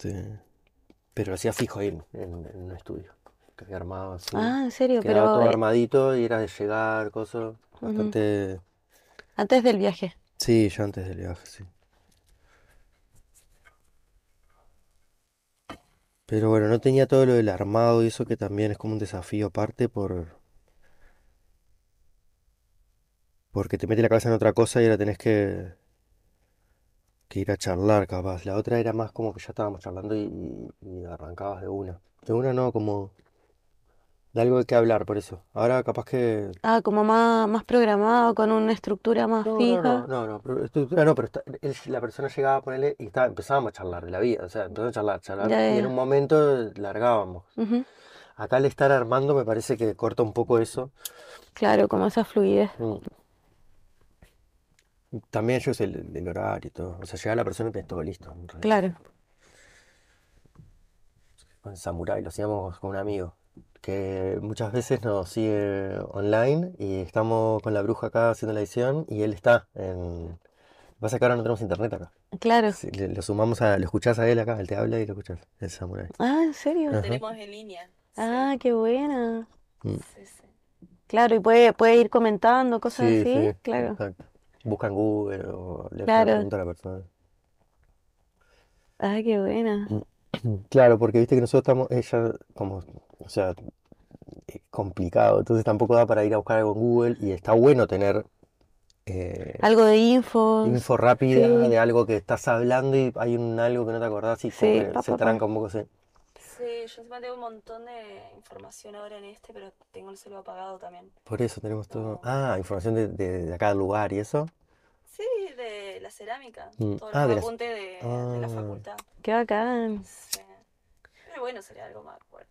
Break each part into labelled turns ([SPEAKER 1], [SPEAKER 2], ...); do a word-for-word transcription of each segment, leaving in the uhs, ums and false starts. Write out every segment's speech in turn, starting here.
[SPEAKER 1] Este, pero lo hacía fijo ahí en, en- en un estudio que había armado así.
[SPEAKER 2] Ah, en serio,
[SPEAKER 1] Quedaba
[SPEAKER 2] pero
[SPEAKER 1] todo
[SPEAKER 2] eh,
[SPEAKER 1] armadito y era de llegar, cosas.
[SPEAKER 2] ujú,
[SPEAKER 1] Bastante.
[SPEAKER 2] antes del viaje.
[SPEAKER 1] Sí, yo antes del viaje, sí. Pero bueno, no tenía todo lo del armado y eso que también es como un desafío aparte por, porque te mete la cabeza en otra cosa y ahora tenés que, que ir a charlar capaz. La otra era más como que ya estábamos charlando y, y- y arrancabas de una. De una no, como de algo de qué hablar, por eso. Ahora capaz que.
[SPEAKER 2] Ah, como más, más programado, con una estructura más
[SPEAKER 1] No, no, no,
[SPEAKER 2] fija.
[SPEAKER 1] no, no, pero estructura no, pero está- él- la persona llegaba a ponerle y estaba, empezábamos a charlar de la vida, o sea, empezamos a charlar,
[SPEAKER 2] Ya,
[SPEAKER 1] charlar,
[SPEAKER 2] ya,
[SPEAKER 1] y en un
[SPEAKER 2] ya.
[SPEAKER 1] momento largábamos.
[SPEAKER 2] Ujú.
[SPEAKER 1] Acá al estar armando me parece que corta un poco eso.
[SPEAKER 2] Claro, como esa fluidez.
[SPEAKER 1] Mm. También yo sé el, el horario y todo. O sea, llega la persona y tenés todo listo. En realidad.
[SPEAKER 2] Claro.
[SPEAKER 1] Con Samurai lo hacíamos con un amigo que muchas veces nos sigue online y estamos con la bruja acá haciendo la edición y él está en. Lo que pasa es que ahora no tenemos internet acá.
[SPEAKER 2] Claro.
[SPEAKER 1] Si le- lo sumamos a. Lo escuchás a él acá, él te habla y lo escuchás. El Samurai.
[SPEAKER 2] Ah, ¿en serio?
[SPEAKER 3] Lo
[SPEAKER 1] Ajá.
[SPEAKER 3] tenemos en línea, sí,
[SPEAKER 2] Ah, qué buena.
[SPEAKER 1] Mm.
[SPEAKER 3] sí, sí.
[SPEAKER 2] Claro, y puede, puede ir comentando cosas
[SPEAKER 1] Sí,
[SPEAKER 2] así.
[SPEAKER 1] sí,
[SPEAKER 2] Claro,
[SPEAKER 1] exacto. Busca en Google o le hace una
[SPEAKER 2] claro.
[SPEAKER 1] pregunta a la persona.
[SPEAKER 2] Ah, qué buena.
[SPEAKER 1] Mm. Claro, porque viste que nosotros estamos, ella, como, o sea, es complicado, entonces tampoco da para ir a buscar algo en Google y está bueno tener eh,
[SPEAKER 2] Algo de infos.
[SPEAKER 1] info rápida
[SPEAKER 2] Sí,
[SPEAKER 1] de algo que estás hablando y hay un algo que no te acordás y como
[SPEAKER 2] sí,
[SPEAKER 1] que
[SPEAKER 2] pa,
[SPEAKER 1] se
[SPEAKER 2] pa, pa.
[SPEAKER 1] tranca un poco. Sí.
[SPEAKER 3] Sí, yo encima tengo un montón de información ahora en este, pero tengo el celular apagado también.
[SPEAKER 1] Por eso tenemos todo.
[SPEAKER 3] No.
[SPEAKER 1] Ah, información de, de, de cada lugar y eso.
[SPEAKER 3] Sí, de la cerámica,
[SPEAKER 1] Mm.
[SPEAKER 3] todos los
[SPEAKER 1] Ah, de las.
[SPEAKER 3] apuntes de, de la
[SPEAKER 1] Ah,
[SPEAKER 3] facultad.
[SPEAKER 2] Qué bacán.
[SPEAKER 3] Sí. Pero bueno, sería algo más fuerte.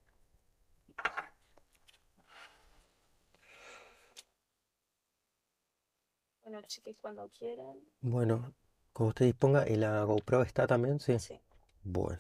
[SPEAKER 3] Bueno, chicos, cuando quieran.
[SPEAKER 1] bueno, como usted disponga, ¿y la GoPro está también? Sí.
[SPEAKER 3] Sí.
[SPEAKER 1] Bueno,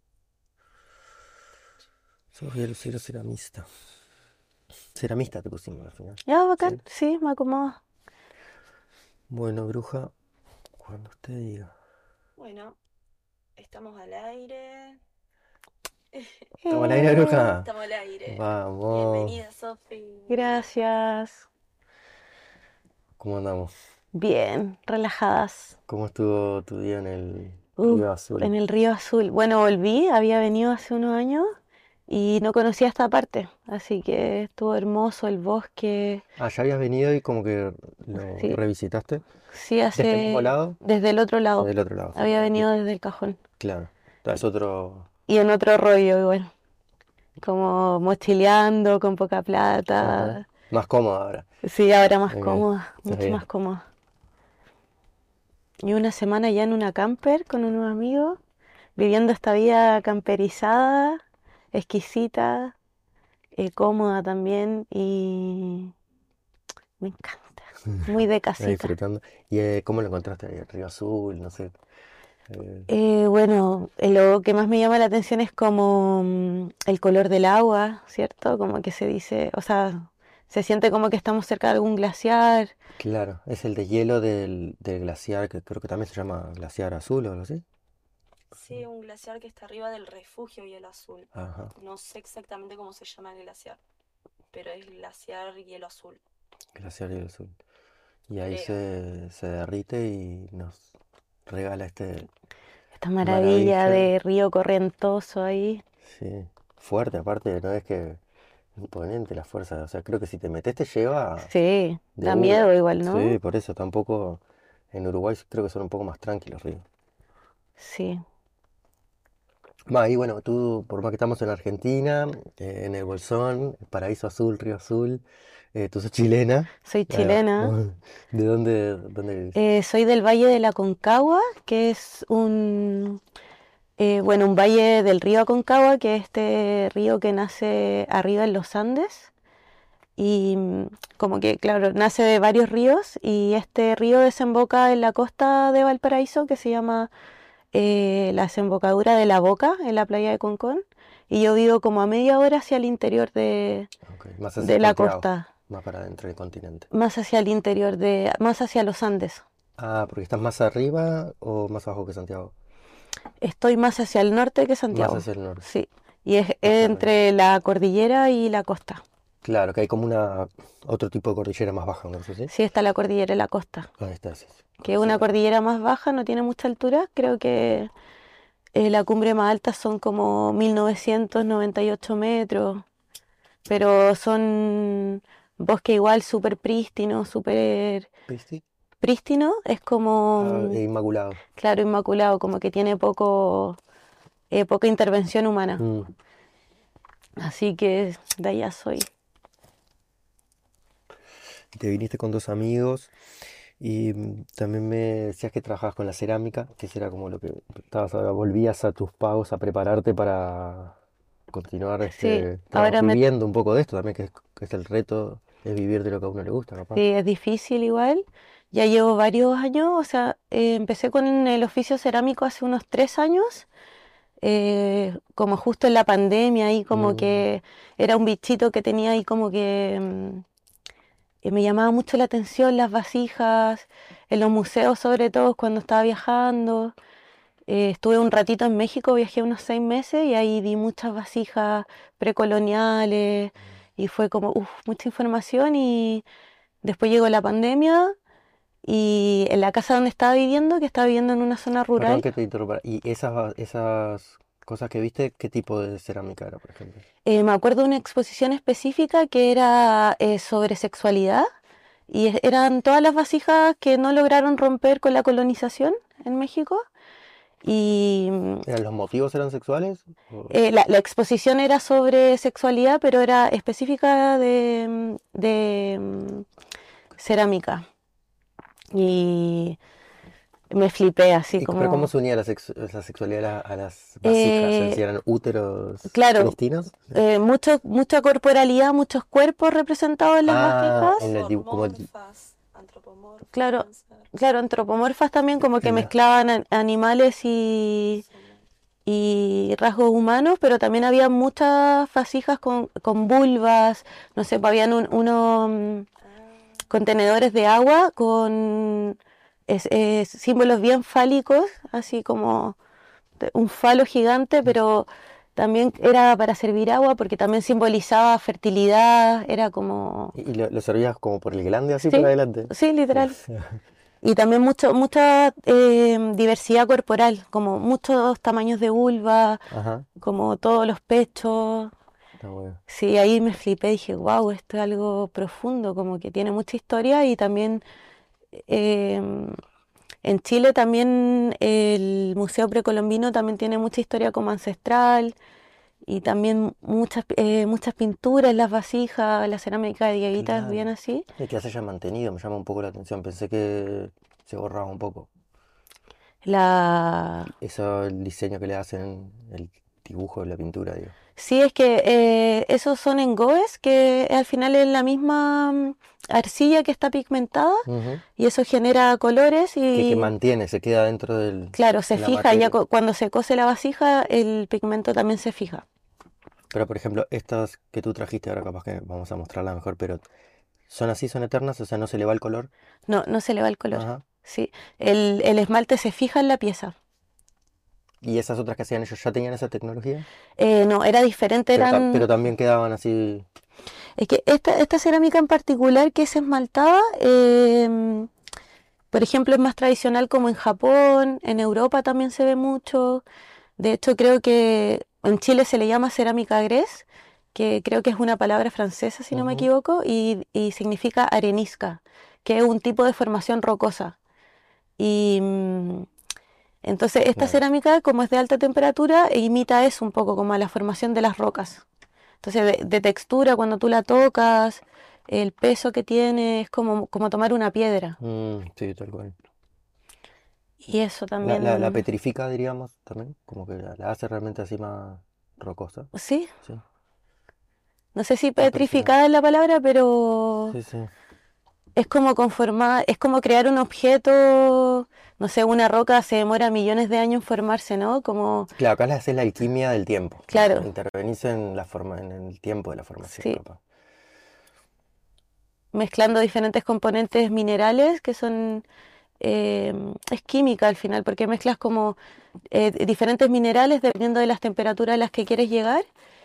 [SPEAKER 1] Sofía Lucero ceramista. Ceramista te pusimos al final.
[SPEAKER 2] Ya,
[SPEAKER 1] Sí.
[SPEAKER 2] bacán. Sí, me acomoda.
[SPEAKER 1] Bueno, bruja, cuando usted diga.
[SPEAKER 3] Bueno, estamos al aire.
[SPEAKER 1] ¿Estamos al aire,
[SPEAKER 2] Eh,
[SPEAKER 1] bruja?
[SPEAKER 3] Estamos al aire.
[SPEAKER 1] Vamos.
[SPEAKER 3] Bienvenida, Sofi.
[SPEAKER 2] gracias.
[SPEAKER 1] ¿Cómo andamos?
[SPEAKER 2] Bien, relajadas.
[SPEAKER 1] ¿Cómo estuvo tu día en el
[SPEAKER 2] Uh,
[SPEAKER 1] Río Azul?
[SPEAKER 2] en el Río Azul. Bueno, volví, había venido hace unos años y no conocía esta parte, así que estuvo hermoso el bosque.
[SPEAKER 1] Ah, ya habías venido y como que lo
[SPEAKER 2] Sí,
[SPEAKER 1] revisitaste.
[SPEAKER 2] sí,
[SPEAKER 1] ¿De este mismo
[SPEAKER 2] hace
[SPEAKER 1] lado
[SPEAKER 2] desde el otro
[SPEAKER 1] o
[SPEAKER 2] lado.
[SPEAKER 1] del otro lado?
[SPEAKER 2] Había
[SPEAKER 1] Y-
[SPEAKER 2] venido desde el cajón.
[SPEAKER 1] Claro. Es otro.
[SPEAKER 2] Y en otro rollo igual, como mochileando con poca
[SPEAKER 1] Ajá.
[SPEAKER 2] plata.
[SPEAKER 1] Más cómodo ahora.
[SPEAKER 2] Sí, ahora más
[SPEAKER 1] Ok.
[SPEAKER 2] cómoda,
[SPEAKER 1] Está
[SPEAKER 2] mucho
[SPEAKER 1] bien.
[SPEAKER 2] más cómoda. Y una semana ya en una camper con unos amigos, viviendo esta vida camperizada, exquisita, eh, cómoda también y me encanta. Muy de
[SPEAKER 1] Ahí
[SPEAKER 2] casita.
[SPEAKER 1] disfrutando. ¿Y eh, cómo lo encontraste ahí? El Río Azul, no sé. Eh,
[SPEAKER 2] Eh, bueno, eh, lo que más me llama la atención es como mm, el color del agua, ¿cierto? Como que se dice, o sea, se siente como que estamos cerca de algún glaciar.
[SPEAKER 1] claro, es el de hielo del, del glaciar, que creo que también se llama glaciar azul o algo así.
[SPEAKER 3] Sí, un glaciar que está arriba del refugio Hielo Azul.
[SPEAKER 1] Ajá,
[SPEAKER 3] No sé exactamente cómo se llama el glaciar, pero es glaciar Hielo Azul,
[SPEAKER 1] glaciar hielo azul. Y ahí
[SPEAKER 3] creo.
[SPEAKER 1] se, se derrite y nos regala este
[SPEAKER 2] Esta maravilla
[SPEAKER 1] maravilla.
[SPEAKER 2] de río correntoso ahí.
[SPEAKER 1] Sí, fuerte aparte, no es que imponente la fuerza. O sea, creo que si te metes te lleva
[SPEAKER 2] Sí,
[SPEAKER 1] de
[SPEAKER 2] da
[SPEAKER 1] una.
[SPEAKER 2] miedo igual,
[SPEAKER 1] Sí,
[SPEAKER 2] ¿no?
[SPEAKER 1] por eso tampoco. En Uruguay creo que son un poco más tranquilos ríos.
[SPEAKER 2] Sí.
[SPEAKER 1] Va, y bueno, tú, por más que estamos en Argentina, eh, en el Bolsón, Paraíso Azul, Río Azul, eh, tú sos chilena.
[SPEAKER 2] Soy
[SPEAKER 1] Ahí va.
[SPEAKER 2] chilena.
[SPEAKER 1] ¿De dónde, dónde vivís?
[SPEAKER 2] Eh, soy del Valle de la Concagua, que es un, eh, bueno, un valle del río Aconcagua, que es este río que nace arriba en los Andes. Y mm, como que, claro, nace de varios ríos y este río desemboca en la costa de Valparaíso, que se llama eh, la desembocadura de La Boca, en la playa de Concón. Y yo vivo como a media hora hacia el interior de,
[SPEAKER 1] Ok, más hacia
[SPEAKER 2] de la
[SPEAKER 1] Santiago,
[SPEAKER 2] costa,
[SPEAKER 1] más para adentro del continente.
[SPEAKER 2] más hacia el interior de, más hacia los Andes.
[SPEAKER 1] Ah, porque estás más arriba o más abajo que Santiago.
[SPEAKER 2] Estoy más hacia el norte que
[SPEAKER 1] Más
[SPEAKER 2] Santiago.
[SPEAKER 1] hacia el norte.
[SPEAKER 2] Sí. Y es
[SPEAKER 1] Más arriba.
[SPEAKER 2] entre la cordillera y la costa.
[SPEAKER 1] Claro, que hay como una otro tipo de cordillera más baja, ¿no es así?
[SPEAKER 2] Sí, está la cordillera y la costa.
[SPEAKER 1] Ahí está, sí, sí.
[SPEAKER 2] Que es
[SPEAKER 1] Sí,
[SPEAKER 2] una
[SPEAKER 1] bueno.
[SPEAKER 2] cordillera más baja, no tiene mucha altura. Creo que eh, la cumbre más alta son como mil novecientos noventa y ocho metros. Pero son bosque igual súper prístino, súper
[SPEAKER 1] ¿Viste?
[SPEAKER 2] prístino. Es como,
[SPEAKER 1] Ah,
[SPEAKER 2] mm,
[SPEAKER 1] e Inmaculado.
[SPEAKER 2] claro, inmaculado, como que tiene poco, eh, poca intervención humana.
[SPEAKER 1] Mm.
[SPEAKER 2] Así que de allá soy.
[SPEAKER 1] Te viniste con dos amigos y mm, también me decías que trabajabas con la cerámica, que eso era como lo que estabas ahora, volvías a tus pagos a prepararte para continuar
[SPEAKER 2] Sí,
[SPEAKER 1] este trabajo,
[SPEAKER 2] ahora me,
[SPEAKER 1] viviendo un poco de esto también, que es, que es el reto, es vivir de lo que a uno le gusta, capaz.
[SPEAKER 2] sí, es difícil igual. Ya llevo varios años, o sea, eh, empecé con el oficio cerámico hace unos tres años, eh, como justo en la pandemia, ahí como
[SPEAKER 1] Mm,
[SPEAKER 2] que era un bichito que tenía ahí como que mm, eh, me llamaba mucho la atención las vasijas, en los museos sobre todo cuando estaba viajando. Eh, estuve un ratito en México, viajé unos seis meses y ahí vi muchas vasijas precoloniales y fue como, uff, mucha información y después llegó la pandemia y en la casa donde estaba viviendo, que estaba viviendo en una zona
[SPEAKER 1] Perdón
[SPEAKER 2] rural,
[SPEAKER 1] que te interrumpa. ¿Y esas, va- esas cosas que viste, qué tipo de cerámica era, por ejemplo?
[SPEAKER 2] eh, me acuerdo de una exposición específica que era eh, sobre sexualidad y es- eran todas las vasijas que no lograron romper con la colonización en México. Y mm,
[SPEAKER 1] ¿Eran los motivos eran sexuales? O-
[SPEAKER 2] eh, la, la exposición era sobre sexualidad, pero era específica de, mm, de, mm, cerámica. Y me flipé así
[SPEAKER 1] ¿Y co- pero cómo
[SPEAKER 2] como...
[SPEAKER 1] se unía la, sex- la sexualidad a, a las vasijas? Es
[SPEAKER 2] eh,
[SPEAKER 1] decir, ¿eran úteros
[SPEAKER 2] claro,
[SPEAKER 1] prístinos?
[SPEAKER 2] eh, mucho, mucha corporalidad, muchos cuerpos representados en las
[SPEAKER 1] Ah,
[SPEAKER 2] vasijas.
[SPEAKER 1] en el dibu- como el di-
[SPEAKER 3] Zoomorphas, antropomorfas
[SPEAKER 2] Claro,
[SPEAKER 3] pueden ser.
[SPEAKER 2] claro, antropomorfas también, como que
[SPEAKER 1] Claro.
[SPEAKER 2] mezclaban a- animales y,
[SPEAKER 3] Zoomorphs.
[SPEAKER 2] y rasgos humanos, pero también había muchas vasijas con, con vulvas, no sé, pues habían un- unos mm,
[SPEAKER 3] Ah,
[SPEAKER 2] contenedores de agua con es- es símbolos bien fálicos, así como de- un falo gigante, pero también era para servir agua porque también simbolizaba fertilidad, era como...
[SPEAKER 1] ¿Y, y lo, lo servías como por el glande así para
[SPEAKER 2] Sí,
[SPEAKER 1] adelante?
[SPEAKER 2] sí, literal. Y también mucho, mucha eh, diversidad corporal, como muchos tamaños de vulva,
[SPEAKER 1] Ajá,
[SPEAKER 2] como todos los pechos.
[SPEAKER 1] está bueno.
[SPEAKER 2] Sí, ahí me flipé, dije, wow, esto es algo profundo, como que tiene mucha historia y también em, en Chile también el Museo Precolombino también tiene mucha historia como ancestral y también muchas, eh, muchas pinturas, las vasijas, la cerámica de Dieguitas, bien
[SPEAKER 1] Claro.
[SPEAKER 2] así.
[SPEAKER 1] Y que se haya mantenido, me llama un poco la atención. Pensé que se borraba un poco.
[SPEAKER 2] La...
[SPEAKER 1] Eso, el diseño que le hacen, el dibujo, la pintura, digo.
[SPEAKER 2] Sí, es que eh, esos son engobes, que al final es la misma mm, arcilla que está pigmentada
[SPEAKER 1] Ujú.
[SPEAKER 2] y eso genera colores
[SPEAKER 1] Que, que
[SPEAKER 2] y
[SPEAKER 1] mantiene, se queda dentro del,
[SPEAKER 2] claro, se
[SPEAKER 1] de la
[SPEAKER 2] fija, ya
[SPEAKER 1] materia.
[SPEAKER 2] cu- cuando se cose la vasija el pigmento también se fija.
[SPEAKER 1] Pero por ejemplo, estas que tú trajiste ahora, capaz que vamos a mostrarla mejor, pero son así, son eternas, o sea, no se le va el color.
[SPEAKER 2] No, no se le va el color.
[SPEAKER 1] Ajá.
[SPEAKER 2] Sí, el, el esmalte se fija en la pieza.
[SPEAKER 1] Y esas otras que hacían ellos ya tenían esa tecnología,
[SPEAKER 2] Eh, no, era diferente,
[SPEAKER 1] pero, ta- pero
[SPEAKER 2] eran...
[SPEAKER 1] también quedaban así.
[SPEAKER 2] Es que esta, esta cerámica en particular que es esmaltada, em, por ejemplo, es más tradicional como en Japón, en Europa también se ve mucho. De hecho, creo que en Chile se le llama cerámica gres, que creo que es una palabra francesa, si no me
[SPEAKER 1] Ujú.
[SPEAKER 2] equivoco, y, y significa arenisca, que es un tipo de formación rocosa. Y mm, entonces esta
[SPEAKER 1] Claro.
[SPEAKER 2] cerámica, como es de alta temperatura, e imita eso un poco, como a la formación de las rocas. Entonces, de, de textura, cuando tú la tocas, el peso que tiene es como, como tomar una piedra.
[SPEAKER 1] Mm, sí, tal cual.
[SPEAKER 2] Y eso
[SPEAKER 1] La, la, la
[SPEAKER 2] también,
[SPEAKER 1] petrifica, diríamos, también, como que la, la hace realmente así más rocosa.
[SPEAKER 2] sí,
[SPEAKER 1] Sí.
[SPEAKER 2] no sé si
[SPEAKER 1] Ah, impresionante.
[SPEAKER 2] petrificada es la palabra, pero
[SPEAKER 1] Sí, sí.
[SPEAKER 2] es como conformar, es como crear un objeto, no sé, una roca se demora millones de años en formarse, ¿no? Como,
[SPEAKER 1] Claro, acá le haces la alquimia del tiempo.
[SPEAKER 2] claro,
[SPEAKER 1] Intervenís en la forma, en el tiempo de la formación,
[SPEAKER 2] sí,
[SPEAKER 1] capaz.
[SPEAKER 2] mezclando diferentes componentes minerales que son eh, es química al final, porque mezclas como eh, diferentes minerales dependiendo de las temperaturas a las que quieres llegar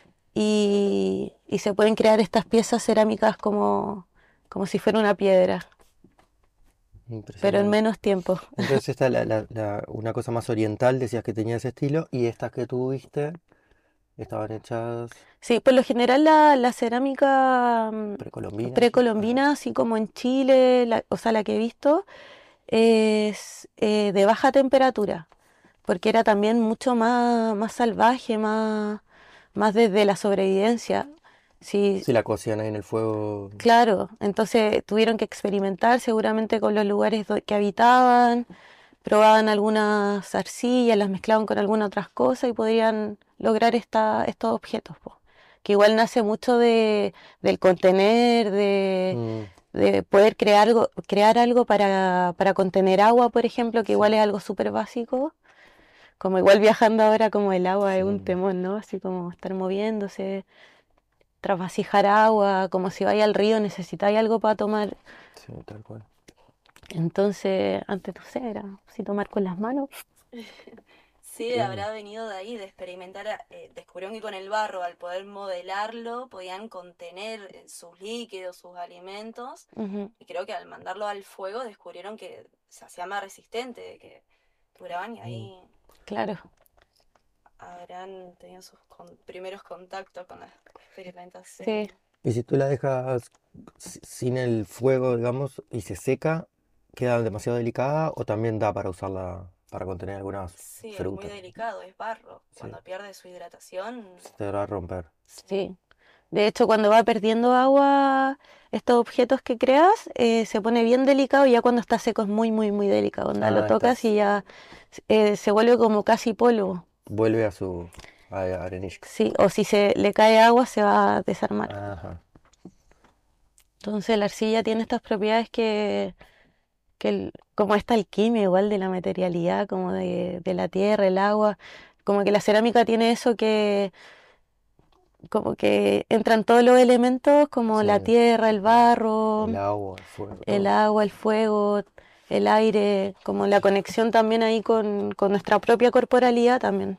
[SPEAKER 2] y, y se pueden crear estas piezas cerámicas como, como si fuera una piedra, pero en
[SPEAKER 1] Impresionante.
[SPEAKER 2] menos tiempo.
[SPEAKER 1] Entonces esta la, la- la- una cosa más oriental, decías que tenía ese estilo, y estas que tuviste estaban hechas
[SPEAKER 2] Sí, por lo general la, la cerámica mm,
[SPEAKER 1] precolombinas, ¿sí? Ah,
[SPEAKER 2] precolombina, así como en Chile, la- o sea, la que he visto, es eh, de baja temperatura, porque era también mucho más, más salvaje, más, más desde la sobrevivencia. Sí,
[SPEAKER 1] sí, la cocían ahí en el fuego.
[SPEAKER 2] claro, entonces tuvieron que experimentar seguramente con los lugares do- que habitaban, probaban algunas arcillas, las mezclaban con algunas otras cosas y podían lograr esta, estos objetos, po. Que igual nace mucho de, del contener, de,
[SPEAKER 1] Mm,
[SPEAKER 2] de poder crear algo, crear algo para, para contener agua, por ejemplo, que igual
[SPEAKER 1] sí,
[SPEAKER 2] es algo súper básico. Como igual viajando ahora como el agua es un
[SPEAKER 1] sí,
[SPEAKER 2] temor, ¿no? Así como estar moviéndose, trasvasijar agua, como si vaya al río necesitáis algo para tomar.
[SPEAKER 1] sí, tal cual.
[SPEAKER 2] Entonces, antes no sé, era así tomar con las manos.
[SPEAKER 3] Sí,
[SPEAKER 1] Claro.
[SPEAKER 3] habrá venido de ahí, de experimentar. Eh, descubrieron que con el barro, al poder modelarlo, podían contener eh, sus líquidos, sus alimentos.
[SPEAKER 2] Ujú,
[SPEAKER 3] Y creo que al mandarlo al fuego descubrieron que se hacía más resistente, que duraban y
[SPEAKER 1] Mm.
[SPEAKER 3] ahí
[SPEAKER 2] claro,
[SPEAKER 3] habrán tenido sus con- primeros contactos con la
[SPEAKER 2] sí.
[SPEAKER 3] experimentación.
[SPEAKER 1] Y si tú la dejas si- sin el fuego, digamos, y se seca, ¿queda demasiado delicada o también da para usarla para contener algunas
[SPEAKER 3] Sí, es muy
[SPEAKER 1] frutas?
[SPEAKER 3] delicado, es barro.
[SPEAKER 1] Sí,
[SPEAKER 3] Cuando pierde su hidratación,
[SPEAKER 1] se te va a romper.
[SPEAKER 3] sí.
[SPEAKER 2] Sí. De hecho, cuando va perdiendo agua, estos objetos que creas, eh, se pone bien delicado y ya cuando está seco es muy, muy, muy delicado. Onda, lo
[SPEAKER 1] Ah,
[SPEAKER 2] tocas y
[SPEAKER 1] estás.
[SPEAKER 2] ya eh, se vuelve como casi polvo.
[SPEAKER 1] Vuelve a su a- arenisca.
[SPEAKER 2] Sí, o si se le cae agua se va a desarmar.
[SPEAKER 1] Ajá.
[SPEAKER 2] Entonces la arcilla tiene estas propiedades que, que el- como esta alquimia igual de la materialidad, como de, de la tierra, el agua, como que la cerámica tiene eso que como que entran todos los elementos como
[SPEAKER 1] Sí,
[SPEAKER 2] la tierra, el
[SPEAKER 1] el
[SPEAKER 2] barro,
[SPEAKER 1] agua, el fuego,
[SPEAKER 2] el
[SPEAKER 1] todo.
[SPEAKER 2] agua, el fuego, el aire, como la conexión también ahí con, con nuestra propia corporalidad también.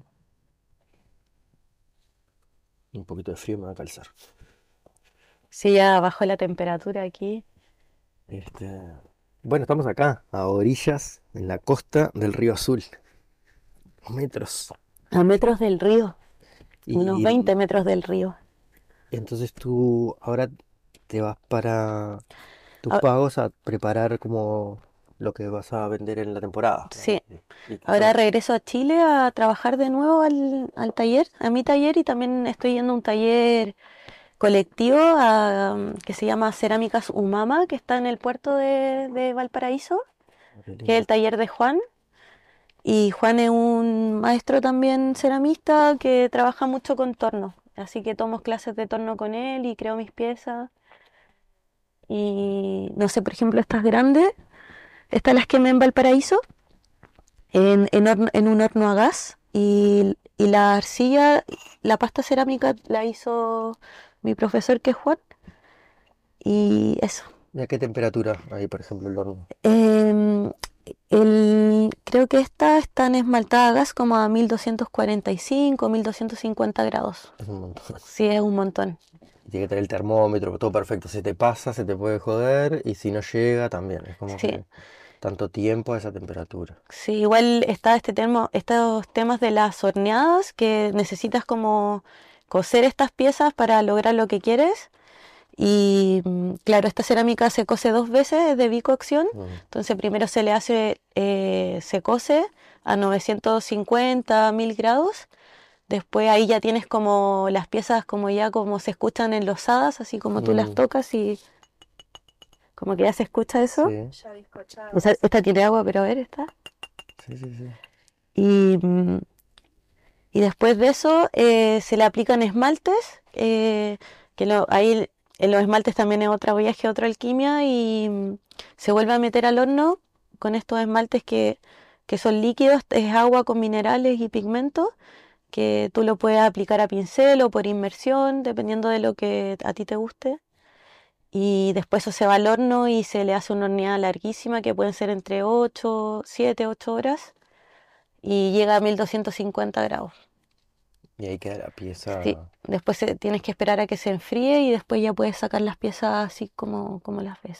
[SPEAKER 1] Un poquito de frío me va a calzar.
[SPEAKER 2] Sí, ya bajó la temperatura aquí.
[SPEAKER 1] Este, bueno, estamos acá, a orillas, en la costa del río Azul. Metros.
[SPEAKER 2] A metros del río, unos
[SPEAKER 1] Y
[SPEAKER 2] veinte metros del río.
[SPEAKER 1] entonces tú ahora te vas para tus
[SPEAKER 2] Ah,
[SPEAKER 1] pagos a preparar como lo que vas a vender en la temporada.
[SPEAKER 2] sí,
[SPEAKER 1] ¿Y, y qué
[SPEAKER 2] ahora
[SPEAKER 1] hacemos?
[SPEAKER 2] regreso a Chile a trabajar de nuevo al, al taller, a mi taller y también estoy yendo a un taller colectivo a, mm, que se llama Cerámicas Umama, que está en el puerto de, de Valparaíso,
[SPEAKER 1] Qué
[SPEAKER 2] que es el
[SPEAKER 1] lindo.
[SPEAKER 2] taller de Juan. Y Juan es un maestro también ceramista que trabaja mucho con torno. Así que tomo clases de torno con él y creo mis piezas. Y no sé, por ejemplo, estas grandes, estas las quemé en Valparaíso, en, en, horno- en un horno a gas. Y, y la arcilla, la pasta cerámica la hizo mi profesor que es Juan. Y eso.
[SPEAKER 1] ¿Y a qué temperatura ahí, por ejemplo, el horno?
[SPEAKER 2] Em, el- creo que estas están esmaltadas a gas como a mil doscientos cuarenta y cinco, mil doscientos cincuenta grados.
[SPEAKER 1] Es un montón.
[SPEAKER 2] Sí, es un montón.
[SPEAKER 1] Y tiene que tener el termómetro, todo perfecto. Se te pasa, se te puede joder, y si no llega, también. Es como
[SPEAKER 2] Sí,
[SPEAKER 1] que tanto tiempo a esa temperatura.
[SPEAKER 2] sí, igual está este tema, estos temas de las horneadas que necesitas como cocer estas piezas para lograr lo que quieres. Y mm, claro, esta cerámica se cose dos veces, es de bicocción.
[SPEAKER 1] Mm,
[SPEAKER 2] Entonces primero se le hace, eh, se cose a novecientos cincuenta, mil grados. Después ahí ya tienes como las piezas como ya como se escuchan enlosadas, así como tú las
[SPEAKER 1] mm,
[SPEAKER 2] tocas y como que ya se escucha eso.
[SPEAKER 1] sí,
[SPEAKER 3] Ya
[SPEAKER 2] O sea,
[SPEAKER 3] bizcochadas.
[SPEAKER 2] esta tiene agua, pero a ver, esta.
[SPEAKER 1] sí, sí, sí.
[SPEAKER 2] Y, mm, y después de eso eh, se le aplican esmaltes, eh, que lo- ahí en los esmaltes también es otra viaje, otra alquimia, y mm, se vuelve a meter al horno con estos esmaltes que, que son líquidos, es agua con minerales y pigmentos, que tú lo puedes aplicar a pincel o por inmersión, dependiendo de lo que a ti te guste. y después eso se va al horno y se le hace una horneada larguísima que pueden ser entre ocho, siete, ocho horas y llega a mil doscientos cincuenta grados.
[SPEAKER 1] Y ahí queda la
[SPEAKER 2] Sí,
[SPEAKER 1] pieza.
[SPEAKER 2] después se- tienes que esperar a que se enfríe y después ya puedes sacar las piezas así como, como las ves.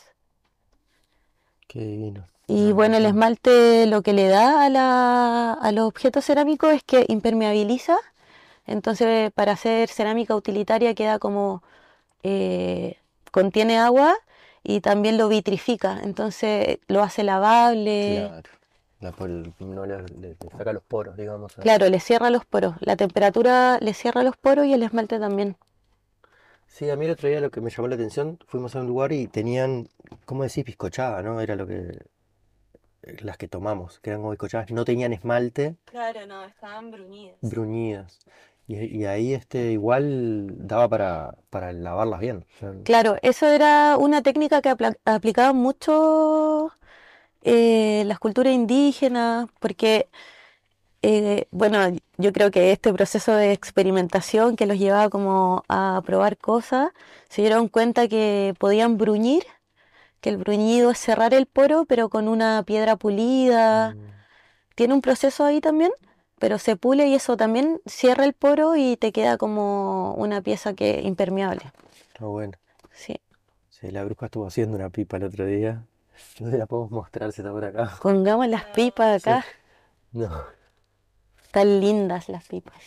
[SPEAKER 1] Qué divino.
[SPEAKER 2] Y
[SPEAKER 1] La verdad
[SPEAKER 2] bueno, el
[SPEAKER 1] que-
[SPEAKER 2] esmalte lo que le da a, la- a los objetos cerámicos es que impermeabiliza. Entonces, para hacer cerámica utilitaria queda como, eh, contiene agua y también lo vitrifica. Entonces, lo hace lavable.
[SPEAKER 1] Claro. La pol- no le, le- le saca los poros, digamos. a-
[SPEAKER 2] Claro, le cierra los poros. La temperatura le cierra los poros y el esmalte también.
[SPEAKER 1] Sí, a mí el otro día lo que me llamó la atención, fuimos a un lugar y tenían, ¿cómo decís? Bizcochada, ¿no? Era lo que, eh, las que tomamos, que eran como bizcochadas, no tenían esmalte,
[SPEAKER 3] Claro, no, estaban bruñidas.
[SPEAKER 1] bruñidas. Y, y ahí este igual daba para, para lavarlas bien. O sea,
[SPEAKER 2] Claro, eso era una técnica que apla- aplicaban mucho eh, las culturas indígenas, porque, eh, bueno, yo creo que este proceso de experimentación que los llevaba como a probar cosas, se dieron cuenta que podían bruñir, que el bruñido es cerrar el poro, pero con una piedra pulida.
[SPEAKER 1] mm,
[SPEAKER 2] Tiene un proceso ahí también, pero se pule y eso también cierra el poro y te queda como una pieza que impermeable.
[SPEAKER 1] está bueno.
[SPEAKER 2] Sí,
[SPEAKER 1] Sí, la bruja estuvo haciendo una pipa el otro día. No sé, la podemos mostrar si está por acá.
[SPEAKER 2] pongamos las
[SPEAKER 3] No,
[SPEAKER 2] pipas
[SPEAKER 1] Sí.
[SPEAKER 2] acá.
[SPEAKER 1] No.
[SPEAKER 2] Están lindas las pipas.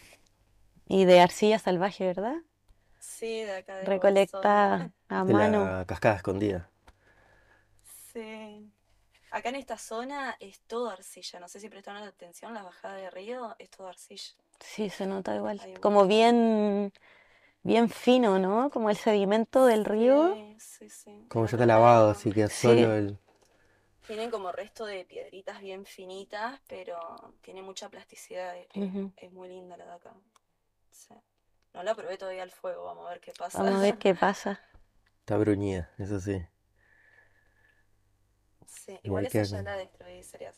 [SPEAKER 2] Y de arcilla salvaje, ¿verdad?
[SPEAKER 3] sí, de acá de Bolsón.
[SPEAKER 2] Recolectada a
[SPEAKER 1] De
[SPEAKER 2] mano.
[SPEAKER 1] la cascada escondida.
[SPEAKER 3] Sí. Acá en esta zona es todo arcilla. No sé si prestaron atención, la bajada de río es todo arcilla.
[SPEAKER 2] Sí, se nota igual.
[SPEAKER 3] Hay un
[SPEAKER 2] Como
[SPEAKER 3] montón.
[SPEAKER 2] bien, bien fino, ¿no? Como el sedimento del río.
[SPEAKER 3] Sí, sí, sí.
[SPEAKER 1] Como
[SPEAKER 3] En
[SPEAKER 1] ya está
[SPEAKER 3] otro
[SPEAKER 1] lavado,
[SPEAKER 3] lado
[SPEAKER 1] así que
[SPEAKER 2] Sí.
[SPEAKER 1] solo el.
[SPEAKER 3] tienen como resto de piedritas bien finitas, pero tiene mucha plasticidad. Es, es-
[SPEAKER 2] Ujú.
[SPEAKER 3] es muy linda la de acá. Sí. No la probé todavía al fuego, vamos a ver qué pasa.
[SPEAKER 2] Vamos a ver qué pasa.
[SPEAKER 1] Está bruñida, eso sí.
[SPEAKER 3] Sí,
[SPEAKER 1] Y
[SPEAKER 3] igual
[SPEAKER 1] ahí
[SPEAKER 3] esa
[SPEAKER 1] queda
[SPEAKER 3] ya
[SPEAKER 1] como-
[SPEAKER 3] la destruí, serías.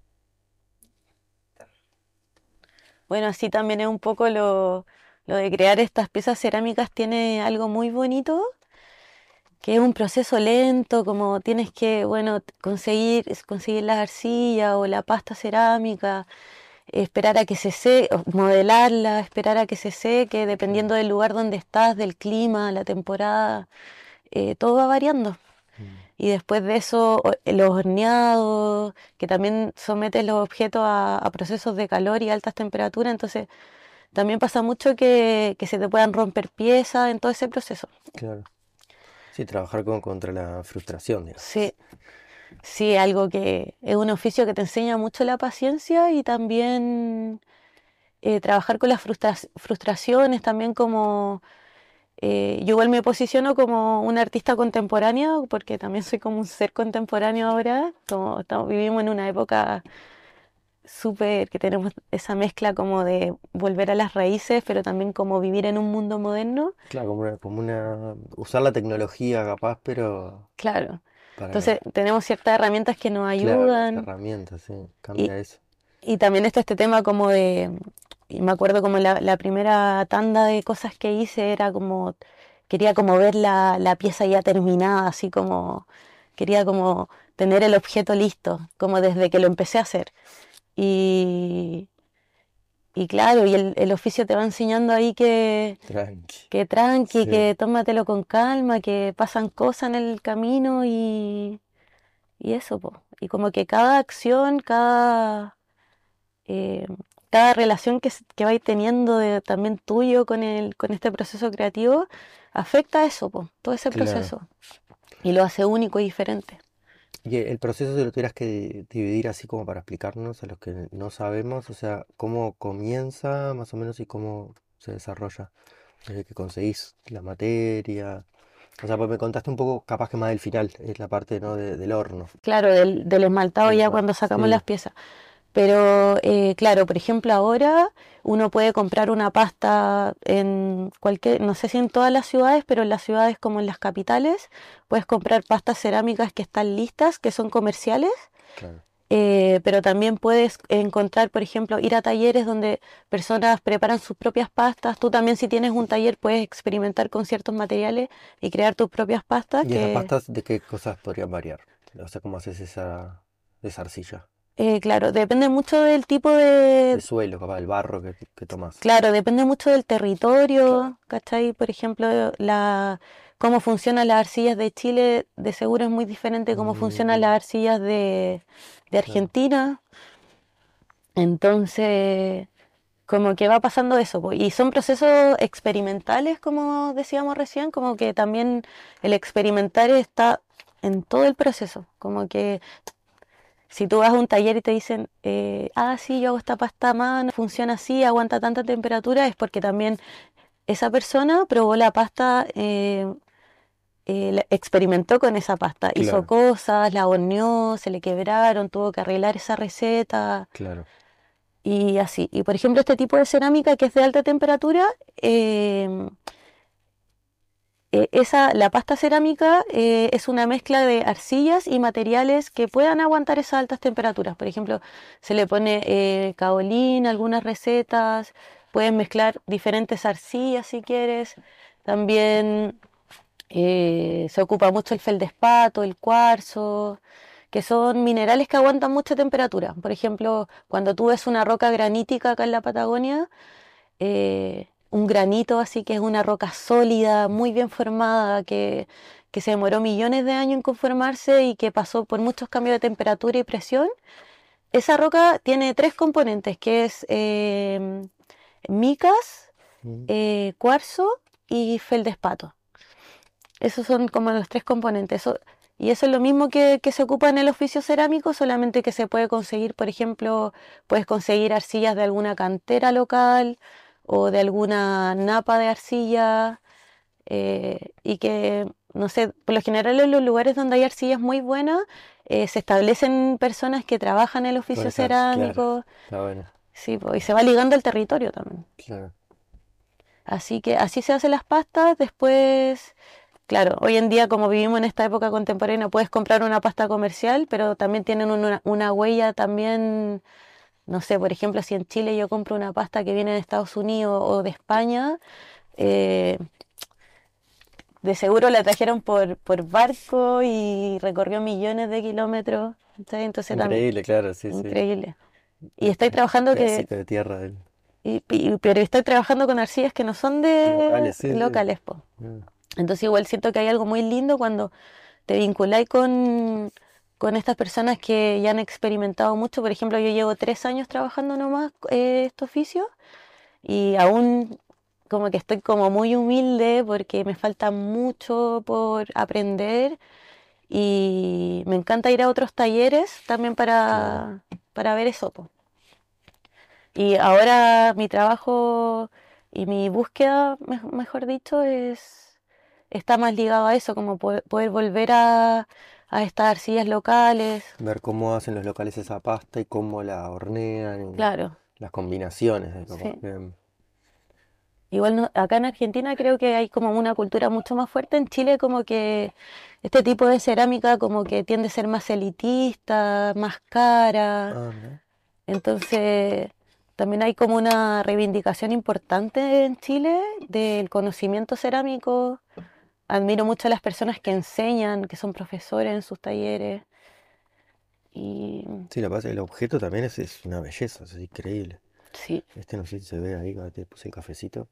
[SPEAKER 2] Bueno, así también es un poco lo, lo de crear estas piezas cerámicas tiene algo muy bonito, que es un proceso lento, como tienes que, bueno, t- conseguir, es conseguir las arcillas o la pasta cerámica, esperar a que se seque, modelarla, esperar a que se seque, dependiendo
[SPEAKER 1] Claro.
[SPEAKER 2] del lugar donde estás, del clima, la temporada, eh, todo va variando.
[SPEAKER 1] Mm,
[SPEAKER 2] Y después de eso, o- eh, los horneados, que también sometes los objetos a, a procesos de calor y altas temperaturas, entonces también pasa mucho que, que se te puedan romper piezas en todo ese proceso.
[SPEAKER 1] claro. Sí, trabajar con, contra la frustración,
[SPEAKER 2] Sí,
[SPEAKER 1] digamos.
[SPEAKER 2] sí, algo que es un oficio que te enseña mucho la paciencia y también eh, trabajar con las frustra- frustraciones, también como eh, yo igual me posiciono como una artista contemporánea, porque también soy como un ser contemporáneo ahora, como estamos, vivimos en una época súper, que tenemos esa mezcla como de volver a las raíces, pero también como vivir en un mundo moderno.
[SPEAKER 1] Claro, como una, como una. Usar la tecnología capaz, pero
[SPEAKER 2] Claro. Entonces
[SPEAKER 1] para.
[SPEAKER 2] tenemos ciertas herramientas que nos
[SPEAKER 1] Claro, las
[SPEAKER 2] ayudan
[SPEAKER 1] herramientas, sí.
[SPEAKER 2] y,
[SPEAKER 1] Cambia eso.
[SPEAKER 2] y también está este tema como de, y me acuerdo como la, la primera tanda de cosas que hice era como, quería como ver la, la pieza ya terminada, así como, quería como tener el objeto listo, como desde que lo empecé a hacer. Y, y claro, y el, el oficio te va enseñando ahí que,
[SPEAKER 1] Tranqui.
[SPEAKER 2] que tranqui,
[SPEAKER 1] Sí,
[SPEAKER 2] que tómatelo con calma, que pasan cosas en el camino y, y eso, po. Y como que cada acción, cada, eh, cada relación que, s- que vais teniendo de, también tuyo con el, con este proceso creativo, afecta a eso, po, todo ese
[SPEAKER 1] claro.
[SPEAKER 2] proceso. Y lo hace único y diferente.
[SPEAKER 1] Y el proceso, si lo tuvieras que dividir así como para explicarnos a los que no sabemos, o sea, cómo comienza más o menos y cómo se desarrolla, desde que conseguís la materia. O sea, pues me contaste un poco, capaz que más del final, es la parte, ¿no? de- del horno.
[SPEAKER 2] Claro, del, del esmaltado
[SPEAKER 1] Del
[SPEAKER 2] ya
[SPEAKER 1] esmalte.
[SPEAKER 2] cuando sacamos las
[SPEAKER 1] Sí,
[SPEAKER 2] piezas. Pero eh, claro, por ejemplo, ahora uno puede comprar una pasta en cualquier, no sé si en todas las ciudades, pero en las ciudades como en las capitales, puedes comprar pastas cerámicas que están listas, que son comerciales,
[SPEAKER 1] claro.
[SPEAKER 2] Eh, pero también puedes encontrar, por ejemplo, ir a talleres donde personas preparan sus propias pastas. Tú también, si tienes un taller, puedes experimentar con ciertos materiales y crear tus propias pastas
[SPEAKER 1] ¿Y esas
[SPEAKER 2] que,
[SPEAKER 1] pastas de qué cosas podrían variar? O sea, ¿cómo haces esa, esa arcilla?
[SPEAKER 2] eh, claro, depende mucho del tipo de...
[SPEAKER 1] El suelo, capaz, el barro que, que tomas.
[SPEAKER 2] Claro, depende mucho del
[SPEAKER 1] Claro.
[SPEAKER 2] territorio, ¿cachai? Por ejemplo, la, cómo funcionan las arcillas de Chile, de seguro es muy diferente de cómo funcionan
[SPEAKER 1] Mm,
[SPEAKER 2] las arcillas de, de
[SPEAKER 1] claro,
[SPEAKER 2] Argentina. Entonces, como que va pasando eso, po, y son procesos experimentales, como decíamos recién, como que también el experimentar está en todo el proceso, como que si tú vas a un taller y te dicen, eh, ah, sí, yo hago esta pasta a mano, funciona así, aguanta tanta temperatura, es porque también esa persona probó la pasta, eh, eh, la- experimentó con esa pasta, hizo
[SPEAKER 1] claro,
[SPEAKER 2] cosas, la horneó, se le quebraron, tuvo que arreglar esa receta.
[SPEAKER 1] claro.
[SPEAKER 2] Y así. Y por ejemplo, este tipo de cerámica que es de alta temperatura, em, eh, esa, la pasta cerámica eh, es una mezcla de arcillas y materiales que puedan aguantar esas altas temperaturas. Por ejemplo, se le pone eh, caolín, algunas recetas, pueden mezclar diferentes arcillas si quieres. También eh, se ocupa mucho el feldespato, el cuarzo, que son minerales que aguantan mucha temperatura. Por ejemplo, cuando tú ves una roca granítica acá en la Patagonia, eh, un granito así que es una roca sólida, muy bien formada, que, que se demoró millones de años en conformarse y que pasó por muchos cambios de temperatura y presión. Esa roca tiene tres componentes, que es eh, micas,
[SPEAKER 1] Mm,
[SPEAKER 2] eh, cuarzo y feldespato. Esos son como los tres componentes. Eso- y eso es lo mismo que, que se ocupa en el oficio cerámico, solamente que se puede conseguir, por ejemplo, puedes conseguir arcillas de alguna cantera local o de alguna napa de arcilla, eh, y que, no sé, por lo general en los lugares donde hay arcillas muy buenas, eh, se establecen personas que trabajan en el
[SPEAKER 1] con
[SPEAKER 2] oficio
[SPEAKER 1] esa, claro,
[SPEAKER 2] cerámico,
[SPEAKER 1] está bueno,
[SPEAKER 2] sí, po, y se va ligando el territorio también.
[SPEAKER 1] claro.
[SPEAKER 2] Así que así se hacen las pastas, después... Claro, hoy en día como vivimos en esta época contemporánea puedes comprar una pasta comercial, pero también tienen una, una huella también, no sé, por ejemplo, si en Chile yo compro una pasta que viene de Estados Unidos o de España, eh, de seguro la trajeron por, por barco y recorrió millones de kilómetros, ¿sabes? Entonces también,
[SPEAKER 1] Increíble, claro, sí, sí.
[SPEAKER 2] increíble. Y
[SPEAKER 1] Un
[SPEAKER 2] estoy trabajando que,
[SPEAKER 1] pedacito de tierra del-
[SPEAKER 2] y- y- pero estoy trabajando con arcillas que no son de
[SPEAKER 1] locales, sí, sí.
[SPEAKER 2] locales, po.
[SPEAKER 1] Mm,
[SPEAKER 2] Entonces igual siento que hay algo muy lindo cuando te vinculáis con, con estas personas que ya han experimentado mucho. Por ejemplo, yo llevo tres años trabajando nomás eh, este oficio y aún como que estoy como muy humilde porque me falta mucho por aprender y me encanta ir a otros talleres también
[SPEAKER 1] claro.
[SPEAKER 2] para, para ver eso, po. Y ahora mi trabajo y mi búsqueda, me- mejor dicho, es está más ligado a eso, como poder, poder volver a, a estas arcillas locales.
[SPEAKER 1] Ver cómo hacen los locales esa pasta y cómo la hornean y
[SPEAKER 2] Claro,
[SPEAKER 1] las combinaciones de capaz
[SPEAKER 2] sí.
[SPEAKER 1] que...
[SPEAKER 2] Igual no- acá en Argentina creo que hay como una cultura mucho más fuerte. En Chile como que este tipo de cerámica como que tiende a ser más elitista, más cara.
[SPEAKER 1] Ah, mira.
[SPEAKER 2] Entonces también hay como una reivindicación importante en Chile del conocimiento cerámico. Admiro mucho a las personas que enseñan, que son profesores en sus talleres. Y
[SPEAKER 1] Sí, la pasa, el objeto también es, es una belleza, es increíble.
[SPEAKER 2] sí,
[SPEAKER 1] Este no sé si se ve ahí, ahora te puse el cafecito.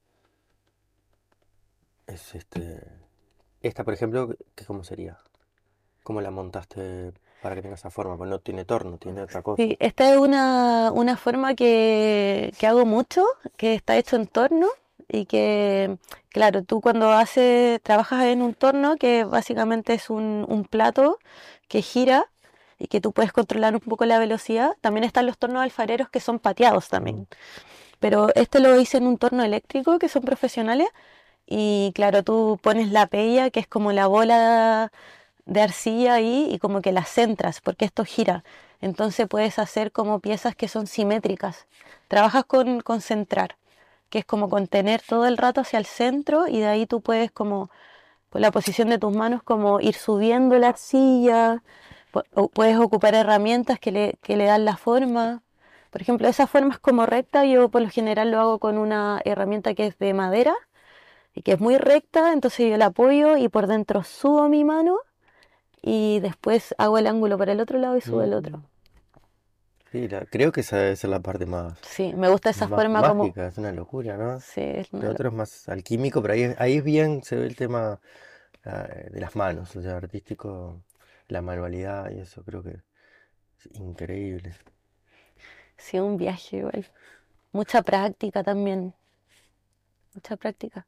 [SPEAKER 1] Es este. Esta, por ejemplo, ¿qué cómo sería? ¿Cómo la montaste para que tenga esa forma? Pues no tiene torno, tiene otra cosa.
[SPEAKER 2] sí, esta es una, una forma que, que hago mucho, que está hecho en torno y que, claro, tú cuando haces, trabajas en un torno, que básicamente es un, un plato que gira y que tú puedes controlar un poco la velocidad. También están los tornos alfareros que son pateados
[SPEAKER 1] Mm,
[SPEAKER 2] también, pero este lo hice en un torno eléctrico, que son profesionales. Y claro, tú pones la pella, que es como la bola de arcilla ahí, y como que la centras, porque esto gira. Entonces puedes hacer como piezas que son simétricas. Trabajas con, con centrar, que es como contener todo el rato hacia el centro, y de ahí tú puedes como, por la posición de tus manos, como ir subiendo la arcilla, Pu- o puedes ocupar herramientas que le, que le dan la forma. Por ejemplo, esa forma es como recta, yo por lo general lo hago con una herramienta que es de madera y que es muy recta, entonces yo la apoyo y por dentro subo mi mano y después hago el ángulo para el otro lado y subo el otro.
[SPEAKER 1] Mm, sí, la- creo que esa debe ser la parte más,
[SPEAKER 2] Sí, me gusta esa
[SPEAKER 1] más
[SPEAKER 2] forma como...
[SPEAKER 1] mágica, es una locura, ¿no?
[SPEAKER 2] Sí, es una
[SPEAKER 1] Lo
[SPEAKER 2] lo-
[SPEAKER 1] otro es más alquímico, pero ahí, ahí es bien, se ve el tema ah, de las manos, o sea, artístico, la manualidad y eso creo que es increíble.
[SPEAKER 2] sí, un viaje igual. Mucha práctica también, mucha práctica.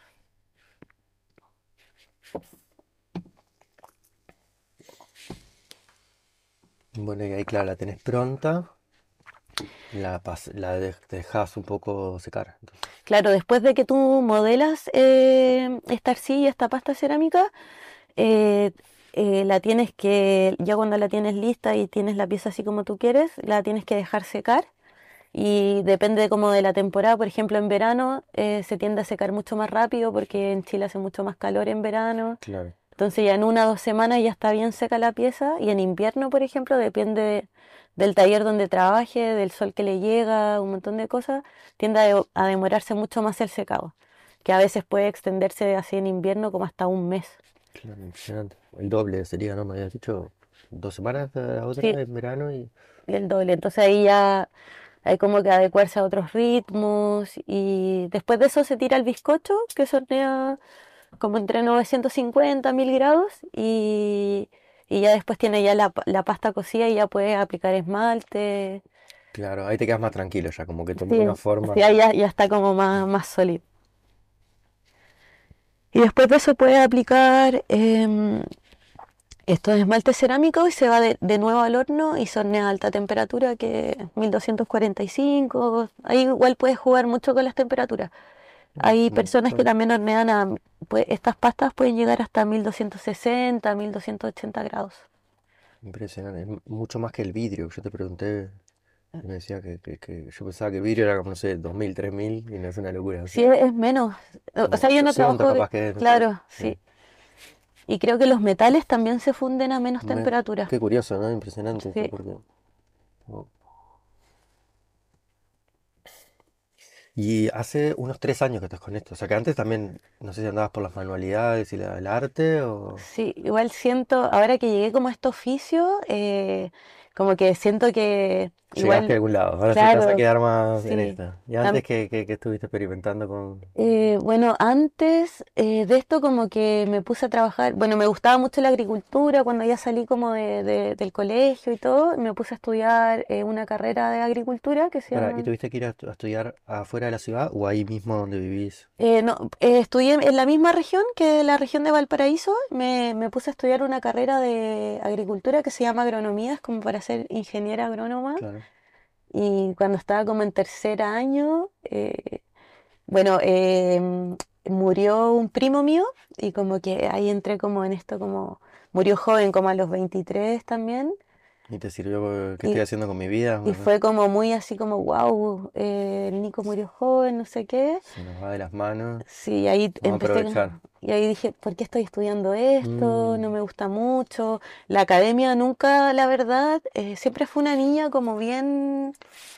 [SPEAKER 1] Bueno, y ahí claro, la tenés pronta, la, pas- la de- dejas un poco secar. Entonces,
[SPEAKER 2] Claro, después de que tú modelas eh, esta arcilla, esta pasta cerámica, eh, eh, la tienes que, ya cuando la tienes lista y tienes la pieza así como tú quieres, la tienes que dejar secar y depende como de la temporada. Por ejemplo, en verano eh, se tiende a secar mucho más rápido porque en Chile hace mucho más calor en verano.
[SPEAKER 1] claro,
[SPEAKER 2] Entonces ya en una o dos semanas ya está bien seca la pieza y en invierno, por ejemplo, depende de- del taller donde trabaje, del sol que le llega, un montón de cosas, tiende a, de- a demorarse mucho más el secado, que a veces puede extenderse así en invierno como hasta un mes.
[SPEAKER 1] claro, impresionante. El doble sería, ¿no? Me habías dicho dos semanas de la
[SPEAKER 2] Sí,
[SPEAKER 1] otra en verano y
[SPEAKER 2] y el doble. Entonces ahí ya hay como que adecuarse a otros ritmos y después de eso se tira el bizcocho que se hornea como entre novecientos cincuenta mil grados y, y ya después tiene ya la, pa- la pasta cocida y ya puedes aplicar esmalte.
[SPEAKER 1] claro, ahí te quedas más tranquilo ya, como que tomó
[SPEAKER 2] Sí,
[SPEAKER 1] una
[SPEAKER 2] sí,
[SPEAKER 1] forma.
[SPEAKER 2] ahí ya, ya está como más, más sólido. Y después de eso puedes aplicar em, estos esmaltes cerámicos y se va de, de nuevo al horno y se hornea a alta temperatura que es mil doscientos cuarenta y cinco. Ahí igual puedes jugar mucho con las temperaturas.
[SPEAKER 1] Uh,
[SPEAKER 2] Hay
[SPEAKER 1] un
[SPEAKER 2] personas que
[SPEAKER 1] montón.
[SPEAKER 2] también hornean a, pues, estas pastas pueden llegar hasta mil doscientos sesenta, mil doscientos ochenta grados.
[SPEAKER 1] Impresionante, es m- mucho más que el vidrio. Yo te pregunté y me decía que, que- que yo pensaba que el vidrio era como, no sé, dos mil tres mil y no es una locura. O
[SPEAKER 2] Sí,
[SPEAKER 1] sea,
[SPEAKER 2] es es menos. O o
[SPEAKER 1] como
[SPEAKER 2] sea, yo no
[SPEAKER 1] ochocientos
[SPEAKER 2] trabajo,
[SPEAKER 1] capaz que es, no sé.
[SPEAKER 2] claro,
[SPEAKER 1] Sí.
[SPEAKER 2] sí. Y creo que los metales también se funden a menos
[SPEAKER 1] Me-
[SPEAKER 2] temperatura.
[SPEAKER 1] Qué curioso, ¿no? Impresionante eso,
[SPEAKER 2] Sí.
[SPEAKER 1] porque... oh. Y hace unos tres años que estás con esto. O sea, que antes también, no sé si andabas por las manualidades y la- el arte o...
[SPEAKER 2] Sí, igual siento, ahora que llegué como a este oficio, eh, como que siento que
[SPEAKER 1] Llegaste a
[SPEAKER 2] igual,
[SPEAKER 1] algún lado. Ahora sí te vas a
[SPEAKER 2] claro,
[SPEAKER 1] quedar más en
[SPEAKER 2] sí.
[SPEAKER 1] esta. Y antes que, que, que estuviste experimentando con...
[SPEAKER 2] Eh, bueno, antes eh, de esto como que me puse a trabajar, bueno, me gustaba mucho la agricultura cuando ya salí como de, de- del colegio y todo, me puse a estudiar eh, una carrera de agricultura que se
[SPEAKER 1] Para, ¿y
[SPEAKER 2] llama...
[SPEAKER 1] tuviste que ir a, estu- a estudiar afuera de la ciudad o ahí mismo donde vivís?
[SPEAKER 2] eh, no, eh, estudié en la misma región que la región de Valparaíso, me, me puse a estudiar una carrera de agricultura que se llama agronomía, es como para ser ingeniera agrónoma,
[SPEAKER 1] Claro.
[SPEAKER 2] y cuando estaba como en tercer año... eh, Bueno, em, murió un primo mío y como que ahí entré como en esto, como murió joven, como a los veintitrés también.
[SPEAKER 1] ¿Y te sirvió? ¿Qué estoy
[SPEAKER 2] Y,
[SPEAKER 1] haciendo con mi vida?
[SPEAKER 2] y
[SPEAKER 1] Una cosa.
[SPEAKER 2] fue como muy así como, wow, el Nico murió joven, no sé qué.
[SPEAKER 1] Se nos va de las manos.
[SPEAKER 2] Sí, ahí
[SPEAKER 1] Vamos a
[SPEAKER 2] empecé,
[SPEAKER 1] aprovechar.
[SPEAKER 2] y ahí dije, ¿por qué estoy estudiando esto?
[SPEAKER 1] Mm,
[SPEAKER 2] No me gusta mucho. La academia nunca, la verdad, eh, siempre fue una niña como bien,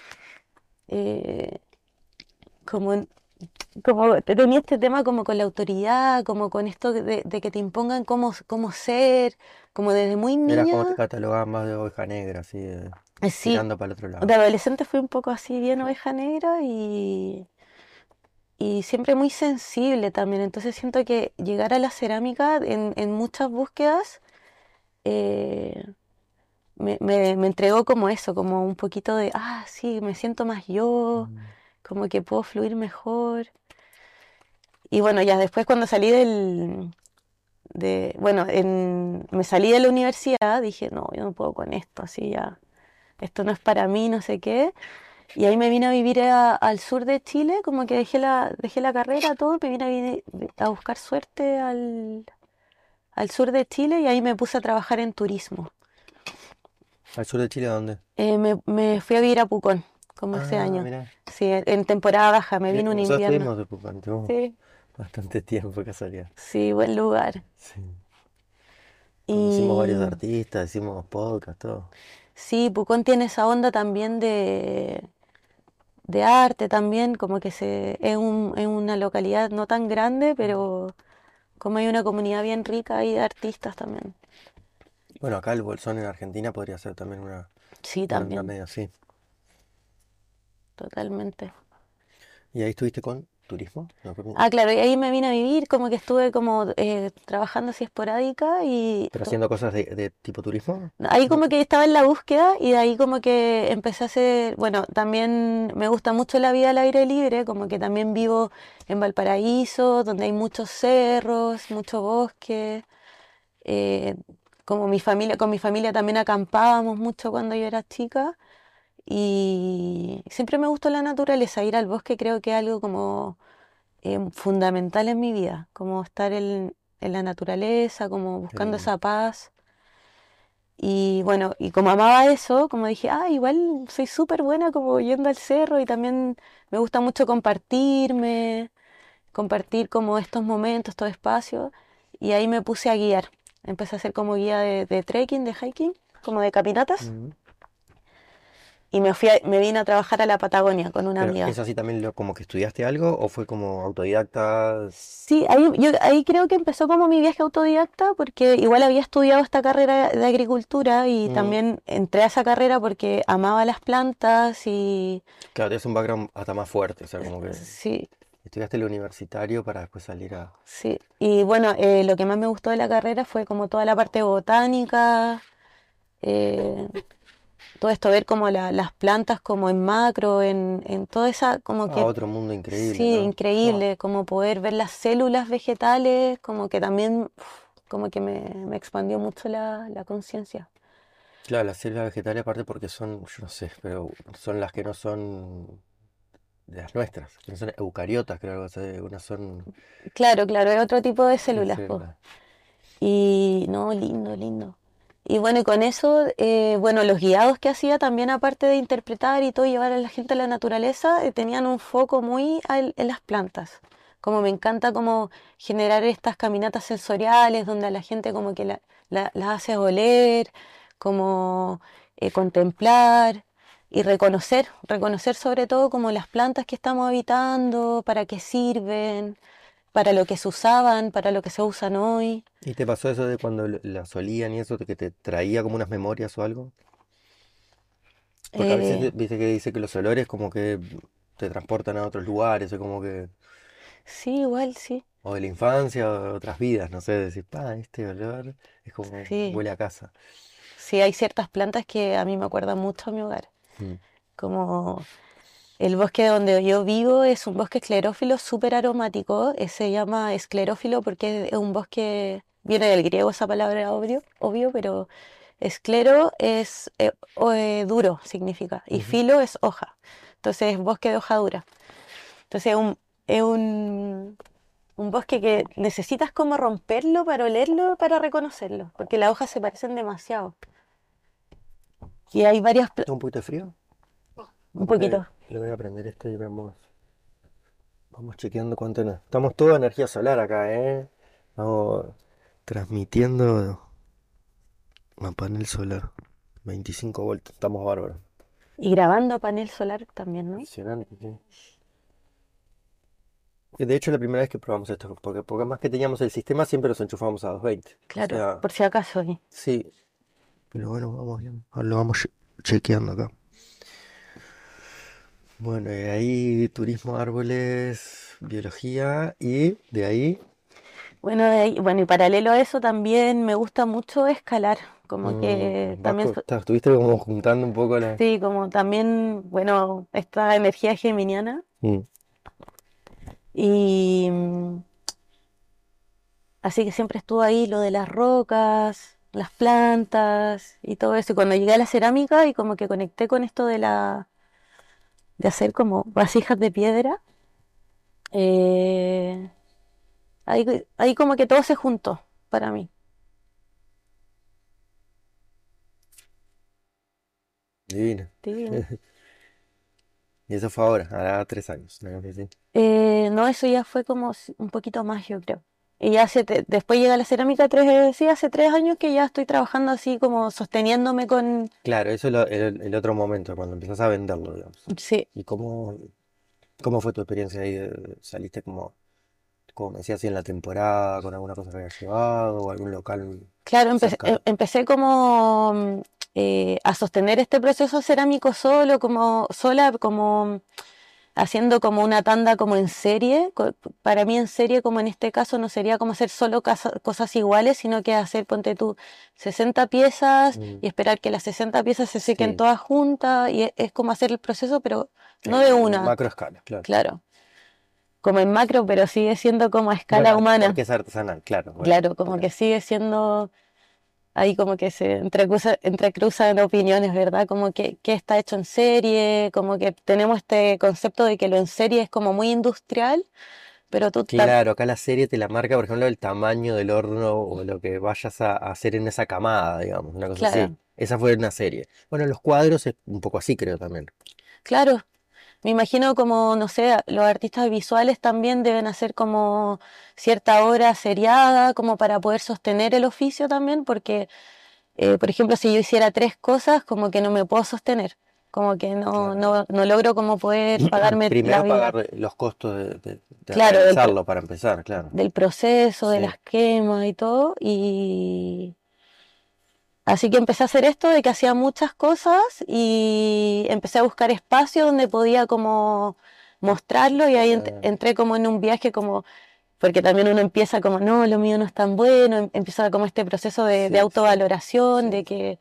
[SPEAKER 2] eh, como como te- tenía este tema como con la autoridad, como con esto de, de que te impongan cómo, cómo ser, como desde muy
[SPEAKER 1] eras como te
[SPEAKER 2] niña,
[SPEAKER 1] catalogaban más de oveja negra, así, de-
[SPEAKER 2] eh, sí,
[SPEAKER 1] tirando para el otro
[SPEAKER 2] de
[SPEAKER 1] lado.
[SPEAKER 2] adolescente fui un poco así bien oveja negra y, y siempre muy sensible también, entonces siento que llegar a la cerámica en, en muchas búsquedas eh, me, me, me entregó como eso, como un poquito de, ah, sí, me siento más yo,
[SPEAKER 1] Mm.
[SPEAKER 2] como que puedo fluir mejor. Y bueno, ya después cuando salí del, de, bueno, en, me salí de la universidad, dije, no, yo no puedo con esto, así ya, esto no es para mí, no sé qué. Y ahí me vine a vivir a- al sur de Chile, como que dejé la, dejé la carrera, todo, me vine a, vi- a buscar suerte al, al sur de Chile y ahí me puse a trabajar en turismo.
[SPEAKER 1] ¿Al sur de Chile dónde?
[SPEAKER 2] Eh, me, me fui a vivir a Pucón, como ese
[SPEAKER 1] Ah,
[SPEAKER 2] año.
[SPEAKER 1] mira.
[SPEAKER 2] Sí, en temporada baja, me vino un
[SPEAKER 1] Nosotros
[SPEAKER 2] invierno.
[SPEAKER 1] estuvimos de Pucón, tuvimos
[SPEAKER 2] Sí,
[SPEAKER 1] bastante tiempo, casualidad.
[SPEAKER 2] sí, buen lugar.
[SPEAKER 1] Sí. Conocimos varios
[SPEAKER 2] Y
[SPEAKER 1] artistas, hicimos podcast, todo.
[SPEAKER 2] sí, Pucón tiene esa onda también de, de arte también, como que se, es un- es una localidad no tan grande, pero como hay una comunidad bien rica ahí de artistas también.
[SPEAKER 1] Bueno, acá el Bolsón en Argentina podría ser también una,
[SPEAKER 2] Sí,
[SPEAKER 1] una onda
[SPEAKER 2] también,
[SPEAKER 1] medio así.
[SPEAKER 2] totalmente.
[SPEAKER 1] ¿Y ahí estuviste con turismo? No, con-
[SPEAKER 2] Ah, claro, y ahí me vine a vivir, como que estuve como eh, trabajando así esporádica y
[SPEAKER 1] ¿Pero
[SPEAKER 2] to-
[SPEAKER 1] haciendo cosas de, de tipo turismo?
[SPEAKER 2] ahí
[SPEAKER 1] No.
[SPEAKER 2] como que estaba en la búsqueda y de ahí como que empecé a hacer, bueno, también me gusta mucho la vida al aire libre, como que también vivo en Valparaíso, donde hay muchos cerros, mucho bosque. eh, Como mi familia, con mi familia también acampábamos mucho cuando yo era chica y siempre me gustó la naturaleza, ir al bosque creo que es algo como eh, fundamental en mi vida, como estar en, en la naturaleza, como
[SPEAKER 1] Qué
[SPEAKER 2] buscando
[SPEAKER 1] lindo.
[SPEAKER 2] esa paz. Y bueno, y como amaba eso, como dije, ah, igual soy súper buena como yendo al cerro y también me gusta mucho compartirme, compartir como estos momentos, estos espacios. Y ahí me puse a guiar. Empecé a hacer como guía de, de trekking, de hiking, como de caminatas.
[SPEAKER 1] Mm.
[SPEAKER 2] Y me fui a- me vine a trabajar a la Patagonia con una
[SPEAKER 1] ¿Pero
[SPEAKER 2] amiga.
[SPEAKER 1] es así también lo, como que estudiaste algo o fue como autodidacta?
[SPEAKER 2] Sí, ahí, yo, ahí creo que empezó como mi viaje autodidacta porque igual había estudiado esta carrera de agricultura y
[SPEAKER 1] Mm.
[SPEAKER 2] también entré a esa carrera porque amaba las plantas y
[SPEAKER 1] Claro, tienes un background hasta más fuerte, o sea, como que
[SPEAKER 2] sí,
[SPEAKER 1] estudiaste lo universitario para después salir a...
[SPEAKER 2] sí. Y bueno, eh, lo que más me gustó de la carrera fue como toda la parte botánica, eh, todo esto, ver como la- las plantas como en macro, en, en toda esa, como
[SPEAKER 1] Ah,
[SPEAKER 2] que
[SPEAKER 1] otro mundo increíble,
[SPEAKER 2] sí,
[SPEAKER 1] ¿no? No.
[SPEAKER 2] increíble, como poder ver las células vegetales, como que también, uf, como que me, me expandió mucho la, la conciencia.
[SPEAKER 1] Claro, las células vegetales aparte porque son, yo no sé, pero son las que no son de las nuestras, que no son eucariotas, creo que así, algunas son
[SPEAKER 2] Claro, claro, es otro tipo de
[SPEAKER 1] de
[SPEAKER 2] células, pues.
[SPEAKER 1] células.
[SPEAKER 2] Y no, lindo, lindo. Y bueno, y con eso, eh, bueno, los guiados que hacía también, aparte de interpretar y todo, llevar a la gente a la naturaleza, eh, tenían un foco muy al- en las plantas. Como me encanta como generar estas caminatas sensoriales donde a la gente como que la- la- las hace oler, como eh, contemplar y reconocer, reconocer sobre todo como las plantas que estamos habitando, para qué sirven, para lo que se usaban, para lo que se usan hoy.
[SPEAKER 1] ¿Y te pasó eso de cuando l- las olían y eso, de que te traía como unas memorias o algo? Porque a veces
[SPEAKER 2] Eh,
[SPEAKER 1] eh, viste que dice que los olores como que te transportan a otros lugares, o como que,
[SPEAKER 2] sí, igual, sí.
[SPEAKER 1] o de la infancia, o de otras vidas, no sé, decir, pa, este olor es como
[SPEAKER 2] Sí,
[SPEAKER 1] huele a casa.
[SPEAKER 2] sí, hay ciertas plantas que a mí me acuerdan mucho a mi hogar.
[SPEAKER 1] Mm.
[SPEAKER 2] Como el bosque donde yo vivo es un bosque esclerófilo súper aromático. eh, Se llama esclerófilo porque es un bosque, viene del griego esa palabra, obvio, obvio, pero esclero es eh, o- eh, duro, significa, y
[SPEAKER 1] Ujú.
[SPEAKER 2] filo es hoja. Entonces es bosque de hoja dura. Entonces es un, es un, un bosque que necesitas como romperlo para olerlo, para reconocerlo, porque las hojas se parecen demasiado. Y hay varias, pla-
[SPEAKER 1] ¿Un poquito de frío?
[SPEAKER 2] un
[SPEAKER 1] Aparte,
[SPEAKER 2] poquito.
[SPEAKER 1] le voy a prender esto y vamos, vamos chequeando cuánto nos... Estamos toda energía solar acá, ¿eh? Estamos transmitiendo a panel solar. veinticinco voltios, estamos bárbaros.
[SPEAKER 2] Y grabando a panel solar también, ¿no?
[SPEAKER 1] Impresionante, sí. Eh, De hecho, la primera vez que probamos esto, porque, porque más que teníamos el sistema, siempre los enchufamos a doscientos veinte. O
[SPEAKER 2] Claro,
[SPEAKER 1] sea,
[SPEAKER 2] por si acaso. ¿Eh?
[SPEAKER 1] sí. Pero bueno, vamos bien. Ahora lo vamos che- chequeando acá. Bueno, y de ahí turismo, árboles, biología y de ahí...
[SPEAKER 2] Bueno, de ahí- bueno, y paralelo a eso también me gusta mucho escalar, como
[SPEAKER 1] mm,
[SPEAKER 2] que
[SPEAKER 1] vas
[SPEAKER 2] también,
[SPEAKER 1] co-
[SPEAKER 2] so-
[SPEAKER 1] ta- estuviste como juntando un poco la...
[SPEAKER 2] sí, como también, bueno, esta energía geminiana.
[SPEAKER 1] Mm.
[SPEAKER 2] Y mm, así que siempre estuvo ahí lo de las rocas, las plantas y todo eso. Y cuando llegué a la cerámica y como que conecté con esto de la, de hacer como vasijas de piedra, eh, ahí, ahí como que todo se juntó para mí.
[SPEAKER 1] Divino.
[SPEAKER 2] Sí.
[SPEAKER 1] Y eso fue ahora, hará tres años. Una cosa así.
[SPEAKER 2] Eh, no, eso ya fue como si- un poquito más, yo creo. Y hace, te- después llega la cerámica, tres, sí, hace tres años que ya estoy trabajando así como sosteniéndome con...
[SPEAKER 1] Claro, eso es lo- el, el otro momento, cuando empezás a venderlo, digamos.
[SPEAKER 2] Sí,
[SPEAKER 1] ¿Y cómo, cómo fue tu experiencia ahí? de- ¿Saliste como, como me decías, así en la temporada, con alguna cosa que habías llevado o algún local
[SPEAKER 2] claro, empecé, em-
[SPEAKER 1] cercano?
[SPEAKER 2] empecé como mm, eh, a sostener este proceso cerámico solo, como sola, como haciendo como una tanda como en serie. co- Para mí en serie, como en este caso, no sería como hacer solo casa- cosas iguales, sino que hacer, ponte tú, sesenta piezas
[SPEAKER 1] Mm,
[SPEAKER 2] y esperar que las sesenta piezas se sequen
[SPEAKER 1] sí,
[SPEAKER 2] todas juntas y e- es, como hacer el proceso, pero no de
[SPEAKER 1] en
[SPEAKER 2] una,
[SPEAKER 1] macro escala, claro.
[SPEAKER 2] claro, como en macro, pero sigue siendo como a
[SPEAKER 1] Bueno,
[SPEAKER 2] escala
[SPEAKER 1] ah,
[SPEAKER 2] humana,
[SPEAKER 1] porque es artesanal, claro, bueno,
[SPEAKER 2] claro, como que
[SPEAKER 1] claro.
[SPEAKER 2] sigue siendo ahí como que se entrecruza, entrecruzan opiniones, ¿verdad? Como que, que está hecho en serie, como que tenemos este concepto de que lo en serie es como muy industrial, pero tú tam-
[SPEAKER 1] Claro, acá la serie te la marca, por ejemplo, el tamaño del horno o lo que vayas a a hacer en esa camada, digamos, una cosa así.
[SPEAKER 2] claro,
[SPEAKER 1] Esa fue una serie. Bueno, los cuadros es un poco así, creo también.
[SPEAKER 2] claro, me imagino como, no sé, los artistas visuales también deben hacer como cierta hora seriada, como para poder sostener el oficio también, porque, eh, por ejemplo, si yo hiciera tres cosas, como que no me puedo sostener, como que no,
[SPEAKER 1] Claro.
[SPEAKER 2] no, no logro como poder pagarme la
[SPEAKER 1] Primero
[SPEAKER 2] vida,
[SPEAKER 1] pagar los costos de, de- de
[SPEAKER 2] claro, del, pro-
[SPEAKER 1] realizarlo para empezar, claro.
[SPEAKER 2] del proceso, de
[SPEAKER 1] Sí.
[SPEAKER 2] las quemas y todo, y así que empecé a hacer esto de que hacía muchas cosas y empecé a buscar espacio donde podía como mostrarlo y ahí ent-
[SPEAKER 1] Ah,
[SPEAKER 2] entré como en un viaje como, porque también uno empieza como, no, lo mío no es tan bueno, em- empieza como este proceso de, de
[SPEAKER 1] sí, sí,
[SPEAKER 2] autovaloración,
[SPEAKER 1] sí.
[SPEAKER 2] de que,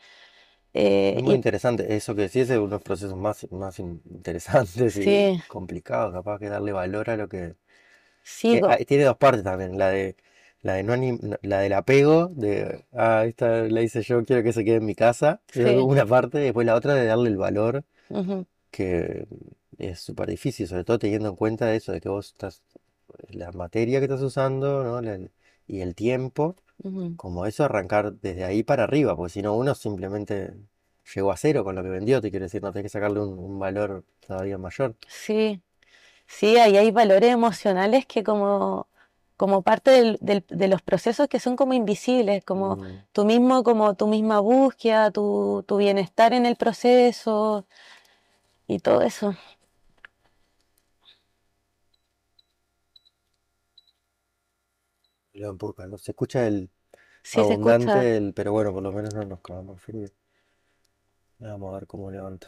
[SPEAKER 2] eh,
[SPEAKER 1] Es muy
[SPEAKER 2] y
[SPEAKER 1] interesante eso que decís, es uno de los procesos más, más in- interesantes y
[SPEAKER 2] sí,
[SPEAKER 1] complicados, capaz que darle valor a lo que... que
[SPEAKER 2] sigo,
[SPEAKER 1] ah, tiene dos partes también, la de la de no anim- no- la del apego, de ah, esta la hice yo, quiero que se quede en mi casa, esa es
[SPEAKER 2] sí,
[SPEAKER 1] una parte, y después la otra de darle el valor,
[SPEAKER 2] ujú,
[SPEAKER 1] que es súper difícil, sobre todo teniendo en cuenta eso de que vos estás, la materia que estás usando, ¿no? La- y el tiempo,
[SPEAKER 2] ujú.
[SPEAKER 1] como eso, arrancar desde ahí para arriba, porque si no, uno simplemente llegó a cero con lo que vendió, te quiero decir, no tenés que sacarle un, un valor todavía mayor.
[SPEAKER 2] Sí, sí, ahí hay valores emocionales que como, como parte del- del- de los procesos que son como invisibles, como
[SPEAKER 1] Mm,
[SPEAKER 2] tú mismo, como tu misma búsqueda, tu, tu bienestar en el proceso y todo eso.
[SPEAKER 1] le da un poco de calor. Se escucha el
[SPEAKER 2] Sí, se escucha.
[SPEAKER 1] abundante, el, pero bueno, por lo menos no nos cagamos frío. Vamos a ver cómo levanta.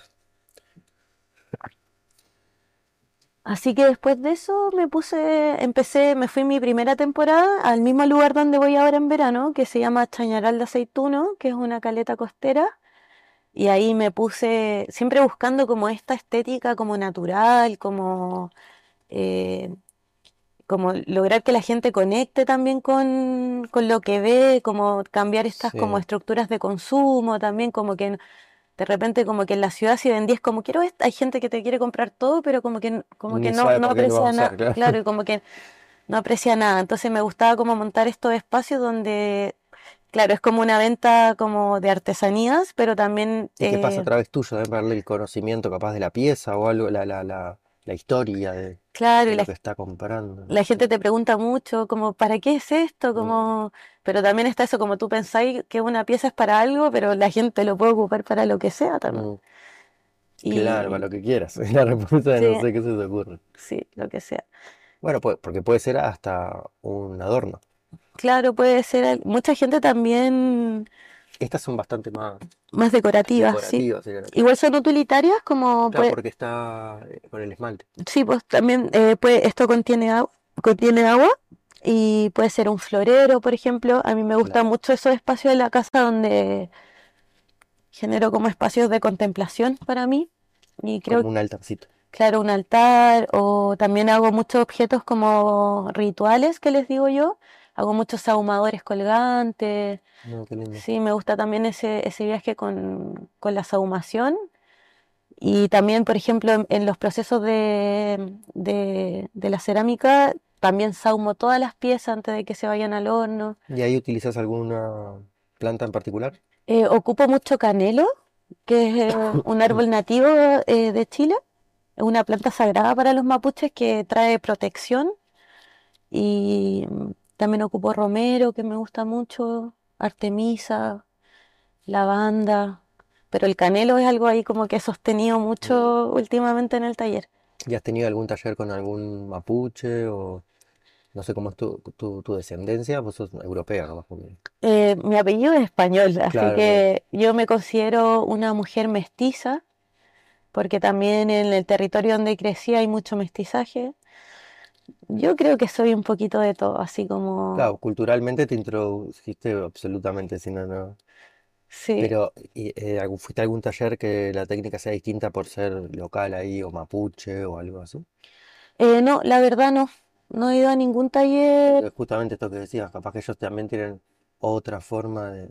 [SPEAKER 2] Así que después de eso me puse, empecé, me fui mi primera temporada al mismo lugar donde voy ahora en verano, que se llama Chañaral de Aceituno, que es una caleta costera. Y ahí me puse, siempre buscando como esta estética como natural, como eh, como lograr que la gente conecte también con, con lo que ve, como cambiar estas como
[SPEAKER 1] Sí,
[SPEAKER 2] estructuras de consumo, también como que de repente como que en la ciudad si vendías como quiero esto, hay gente que te quiere comprar todo, pero como que, como que
[SPEAKER 1] ni
[SPEAKER 2] no,
[SPEAKER 1] sabe
[SPEAKER 2] no
[SPEAKER 1] para qué lo va a
[SPEAKER 2] aprecia
[SPEAKER 1] usar,
[SPEAKER 2] nada,
[SPEAKER 1] claro.
[SPEAKER 2] claro, y como que no aprecia nada. Entonces me gustaba como montar estos espacios donde, claro, es como una venta como de artesanías, pero también
[SPEAKER 1] Y que pasa a
[SPEAKER 2] eh,
[SPEAKER 1] través tuyo, de darle el conocimiento capaz de la pieza o algo, la, la, la, la historia de,
[SPEAKER 2] claro, y
[SPEAKER 1] de lo
[SPEAKER 2] la,
[SPEAKER 1] que está comprando.
[SPEAKER 2] la
[SPEAKER 1] Sí.
[SPEAKER 2] gente te pregunta mucho, como, ¿para qué es esto?
[SPEAKER 1] Mm,
[SPEAKER 2] Como, pero también está eso, como tú pensáis que una pieza es para algo, pero la gente lo puede ocupar para lo que sea también.
[SPEAKER 1] mm, claro, para
[SPEAKER 2] Y
[SPEAKER 1] lo que quieras. La respuesta de no
[SPEAKER 2] sí,
[SPEAKER 1] sé qué se te ocurre.
[SPEAKER 2] sí, lo que sea.
[SPEAKER 1] Bueno, pues, porque puede ser hasta un adorno.
[SPEAKER 2] Claro, puede ser, al- mucha gente también
[SPEAKER 1] Estas son bastante más
[SPEAKER 2] más decorativa, sí.
[SPEAKER 1] decorativas, sería la
[SPEAKER 2] Igual
[SPEAKER 1] palabra.
[SPEAKER 2] son utilitarias, como
[SPEAKER 1] Claro,
[SPEAKER 2] pues,
[SPEAKER 1] porque está eh, con el esmalte.
[SPEAKER 2] sí, pues también eh, puede, esto contiene agua, contiene agua y puede ser un florero, por ejemplo. A mí me gustan
[SPEAKER 1] Claro,
[SPEAKER 2] mucho esos espacios de la casa donde genero como espacios de contemplación para mí. Y creo,
[SPEAKER 1] como un altarcito.
[SPEAKER 2] claro, un altar o también hago muchos objetos como rituales que les digo yo. Hago muchos ahumadores colgantes.
[SPEAKER 1] No, qué lindo.
[SPEAKER 2] Sí, me gusta también ese, ese viaje con, con la sahumación. Y también, por ejemplo, en, en los procesos de, de, de la cerámica, también sahumo todas las piezas antes de que se vayan al horno.
[SPEAKER 1] ¿Y ahí utilizas alguna planta en particular?
[SPEAKER 2] Eh, ocupo mucho canelo, que es eh, un árbol nativo eh, de Chile. Es una planta sagrada para los mapuches que trae protección y, También ocupo romero, que me gusta mucho, artemisa, lavanda, pero el canelo es algo ahí como que he sostenido
[SPEAKER 1] Mm.
[SPEAKER 2] mucho últimamente en el taller.
[SPEAKER 1] ¿Y has tenido algún taller con algún mapuche o no sé cómo es tu, tu, tu descendencia? Vos sos europea, ¿no? Más o menos.
[SPEAKER 2] Eh, mi apellido es español, así
[SPEAKER 1] Claro, claro.
[SPEAKER 2] que yo me considero una mujer mestiza, porque también en el territorio donde crecí hay mucho mestizaje. Yo creo que soy un poquito de todo, así
[SPEAKER 1] Claro,
[SPEAKER 2] como,
[SPEAKER 1] culturalmente te introdujiste absolutamente, si no, no.
[SPEAKER 2] sí.
[SPEAKER 1] Pero, y, eh, algún- ¿fuiste a algún taller que la técnica sea distinta por ser local ahí o mapuche o algo así?
[SPEAKER 2] Eh, no, la verdad no, no he ido a ningún taller.
[SPEAKER 1] Porque justamente esto que decías, capaz que ellos también tienen otra forma de,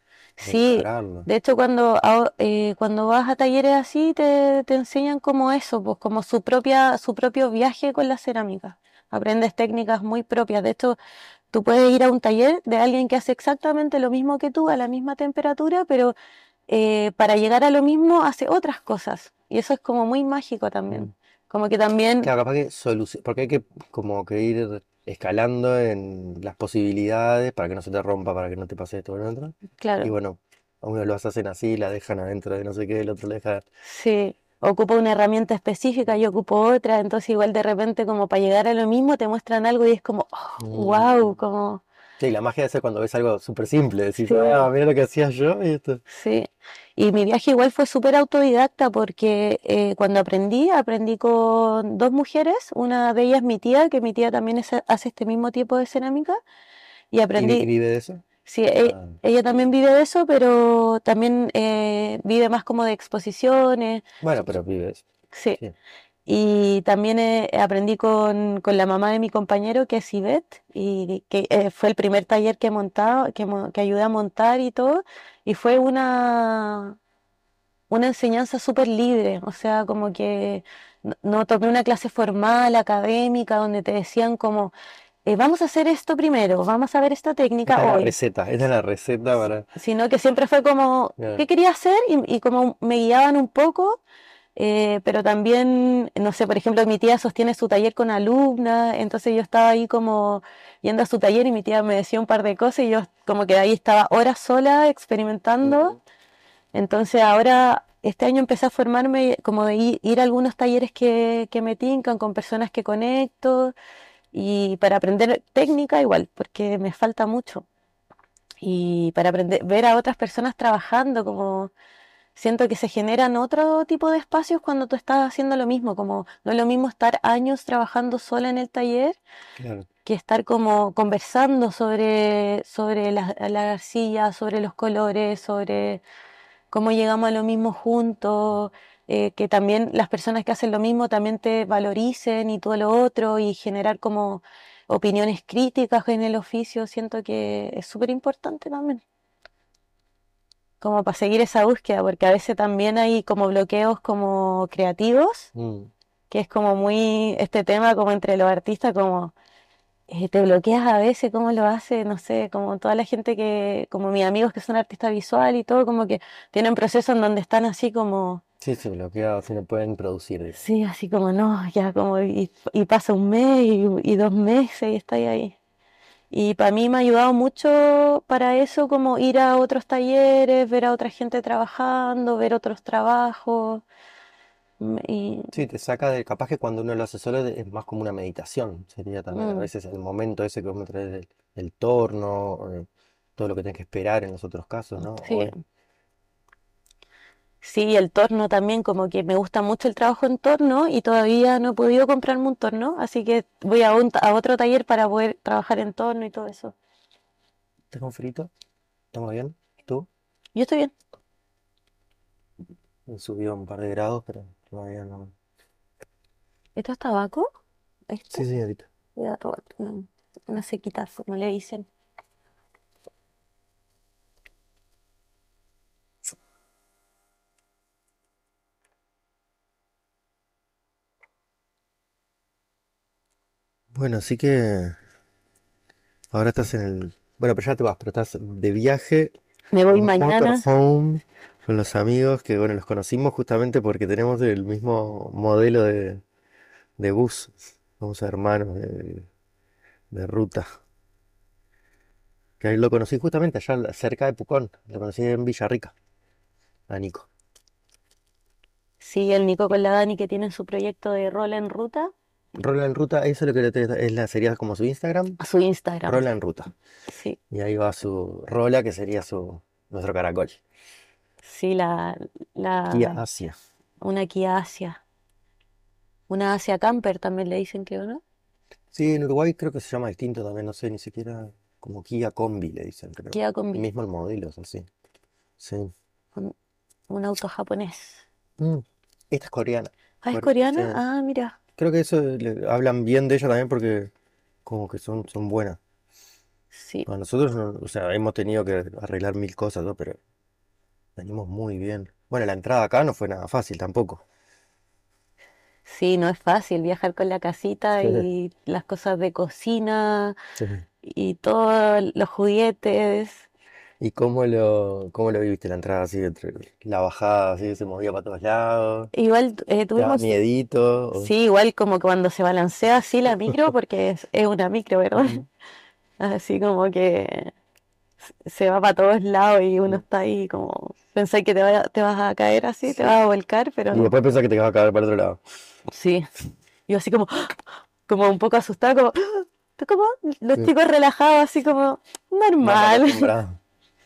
[SPEAKER 1] de
[SPEAKER 2] Sí,
[SPEAKER 1] encararlo.
[SPEAKER 2] de hecho cuando, ao- eh, cuando vas a talleres así te, te enseñan como eso, pues como su propia, su propio viaje con la cerámica. Aprendes técnicas muy propias. De hecho, tú puedes ir a un taller de alguien que hace exactamente lo mismo que tú, a la misma temperatura, pero eh, para llegar a lo mismo hace otras cosas. Y eso es como muy mágico también.
[SPEAKER 1] Mm.
[SPEAKER 2] Como que también,
[SPEAKER 1] Claro, capaz que soluci- porque hay que como que ir escalando en las posibilidades para que no se te rompa, para que no te pase esto o lo otro. Y
[SPEAKER 2] claro,
[SPEAKER 1] bueno, a uno lo hacen así, la dejan adentro de no sé qué, el otro la deja.
[SPEAKER 2] sí, ocupa una herramienta específica, yo ocupo otra, entonces igual de repente como para llegar a lo mismo te muestran algo y es como, wow,
[SPEAKER 1] Mm.
[SPEAKER 2] como,
[SPEAKER 1] Sí, la magia de ser cuando ves algo súper simple, decís, ah,
[SPEAKER 2] sí,
[SPEAKER 1] mira lo que hacía yo y esto.
[SPEAKER 2] sí. Y mi viaje igual fue súper autodidacta porque eh, cuando aprendí, aprendí con dos mujeres, una de ellas mi tía, que mi tía también es- hace este mismo tipo de cerámica, y
[SPEAKER 1] ¿Y, vi- y
[SPEAKER 2] aprendí,
[SPEAKER 1] vive de eso?
[SPEAKER 2] sí, e-
[SPEAKER 1] Ah,
[SPEAKER 2] ella también vive de eso, pero también eh, vive más como de exposiciones,
[SPEAKER 1] bueno, pero vive de eso.
[SPEAKER 2] sí.
[SPEAKER 1] Sí.
[SPEAKER 2] Y también eh, aprendí con, con la mamá de mi compañero, que es Ivette, y que eh, fue el primer taller que he montado, que, mo- que ayudé a montar y todo, y fue una, una enseñanza súper libre, o sea, como que no, no tomé una clase formal, académica, donde te decían como, eh, vamos a hacer esto primero, vamos a ver esta técnica
[SPEAKER 1] Esta es la
[SPEAKER 2] hoy,
[SPEAKER 1] receta, esta es la receta para...
[SPEAKER 2] sino que siempre fue como,
[SPEAKER 1] Ah,
[SPEAKER 2] ¿qué quería hacer? Y, y como me guiaban un poco, eh, pero también, no sé, por ejemplo, mi tía sostiene su taller con alumnas, entonces yo estaba ahí como yendo a su taller y mi tía me decía un par de cosas y yo como que ahí estaba horas sola experimentando.
[SPEAKER 1] ujú.
[SPEAKER 2] Entonces ahora, este año empecé a formarme como de ir, ir a algunos talleres que, que me tincan con personas que conecto y para aprender técnica igual, porque me falta mucho. Y para aprender, ver a otras personas trabajando, como siento que se generan otro tipo de espacios cuando tú estás haciendo lo mismo, como no es lo mismo estar años trabajando sola en el taller
[SPEAKER 1] Claro.
[SPEAKER 2] que estar como conversando sobre, sobre la, la arcilla, sobre los colores, sobre cómo llegamos a lo mismo juntos, eh, que también las personas que hacen lo mismo también te valoricen y todo lo otro y generar como opiniones críticas en el oficio, siento que es súper importante también, como para seguir esa búsqueda, porque a veces también hay como bloqueos como creativos,
[SPEAKER 1] Mm.
[SPEAKER 2] que es como muy este tema como entre los artistas, como eh, te bloqueas a veces, cómo lo hace, no sé, como toda la gente que, como mis amigos que son artistas visual y todo, como que tienen procesos en donde están así como,
[SPEAKER 1] Sí, se bloquea, si no pueden producir, digamos.
[SPEAKER 2] sí, así como no, ya como, y, y pasa un mes y, y dos meses y estoy ahí. Y para mí me ha ayudado mucho para eso, como ir a otros talleres, ver a otra gente trabajando, ver otros trabajos. mm, Y
[SPEAKER 1] Sí, te saca de, capaz que cuando uno lo hace solo es más como una meditación, sería también, a
[SPEAKER 2] mm,
[SPEAKER 1] veces el momento ese que vos me traes del, del torno, eh, todo lo que tenés que esperar en los otros casos, ¿no? O
[SPEAKER 2] sí,
[SPEAKER 1] es-
[SPEAKER 2] sí, el torno también, como que me gusta mucho el trabajo en torno y todavía no he podido comprarme un torno, así que voy a, un ta- a otro taller para poder trabajar en torno y todo eso.
[SPEAKER 1] ¿Estás con frito? ¿Estamos bien? ¿Tú?
[SPEAKER 2] Yo estoy bien.
[SPEAKER 1] Me subió un par de grados, pero todavía no.
[SPEAKER 2] ¿Esto es tabaco?
[SPEAKER 1] Sí,
[SPEAKER 2] ¿Esto?
[SPEAKER 1] señorita.
[SPEAKER 2] Voy a robar una, una sequita, como le dicen.
[SPEAKER 1] Bueno, así que ahora estás en el... Bueno, pero ya te vas, pero estás de viaje,
[SPEAKER 2] Me voy mañana.
[SPEAKER 1] motorhome, con los amigos que, bueno, los conocimos justamente porque tenemos el mismo modelo de, de bus. Somos hermanos de, de ruta. Que ahí lo conocí justamente allá cerca de Pucón. Lo conocí en Villarrica, a Nico.
[SPEAKER 2] Sí, el Nico con la Dani que tienen su proyecto de rol en ruta,
[SPEAKER 1] Rola en Ruta, eso es lo que te- es la, sería como su Instagram,
[SPEAKER 2] a su Instagram.
[SPEAKER 1] Rola en Ruta.
[SPEAKER 2] Sí,
[SPEAKER 1] Y ahí va su Rola, que sería su nuestro caracol.
[SPEAKER 2] sí, la,
[SPEAKER 1] Kia
[SPEAKER 2] la,
[SPEAKER 1] Asia.
[SPEAKER 2] una Kia Asia. Una Asia Camper también le dicen, creo, ¿no?
[SPEAKER 1] Sí, en Uruguay creo que se llama distinto también, no sé, ni siquiera como Kia Combi le dicen, creo.
[SPEAKER 2] Kia
[SPEAKER 1] El
[SPEAKER 2] Combi,
[SPEAKER 1] mismo el modelo, es así. Sí.
[SPEAKER 2] un, un auto japonés.
[SPEAKER 1] Mm, Esta es coreana.
[SPEAKER 2] Ah, ¿es
[SPEAKER 1] Core- sí.
[SPEAKER 2] coreana? Ah, mira.
[SPEAKER 1] Creo que eso le- hablan bien de ella también porque como que son, son buenas.
[SPEAKER 2] Sí,
[SPEAKER 1] Bueno, nosotros, no- o sea, hemos tenido que arreglar mil cosas, ¿no? Pero venimos muy bien. Bueno, la entrada acá no fue nada fácil tampoco.
[SPEAKER 2] sí, no es fácil viajar con la casita y las cosas de cocina
[SPEAKER 1] Sí.
[SPEAKER 2] y todos los juguetes.
[SPEAKER 1] ¿Y cómo lo, cómo lo viviste la entrada así, entre la bajada así, se movía para todos lados?
[SPEAKER 2] Igual eh,
[SPEAKER 1] ¿Te daba
[SPEAKER 2] tuvimos,
[SPEAKER 1] miedito? O-
[SPEAKER 2] sí, igual como que cuando se balancea así la micro, porque es, es una micro, ¿verdad?
[SPEAKER 1] Mm,
[SPEAKER 2] Así como que se va para todos lados y uno
[SPEAKER 1] mm.
[SPEAKER 2] está ahí como, pensé que te, vaya- te vas a caer así, te vas a volcar, pero
[SPEAKER 1] Y
[SPEAKER 2] no.
[SPEAKER 1] después pensás que te ibas a caer para el otro lado.
[SPEAKER 2] Sí, yo así como, como un poco asustada, como, ¿tú cómo? Los
[SPEAKER 1] Sí.
[SPEAKER 2] chicos relajados, así como,
[SPEAKER 1] Más
[SPEAKER 2] normal.
[SPEAKER 1] acostumbrado.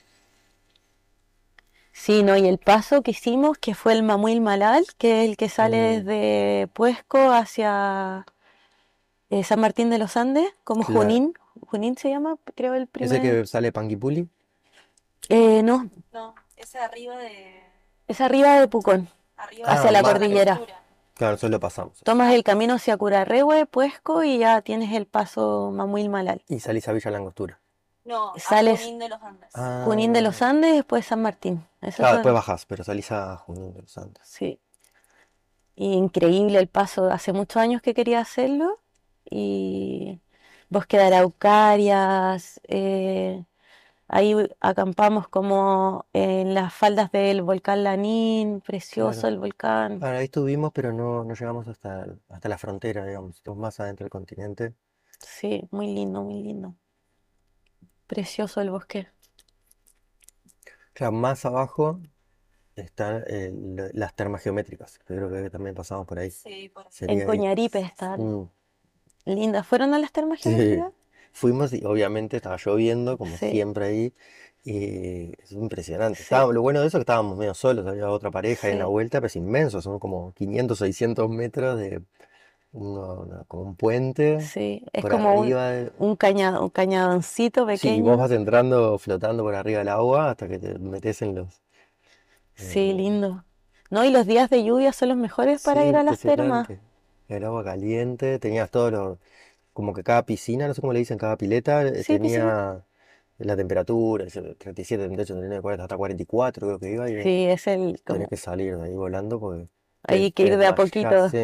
[SPEAKER 2] Sí, no, y el paso que hicimos, que fue el Mamuil Malal, que es el que sale
[SPEAKER 1] Mm,
[SPEAKER 2] desde Puesco hacia eh, San Martín de los Andes, como
[SPEAKER 1] claro.
[SPEAKER 2] Junín. Junín se llama, creo, el
[SPEAKER 1] Ese
[SPEAKER 2] primer.
[SPEAKER 1] que sale Panguipuli.
[SPEAKER 2] Eh, no,
[SPEAKER 3] No, ese arriba de,
[SPEAKER 2] es arriba de Pucón,
[SPEAKER 3] arriba
[SPEAKER 2] hacia
[SPEAKER 1] Ah,
[SPEAKER 3] de
[SPEAKER 2] la
[SPEAKER 1] más.
[SPEAKER 2] cordillera.
[SPEAKER 3] Buenaventura.
[SPEAKER 1] Claro, nosotros lo pasamos eso.
[SPEAKER 2] Tomas el camino hacia Curarrehue, Puesco, y ya tienes el paso Mamuil Malal.
[SPEAKER 1] Y salís a Villa Langostura.
[SPEAKER 3] No, a
[SPEAKER 2] Sales
[SPEAKER 3] Junín de los Andes.
[SPEAKER 2] Junín de
[SPEAKER 1] Ah,
[SPEAKER 2] los Andes, después San Martín. Esos
[SPEAKER 1] claro, después
[SPEAKER 2] son,
[SPEAKER 1] bajás, pero salís a Junín de los Andes.
[SPEAKER 2] sí. Y increíble el paso. Hace muchos años que quería hacerlo. Y bosque de araucarias. eh, ahí acampamos como en las faldas del volcán Lanín. Precioso
[SPEAKER 1] Claro.
[SPEAKER 2] el volcán.
[SPEAKER 1] Claro, ahí estuvimos, pero no, no llegamos hasta, hasta la frontera, digamos. Estamos más adentro del continente.
[SPEAKER 2] Sí, muy lindo, muy lindo. Precioso el bosque.
[SPEAKER 1] Claro, más abajo están eh, lo- las termas geométricas, que creo que también pasamos por ahí.
[SPEAKER 3] Sí, por ahí.
[SPEAKER 2] En
[SPEAKER 1] Sería ahí.
[SPEAKER 2] Coñaripe están
[SPEAKER 1] Mm,
[SPEAKER 2] lindas. ¿Fueron a las termas
[SPEAKER 1] sí.
[SPEAKER 2] geométricas?
[SPEAKER 1] Fuimos y obviamente estaba lloviendo, como
[SPEAKER 2] Sí,
[SPEAKER 1] siempre ahí. Y es impresionante.
[SPEAKER 2] sí,
[SPEAKER 1] Estábamos, lo bueno de eso es que estábamos medio solos, había otra pareja ahí en la
[SPEAKER 2] sí.
[SPEAKER 1] vuelta, pero es inmenso, son como quinientos seiscientos metros de uno- una- como un puente
[SPEAKER 2] Sí, es
[SPEAKER 1] por
[SPEAKER 2] como un,
[SPEAKER 1] arriba. de-
[SPEAKER 2] un cañado, un cañadoncito
[SPEAKER 1] Sí, y vos
[SPEAKER 2] pequeño.
[SPEAKER 1] vas entrando flotando por arriba del agua hasta que te metes en los...
[SPEAKER 2] Sí,
[SPEAKER 1] eh,
[SPEAKER 2] lindo. No, y los días de lluvia son los mejores
[SPEAKER 1] sí,
[SPEAKER 2] para ir a las termas.
[SPEAKER 1] impresionante. El agua caliente, tenías todo lo... Como que cada piscina, no sé cómo le dicen, cada pileta eh,
[SPEAKER 2] Sí, piscina.
[SPEAKER 1] tenía la temperatura, ese treinta y siete, treinta y ocho, treinta y nueve, cuarenta, hasta cuarenta y cuatro creo que iba y eh,
[SPEAKER 2] Sí, es el
[SPEAKER 1] tenés
[SPEAKER 2] como
[SPEAKER 1] que salir de ahí volando porque te,
[SPEAKER 2] hay que
[SPEAKER 1] te
[SPEAKER 2] ir de a
[SPEAKER 1] desmayás,
[SPEAKER 2] poquito.
[SPEAKER 1] sí.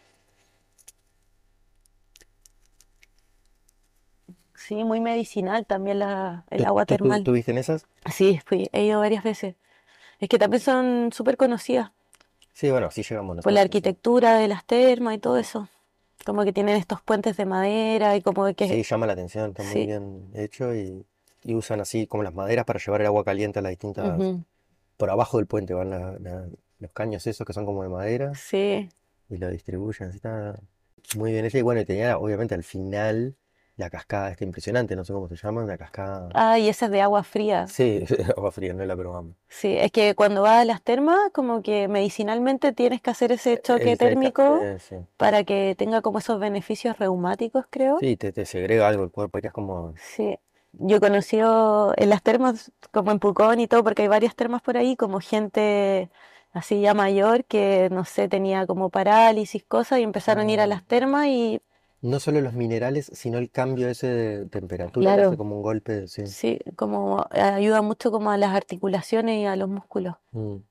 [SPEAKER 2] Sí, muy medicinal también la, el
[SPEAKER 1] ¿Tú,
[SPEAKER 2] agua
[SPEAKER 1] tú, tú-
[SPEAKER 2] termal.
[SPEAKER 1] tuviste en esas?
[SPEAKER 2] Sí, fui, he ido varias veces. Es que también son súper conocidas
[SPEAKER 1] Sí, bueno, sí llegamos
[SPEAKER 2] por la
[SPEAKER 1] nosotros, sí.
[SPEAKER 2] arquitectura de las termas y todo eso. Como que tienen estos puentes de madera y como que,
[SPEAKER 1] Sí, llama la atención, está muy
[SPEAKER 2] sí,
[SPEAKER 1] bien hecho y, y usan así como las maderas para llevar el agua caliente a las distintas...
[SPEAKER 2] ujú,
[SPEAKER 1] Por abajo del puente van la- la- los caños esos que son como de madera
[SPEAKER 2] sí.
[SPEAKER 1] y lo distribuyen, así está muy bien hecho. Y bueno, y tenía obviamente al final la cascada, esta impresionante, no sé cómo se llama, una cascada...
[SPEAKER 2] Ah, y esa es de agua fría.
[SPEAKER 1] Sí, agua fría, no la probamos.
[SPEAKER 2] Sí, es que cuando vas a las termas, como que medicinalmente tienes que hacer ese choque
[SPEAKER 1] Esa, esta-
[SPEAKER 2] térmico
[SPEAKER 1] eh, sí.
[SPEAKER 2] para que tenga como esos beneficios reumáticos, creo.
[SPEAKER 1] Sí, te, te segrega algo el cuerpo, es como...
[SPEAKER 2] Sí, yo he conocido en las termas, como en Pucón y todo, porque hay varias termas por ahí, como gente así ya mayor que, no sé, tenía como parálisis, cosas, y empezaron a ir a
[SPEAKER 1] ah,
[SPEAKER 2] las termas y,
[SPEAKER 1] no solo los minerales, sino el cambio ese de temperatura, le hace
[SPEAKER 2] claro,
[SPEAKER 1] como un golpe, sí.
[SPEAKER 2] sí, como ayuda mucho como a las articulaciones y a los músculos.
[SPEAKER 1] Mm.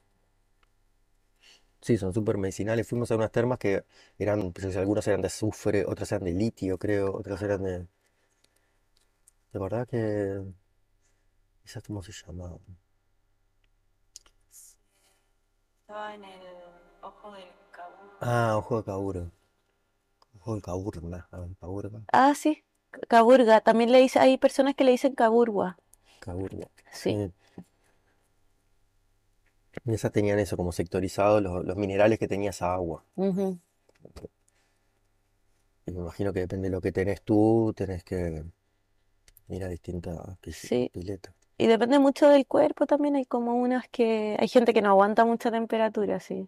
[SPEAKER 1] Sí, son súper medicinales. Fuimos a unas termas que eran, pues, algunas eran de azufre, otras eran de litio, creo, otras eran de... ¿De verdad que... ¿Esa cómo se llama?
[SPEAKER 3] Sí, estaba en el ojo del Cabur.
[SPEAKER 1] Ah, ojo de Kauro. Ojo de Kaurna. Ah, Kaurna.
[SPEAKER 2] Ah, sí, Caburga, también le dice, hay personas que le dicen caburgua.
[SPEAKER 1] Caburga.
[SPEAKER 2] Sí.
[SPEAKER 1] Sí. Y esas tenían eso, como sectorizado los, los minerales que tenía esa agua.
[SPEAKER 2] Ujú.
[SPEAKER 1] Y me imagino que depende de lo que tenés tú, tenés que ir a distintas pis-
[SPEAKER 2] Sí.
[SPEAKER 1] piletas.
[SPEAKER 2] Y depende mucho del cuerpo también, hay como unas que, hay gente que no aguanta mucha temperatura, sí.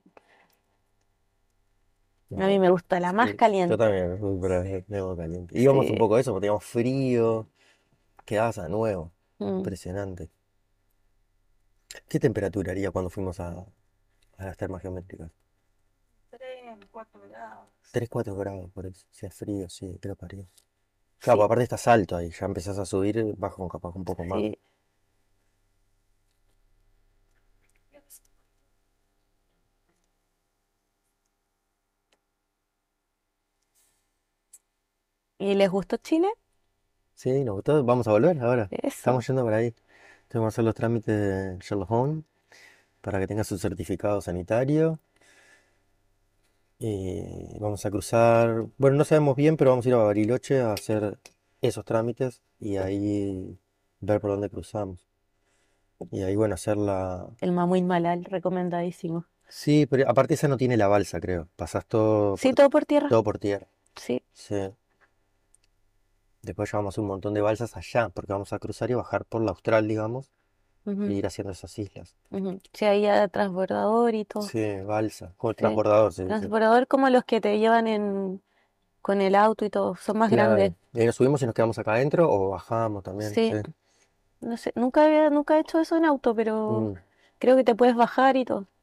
[SPEAKER 2] A mí
[SPEAKER 1] No,
[SPEAKER 2] me gusta la más
[SPEAKER 1] sí, yo
[SPEAKER 2] caliente.
[SPEAKER 1] también, fui para de agua caliente. Íbamos un
[SPEAKER 2] Sí.
[SPEAKER 1] poco de eso, porque teníamos frío, quedabas a nuevo.
[SPEAKER 2] Mm.
[SPEAKER 1] Impresionante. ¿Qué temperatura haría cuando fuimos a, a las termas geométricas?
[SPEAKER 3] Tres, cuatro grados.
[SPEAKER 1] Tres cuatro grados, por eso. Si es frío, sí, pero parió. Claro, pues
[SPEAKER 2] Sí,
[SPEAKER 1] aparte estás alto ahí, ya empezás a subir, bajo un capaz un poco más.
[SPEAKER 2] sí. ¿Y les gustó Chile?
[SPEAKER 1] Sí, nos gustó, vamos a volver ahora.
[SPEAKER 2] Eso.
[SPEAKER 1] Estamos yendo por ahí. Tengo que hacer los trámites de Sherlock Holmes para que tenga su certificado sanitario. Y vamos a cruzar, bueno, no sabemos bien, pero vamos a ir a Bariloche a hacer esos trámites y ahí ver por dónde cruzamos. Y ahí, bueno, hacer la...
[SPEAKER 2] El Mamuín Malal, recomendadísimo.
[SPEAKER 1] Sí, pero aparte esa no tiene la balsa, creo. Pasás todo
[SPEAKER 2] Sí,
[SPEAKER 1] por,
[SPEAKER 2] todo por tierra.
[SPEAKER 1] todo por tierra.
[SPEAKER 2] Sí.
[SPEAKER 1] Sí. Después llevamos un montón de balsas allá, porque vamos a cruzar y bajar por la Austral, digamos, e
[SPEAKER 2] Ujú,
[SPEAKER 1] ir haciendo esas islas.
[SPEAKER 2] ujú. Sí, ahí hay transbordador y todo.
[SPEAKER 1] Sí, balsa, como el
[SPEAKER 2] Sí.
[SPEAKER 1] transbordador, sí, sí.
[SPEAKER 2] Transbordador como los que te llevan en con el auto y todo. Son más grandes.
[SPEAKER 1] Claro. Y ahí nos subimos y nos quedamos acá adentro o bajamos también, sí.
[SPEAKER 2] Sí. No sé, nunca había, nunca he hecho eso en auto, pero
[SPEAKER 1] Mm.
[SPEAKER 2] creo que te puedes bajar y todo.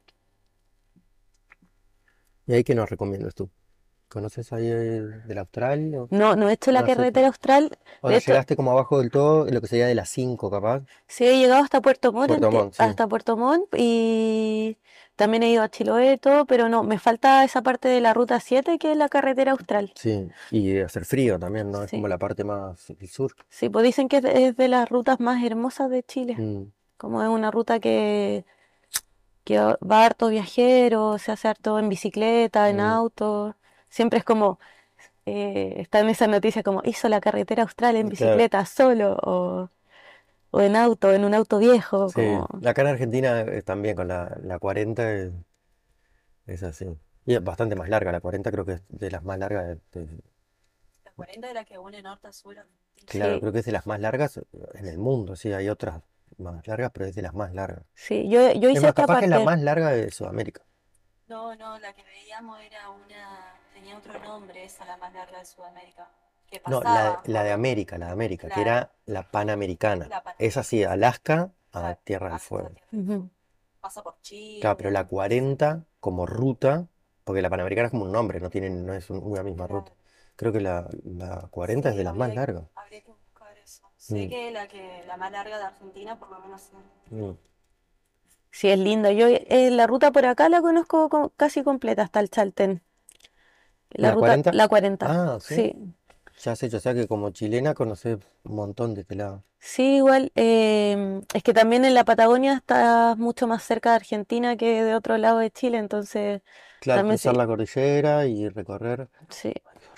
[SPEAKER 1] ¿Y ahí qué nos recomiendas tú? ¿Conoces ahí el del Austral? ¿O?
[SPEAKER 2] No, no he hecho
[SPEAKER 1] No
[SPEAKER 2] la
[SPEAKER 1] has hecho.
[SPEAKER 2] carretera austral. De
[SPEAKER 1] Ahora
[SPEAKER 2] hecho,
[SPEAKER 1] llegaste como abajo del todo, lo que sería de las cinco capaz.
[SPEAKER 2] sí he llegado hasta Puerto Montt,
[SPEAKER 1] Puerto
[SPEAKER 2] enti-
[SPEAKER 1] Montt, sí.
[SPEAKER 2] hasta Puerto Montt y también he ido a Chiloé, todo, pero no, me falta esa parte de la ruta siete que es la carretera austral.
[SPEAKER 1] Sí. Y hacer frío también, ¿no? Es como
[SPEAKER 2] Sí,
[SPEAKER 1] la parte más del sur.
[SPEAKER 2] sí, pues dicen que es de, es de las rutas más hermosas de Chile.
[SPEAKER 1] Mm,
[SPEAKER 2] Como es una ruta que, que va va harto viajero, se hace harto en bicicleta, en
[SPEAKER 1] mm,
[SPEAKER 2] auto. Siempre es como, eh, está en esa noticia como hizo la carretera austral en
[SPEAKER 1] claro.
[SPEAKER 2] bicicleta solo o, o en auto, en un auto viejo,
[SPEAKER 1] Sí.
[SPEAKER 2] como
[SPEAKER 1] Acá en Argentina eh, también con la, la cuarenta es, es así. Y es bastante más larga, la cuarenta creo que es de las más largas. de- de-
[SPEAKER 3] La cuarenta es la que une norte a sur Argentina.
[SPEAKER 1] claro,
[SPEAKER 2] sí,
[SPEAKER 1] creo que es de las más largas en el mundo, sí, hay otras más largas, pero es de las más largas.
[SPEAKER 2] sí, yo, yo
[SPEAKER 1] Es
[SPEAKER 2] hice
[SPEAKER 1] más,
[SPEAKER 2] esta
[SPEAKER 1] capaz que es la
[SPEAKER 2] parte.
[SPEAKER 1] más larga de Sudamérica.
[SPEAKER 3] No, no, la que veíamos era una, tenía otro nombre, esa la más larga de Sudamérica, que
[SPEAKER 1] No, la, de-
[SPEAKER 3] pasaba
[SPEAKER 1] la de
[SPEAKER 3] por
[SPEAKER 1] América, la de América, que
[SPEAKER 3] la,
[SPEAKER 1] era la Panamericana.
[SPEAKER 3] la
[SPEAKER 1] Es
[SPEAKER 3] Panamericana,
[SPEAKER 1] así, Alaska a
[SPEAKER 3] claro,
[SPEAKER 1] Tierra del
[SPEAKER 3] hasta
[SPEAKER 1] Fuego.
[SPEAKER 3] Tierra del Fuego.
[SPEAKER 2] Ujú.
[SPEAKER 3] Pasa por
[SPEAKER 1] Claro, pero
[SPEAKER 3] Chile,
[SPEAKER 1] la cuarenta como ruta, porque la Panamericana es como un nombre, no tienen, no es un- una misma ruta.
[SPEAKER 3] claro.
[SPEAKER 1] Creo que la, la cuarenta es
[SPEAKER 3] Sí,
[SPEAKER 1] de las más
[SPEAKER 3] habría,
[SPEAKER 1] largas.
[SPEAKER 3] habría que buscar eso. Sé
[SPEAKER 1] Mm,
[SPEAKER 3] que la que la más larga de Argentina, por lo menos sí.
[SPEAKER 1] mm.
[SPEAKER 2] Sí, es linda. Yo eh, la ruta por acá la conozco co- casi completa hasta el Chaltén. La
[SPEAKER 1] ¿La
[SPEAKER 2] ruta,
[SPEAKER 1] cuarenta?
[SPEAKER 2] la cuarenta.
[SPEAKER 1] Ah, sí.
[SPEAKER 2] Sí,
[SPEAKER 1] Ya has hecho, o sea que como chilena conoces un montón de este lado.
[SPEAKER 2] sí, igual. Em, es que también en la Patagonia está mucho más cerca de Argentina que de otro lado de Chile, entonces
[SPEAKER 1] Claro,
[SPEAKER 2] también
[SPEAKER 1] cruzar
[SPEAKER 2] sí,
[SPEAKER 1] la cordillera y recorrer.
[SPEAKER 2] sí.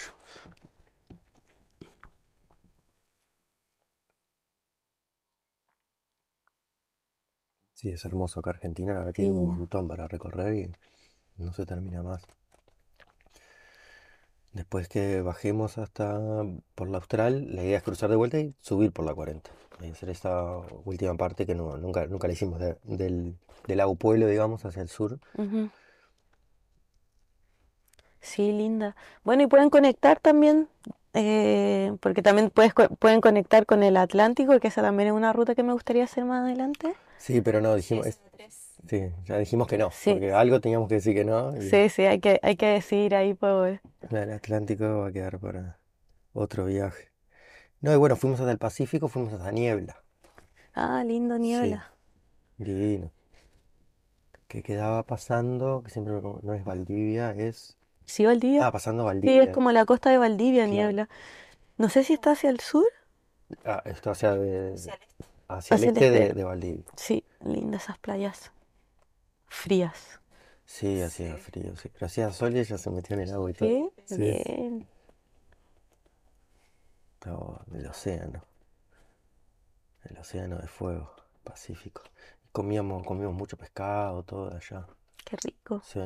[SPEAKER 1] Sí, es hermoso acá Argentina, la verdad tiene un
[SPEAKER 2] Sí.
[SPEAKER 1] montón para recorrer y no se termina más. Después que bajemos hasta por la Austral, la idea es cruzar de vuelta y subir por la cuarenta. Y hacer esta última parte que no, nunca, nunca la hicimos de- del, del lago Puelo, digamos, hacia el sur.
[SPEAKER 2] Ujú. Sí, linda. Bueno, y pueden conectar también, eh, porque también puedes, co- pueden conectar con el Atlántico, que esa también es una ruta que me gustaría hacer más adelante.
[SPEAKER 1] Sí, pero no,
[SPEAKER 3] Sí,
[SPEAKER 1] dijimos,
[SPEAKER 3] esa
[SPEAKER 1] es-
[SPEAKER 3] de tres.
[SPEAKER 1] sí, ya dijimos que no,
[SPEAKER 2] Sí,
[SPEAKER 1] porque algo teníamos que decir que no y
[SPEAKER 2] sí, sí, hay que, hay que decidir ahí por...
[SPEAKER 1] el Atlántico va a quedar para otro viaje. No, y bueno, fuimos hasta el Pacífico, fuimos hasta Niebla.
[SPEAKER 2] Ah, lindo,
[SPEAKER 1] Sí,
[SPEAKER 2] Niebla.
[SPEAKER 1] divino. Que quedaba pasando, que siempre me conf- no es Valdivia, es...
[SPEAKER 2] ¿Sí, Valdivia?
[SPEAKER 1] Ah, pasando
[SPEAKER 2] Sí, es
[SPEAKER 1] Valdivia,
[SPEAKER 2] como la costa de Valdivia,
[SPEAKER 1] claro.
[SPEAKER 2] Niebla. No sé si está hacia el sur,
[SPEAKER 1] Ah, esto hacia, de-
[SPEAKER 3] Hacia el este.
[SPEAKER 1] hacia el
[SPEAKER 2] hacia el
[SPEAKER 1] este
[SPEAKER 2] este.
[SPEAKER 1] de, de Valdivia.
[SPEAKER 2] Sí, lindas esas playas frías.
[SPEAKER 1] Sí, hacía
[SPEAKER 3] Sí.
[SPEAKER 1] frío, sí. Pero hacía sol y ella se metió en el agua y todo.
[SPEAKER 2] Sí,
[SPEAKER 1] Sí.
[SPEAKER 2] bien.
[SPEAKER 1] No, del océano, el océano de fuego, Pacífico. Comíamos, comíamos mucho pescado, todo de allá.
[SPEAKER 2] Qué rico.
[SPEAKER 1] Sí.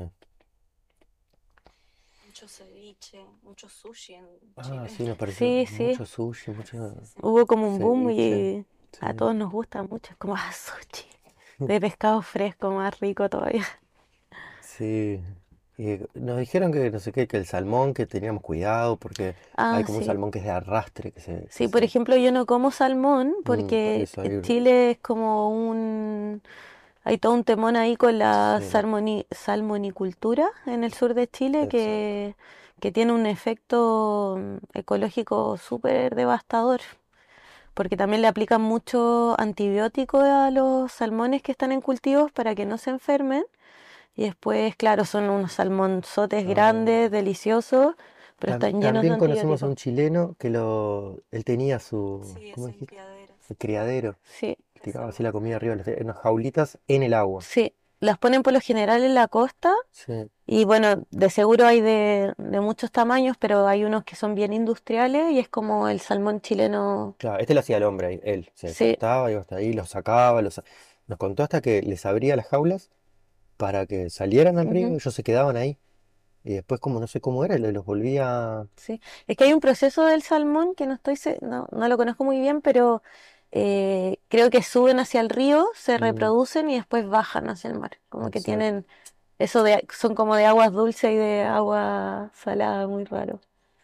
[SPEAKER 3] Mucho ceviche, mucho sushi en
[SPEAKER 1] Ah,
[SPEAKER 3] Chile.
[SPEAKER 1] sí, nos pareció
[SPEAKER 2] Sí, sí.
[SPEAKER 1] mucho sushi, mucho
[SPEAKER 3] Sí, sí.
[SPEAKER 2] Hubo como un boom
[SPEAKER 1] ceviche.
[SPEAKER 2] y a
[SPEAKER 1] Sí.
[SPEAKER 2] todos nos gusta mucho. Es como, ah, sushi. De pescado fresco, más rico todavía.
[SPEAKER 1] Sí. Y nos dijeron que no sé qué, que el salmón, que teníamos cuidado, porque hay
[SPEAKER 2] Ah,
[SPEAKER 1] como un
[SPEAKER 2] sí.
[SPEAKER 1] salmón que es de arrastre, que se, que
[SPEAKER 2] Sí, por
[SPEAKER 1] se,
[SPEAKER 2] ejemplo, yo no como salmón
[SPEAKER 1] mm, por
[SPEAKER 2] porque
[SPEAKER 1] eso hay,
[SPEAKER 2] Chile es como un... Hay todo un temón ahí con la
[SPEAKER 1] sí,
[SPEAKER 2] salmoni- salmonicultura en el sur de Chile
[SPEAKER 1] exacto.
[SPEAKER 2] que, que tiene un efecto mm, ecológico súper devastador, porque también le aplican mucho antibiótico a los salmones que están en cultivos para que no se enfermen. Y después, claro, son unos salmonzotes grandes,
[SPEAKER 1] Ah,
[SPEAKER 2] deliciosos, pero
[SPEAKER 1] tam-
[SPEAKER 2] están llenos de
[SPEAKER 1] también conocemos a
[SPEAKER 2] antibióticos.
[SPEAKER 1] un chileno que lo, él tenía su,
[SPEAKER 3] Sí,
[SPEAKER 1] ¿cómo
[SPEAKER 3] es en
[SPEAKER 1] dijiste?
[SPEAKER 3] criaderos,
[SPEAKER 1] El criadero.
[SPEAKER 2] Sí,
[SPEAKER 3] de
[SPEAKER 1] Tiraba así la
[SPEAKER 3] salmón.
[SPEAKER 1] comida arriba, las- en unas jaulitas en el agua.
[SPEAKER 2] sí. Las ponen por lo general en la costa.
[SPEAKER 1] Sí,
[SPEAKER 2] Y bueno, de seguro hay de, de muchos tamaños, pero hay unos que son bien industriales y es como el salmón chileno.
[SPEAKER 1] claro, este lo hacía el hombre, ahí, él se
[SPEAKER 2] Sí,
[SPEAKER 1] sentaba, iba hasta ahí, los sacaba, los, sa- nos contó hasta que les abría las jaulas para que salieran al río,
[SPEAKER 2] ujú,
[SPEAKER 1] ellos se quedaban ahí. Y después, como no sé cómo era, le- los volvía.
[SPEAKER 2] sí. Es que hay un proceso del salmón que no estoy, se- no, no lo conozco muy bien, pero eh, creo que suben hacia el río, se
[SPEAKER 1] Mm,
[SPEAKER 2] reproducen y después bajan hacia el mar. Como que
[SPEAKER 1] exacto.
[SPEAKER 2] tienen eso de, son como de aguas dulces y de agua salada, muy raro.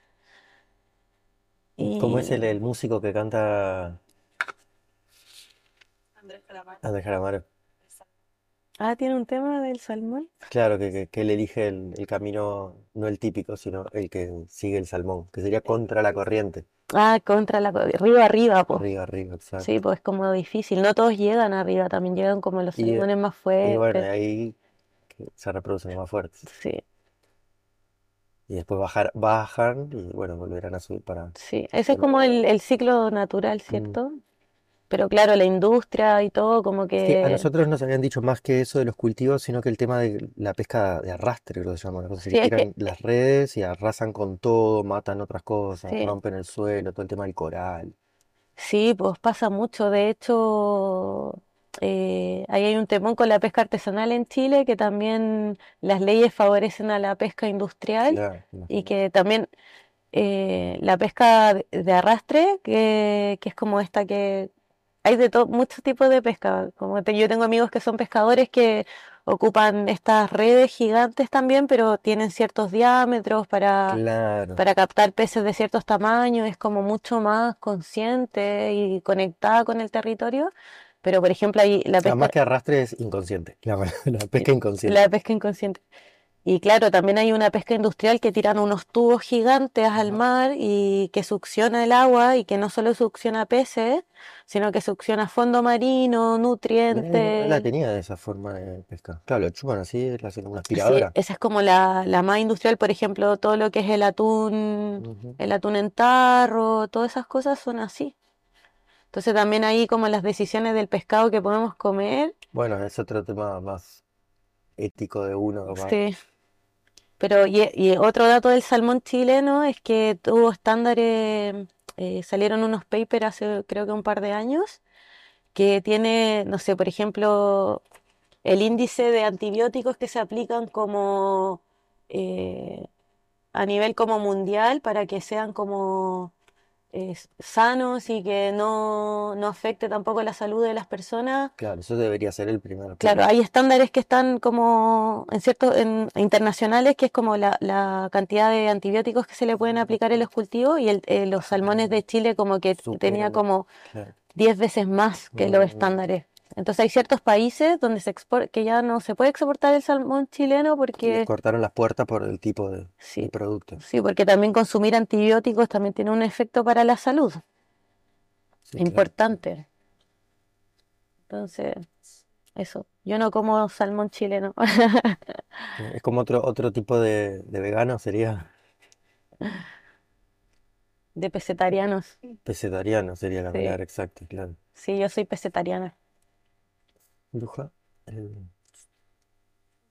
[SPEAKER 1] ¿Cómo es
[SPEAKER 2] Y,
[SPEAKER 1] el, el músico que canta
[SPEAKER 3] Andrés Calamaro.
[SPEAKER 1] Andrés Calamaro?
[SPEAKER 3] De salmón.
[SPEAKER 2] ah, tiene un tema del salmón.
[SPEAKER 1] Claro, que, que, que él elige el, el camino, no el típico, sino el que sigue el salmón, que sería contra la corriente.
[SPEAKER 2] Ah, contra la, río arriba, pues.
[SPEAKER 1] Arriba, arriba,
[SPEAKER 2] Sí,
[SPEAKER 1] exacto.
[SPEAKER 2] pues es como difícil. No todos llegan arriba, también llegan como los
[SPEAKER 1] Y,
[SPEAKER 2] salmones más
[SPEAKER 1] y bueno, y
[SPEAKER 2] fuertes.
[SPEAKER 1] ahí que se reproducen los más fuertes.
[SPEAKER 2] Sí,
[SPEAKER 1] Y después bajar, bajan y bueno, volverán a subir para.
[SPEAKER 2] sí. Ese es
[SPEAKER 1] Bueno,
[SPEAKER 2] como el, el ciclo natural,
[SPEAKER 1] mm.
[SPEAKER 2] ¿cierto? Pero claro, la industria y todo, como
[SPEAKER 1] Es que a
[SPEAKER 2] que...
[SPEAKER 1] nosotros nos habían dicho más que eso de los cultivos, sino que el tema de la pesca de arrastre, creo que se llama, una cosa así, que
[SPEAKER 2] Sí, es que...
[SPEAKER 1] tiran las redes y arrasan con todo, matan otras cosas,
[SPEAKER 2] Sí,
[SPEAKER 1] rompen el suelo, todo el tema del coral.
[SPEAKER 2] sí, pues pasa mucho. De hecho, eh, ahí hay un temón con la pesca artesanal en Chile, que también las leyes favorecen a la pesca industrial
[SPEAKER 1] Claro,
[SPEAKER 2] y
[SPEAKER 1] imagínate.
[SPEAKER 2] que también eh, la pesca de de arrastre, que, que es como esta que hay de todo, muchos tipos de pesca. Como te- yo tengo amigos que son pescadores que ocupan estas redes gigantes también, pero tienen ciertos diámetros para,
[SPEAKER 1] Claro.
[SPEAKER 2] para captar peces de ciertos tamaños. Es como mucho más consciente y conectada con el territorio. Pero, por ejemplo, ahí la
[SPEAKER 1] Además
[SPEAKER 2] pesca,
[SPEAKER 1] que arrastre es inconsciente, la, la pesca
[SPEAKER 2] la
[SPEAKER 1] inconsciente.
[SPEAKER 2] pesca inconsciente. Y claro, también hay una pesca industrial que tiran unos tubos gigantes al mar y que succiona el agua y que no solo succiona peces, sino que succiona fondo marino,
[SPEAKER 1] Mirá, no, no la
[SPEAKER 2] nutrientes.
[SPEAKER 1] tenía de esa forma de pesca. Claro, lo chupan así, le hacen una
[SPEAKER 2] Sí,
[SPEAKER 1] aspiradora.
[SPEAKER 2] esa es como la, la más industrial, por ejemplo, todo lo que es el atún,
[SPEAKER 1] Ujú.
[SPEAKER 2] el atún en tarro, todas esas cosas son así. Entonces también ahí como las decisiones del pescado que podemos comer,
[SPEAKER 1] Bueno, es otro tema más ético de uno, capaz.
[SPEAKER 2] sí. Pero y, y otro dato del salmón chileno es que tuvo estándares, eh, salieron unos papers hace creo que un par de años, que tiene, no sé, por ejemplo, el índice de antibióticos que se aplican como eh, a nivel como mundial para que sean como eh, sanos y que no, no afecte tampoco la salud de las personas.
[SPEAKER 1] Claro, eso debería ser el primer
[SPEAKER 2] Claro,
[SPEAKER 1] punto.
[SPEAKER 2] hay estándares que están como en ciertos en, internacionales, que es como la, la cantidad de antibióticos que se le pueden aplicar en los cultivos y el- eh, los salmones
[SPEAKER 1] Ah,
[SPEAKER 2] de Chile como que tenía
[SPEAKER 1] superan.
[SPEAKER 2] como
[SPEAKER 1] Claro.
[SPEAKER 2] diez veces más que los
[SPEAKER 1] Mm,
[SPEAKER 2] estándares. Entonces hay ciertos países donde se expor- que ya no se puede exportar el salmón chileno
[SPEAKER 1] les
[SPEAKER 2] porque
[SPEAKER 1] cortaron las puertas por el tipo de, de
[SPEAKER 2] sí,
[SPEAKER 1] producto.
[SPEAKER 2] sí, porque también consumir antibióticos también tiene un efecto para la salud
[SPEAKER 1] Sí, claro.
[SPEAKER 2] importante. Entonces, eso. Yo no como salmón chileno.
[SPEAKER 1] Sí, es como otro, otro tipo de, de vegano, sería
[SPEAKER 2] De pesetarianos.
[SPEAKER 1] pesetariano, sería la
[SPEAKER 2] Sí,
[SPEAKER 1] palabra exacta, claro.
[SPEAKER 2] sí, yo soy pesetariana.
[SPEAKER 1] Bruja. eh,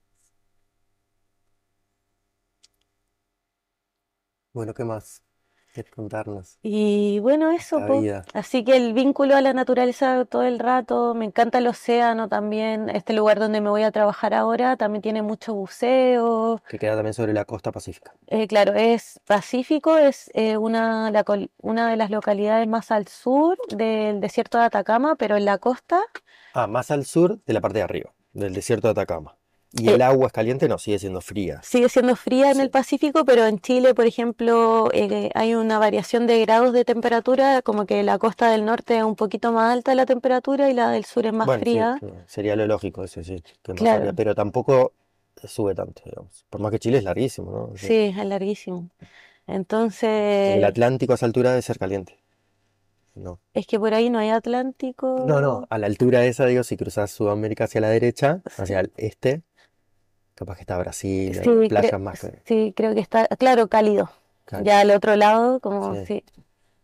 [SPEAKER 1] bueno, ¿qué más? que contarnos.
[SPEAKER 2] Y bueno, eso,
[SPEAKER 1] La
[SPEAKER 2] pues.
[SPEAKER 1] vida.
[SPEAKER 2] Así que el vínculo a la naturaleza todo el rato, me encanta el océano también. Este lugar donde me voy a trabajar ahora también tiene mucho buceo.
[SPEAKER 1] Que queda también sobre la costa pacífica.
[SPEAKER 2] Eh, claro, es Pacífico, es eh, una, la col- una de las localidades más al sur del desierto de Atacama, pero en la costa.
[SPEAKER 1] Ah, más al sur de la parte de arriba, del desierto de Atacama. Y
[SPEAKER 2] eh,
[SPEAKER 1] el agua es caliente, no, sigue siendo fría.
[SPEAKER 2] Sigue siendo fría en el
[SPEAKER 1] Sí.
[SPEAKER 2] Pacífico, pero en Chile, por ejemplo, eh, hay una variación de grados de temperatura, como que la costa del norte es un poquito más alta la temperatura y la del sur es más
[SPEAKER 1] Bueno, sí,
[SPEAKER 2] fría.
[SPEAKER 1] sí, sería lo lógico, eso sí, que más arriba,
[SPEAKER 2] Claro,
[SPEAKER 1] pero tampoco sube tanto, digamos. Por más que Chile es larguísimo, ¿no? O sea,
[SPEAKER 2] sí, es larguísimo.
[SPEAKER 1] el
[SPEAKER 2] Entonces,
[SPEAKER 1] Atlántico a esa altura debe ser caliente. No.
[SPEAKER 2] es que por ahí no hay
[SPEAKER 1] No, no,
[SPEAKER 2] Atlántico.
[SPEAKER 1] a la altura esa, digo, si cruzas Sudamérica hacia la derecha, hacia
[SPEAKER 2] Sí,
[SPEAKER 1] el este, capaz que está Brasil, eh,
[SPEAKER 2] sí, cre-
[SPEAKER 1] playas más que
[SPEAKER 2] sí, creo que está, claro, cálido. Ya
[SPEAKER 1] cálidas.
[SPEAKER 2] al otro lado, como
[SPEAKER 1] Sí,
[SPEAKER 2] sí.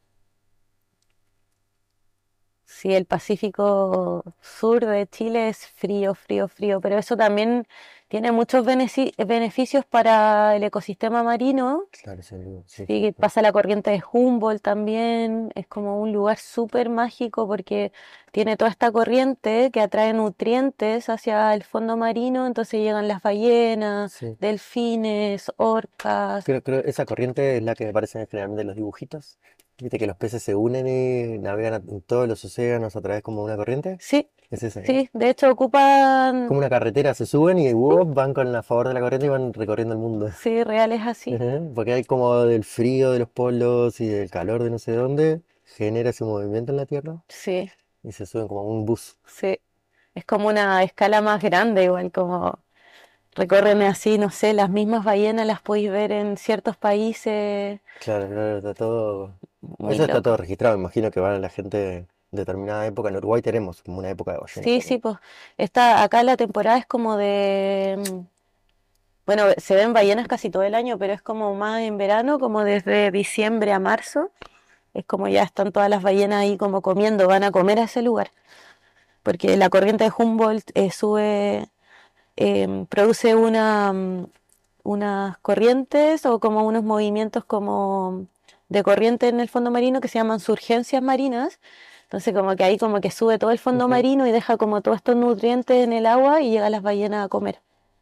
[SPEAKER 2] Sí, el Pacífico Sur de Chile es frío, frío, frío, pero eso también tiene muchos beneci- beneficios para el ecosistema marino.
[SPEAKER 1] claro, sí, sí, sí,
[SPEAKER 2] Sí,
[SPEAKER 1] sí.
[SPEAKER 2] pasa la corriente de Humboldt también, es como un lugar súper mágico porque tiene toda esta corriente que atrae nutrientes hacia el fondo marino, entonces llegan las ballenas,
[SPEAKER 1] Sí.
[SPEAKER 2] delfines, orcas.
[SPEAKER 1] Creo, creo esa corriente es la que aparece generalmente en los dibujitos. Viste que los peces se unen y navegan a- en todos los océanos a través como de una corriente.
[SPEAKER 2] Sí,
[SPEAKER 1] Es esa, ¿no?
[SPEAKER 2] sí, de hecho ocupan,
[SPEAKER 1] Como una carretera, se suben y ¡wop! Van con a favor de la corriente y van recorriendo el mundo.
[SPEAKER 2] sí, reales así.
[SPEAKER 1] Ujú. Porque hay como del frío de los polos y del calor de no sé dónde, genera ese movimiento en la Tierra
[SPEAKER 2] Sí,
[SPEAKER 1] y se suben como a un bus.
[SPEAKER 2] sí. Es como una escala más grande, igual como recorren así, no sé, las mismas ballenas las podéis ver en ciertos países,
[SPEAKER 1] Claro, claro, está todo.
[SPEAKER 2] muy
[SPEAKER 1] Eso está todo
[SPEAKER 2] loco.
[SPEAKER 1] registrado, me imagino que van la gente en determinada época. En Uruguay tenemos como una época de ballenas
[SPEAKER 2] Sí, sí,
[SPEAKER 1] también.
[SPEAKER 2] pues esta, acá la temporada es como de, mm, bueno, se ven ballenas casi todo el año, pero es como más en verano, como desde diciembre a marzo, es como ya están todas las ballenas ahí como comiendo, van a comer a ese lugar, porque la corriente de Humboldt eh, sube, em, produce una, mm, unas corrientes o como unos movimientos como de corriente en el fondo marino que se llaman surgencias marinas. Entonces como que ahí como que sube todo el fondo
[SPEAKER 1] Ujú.
[SPEAKER 2] marino y deja como todos estos nutrientes en el agua y llegan las ballenas a comer.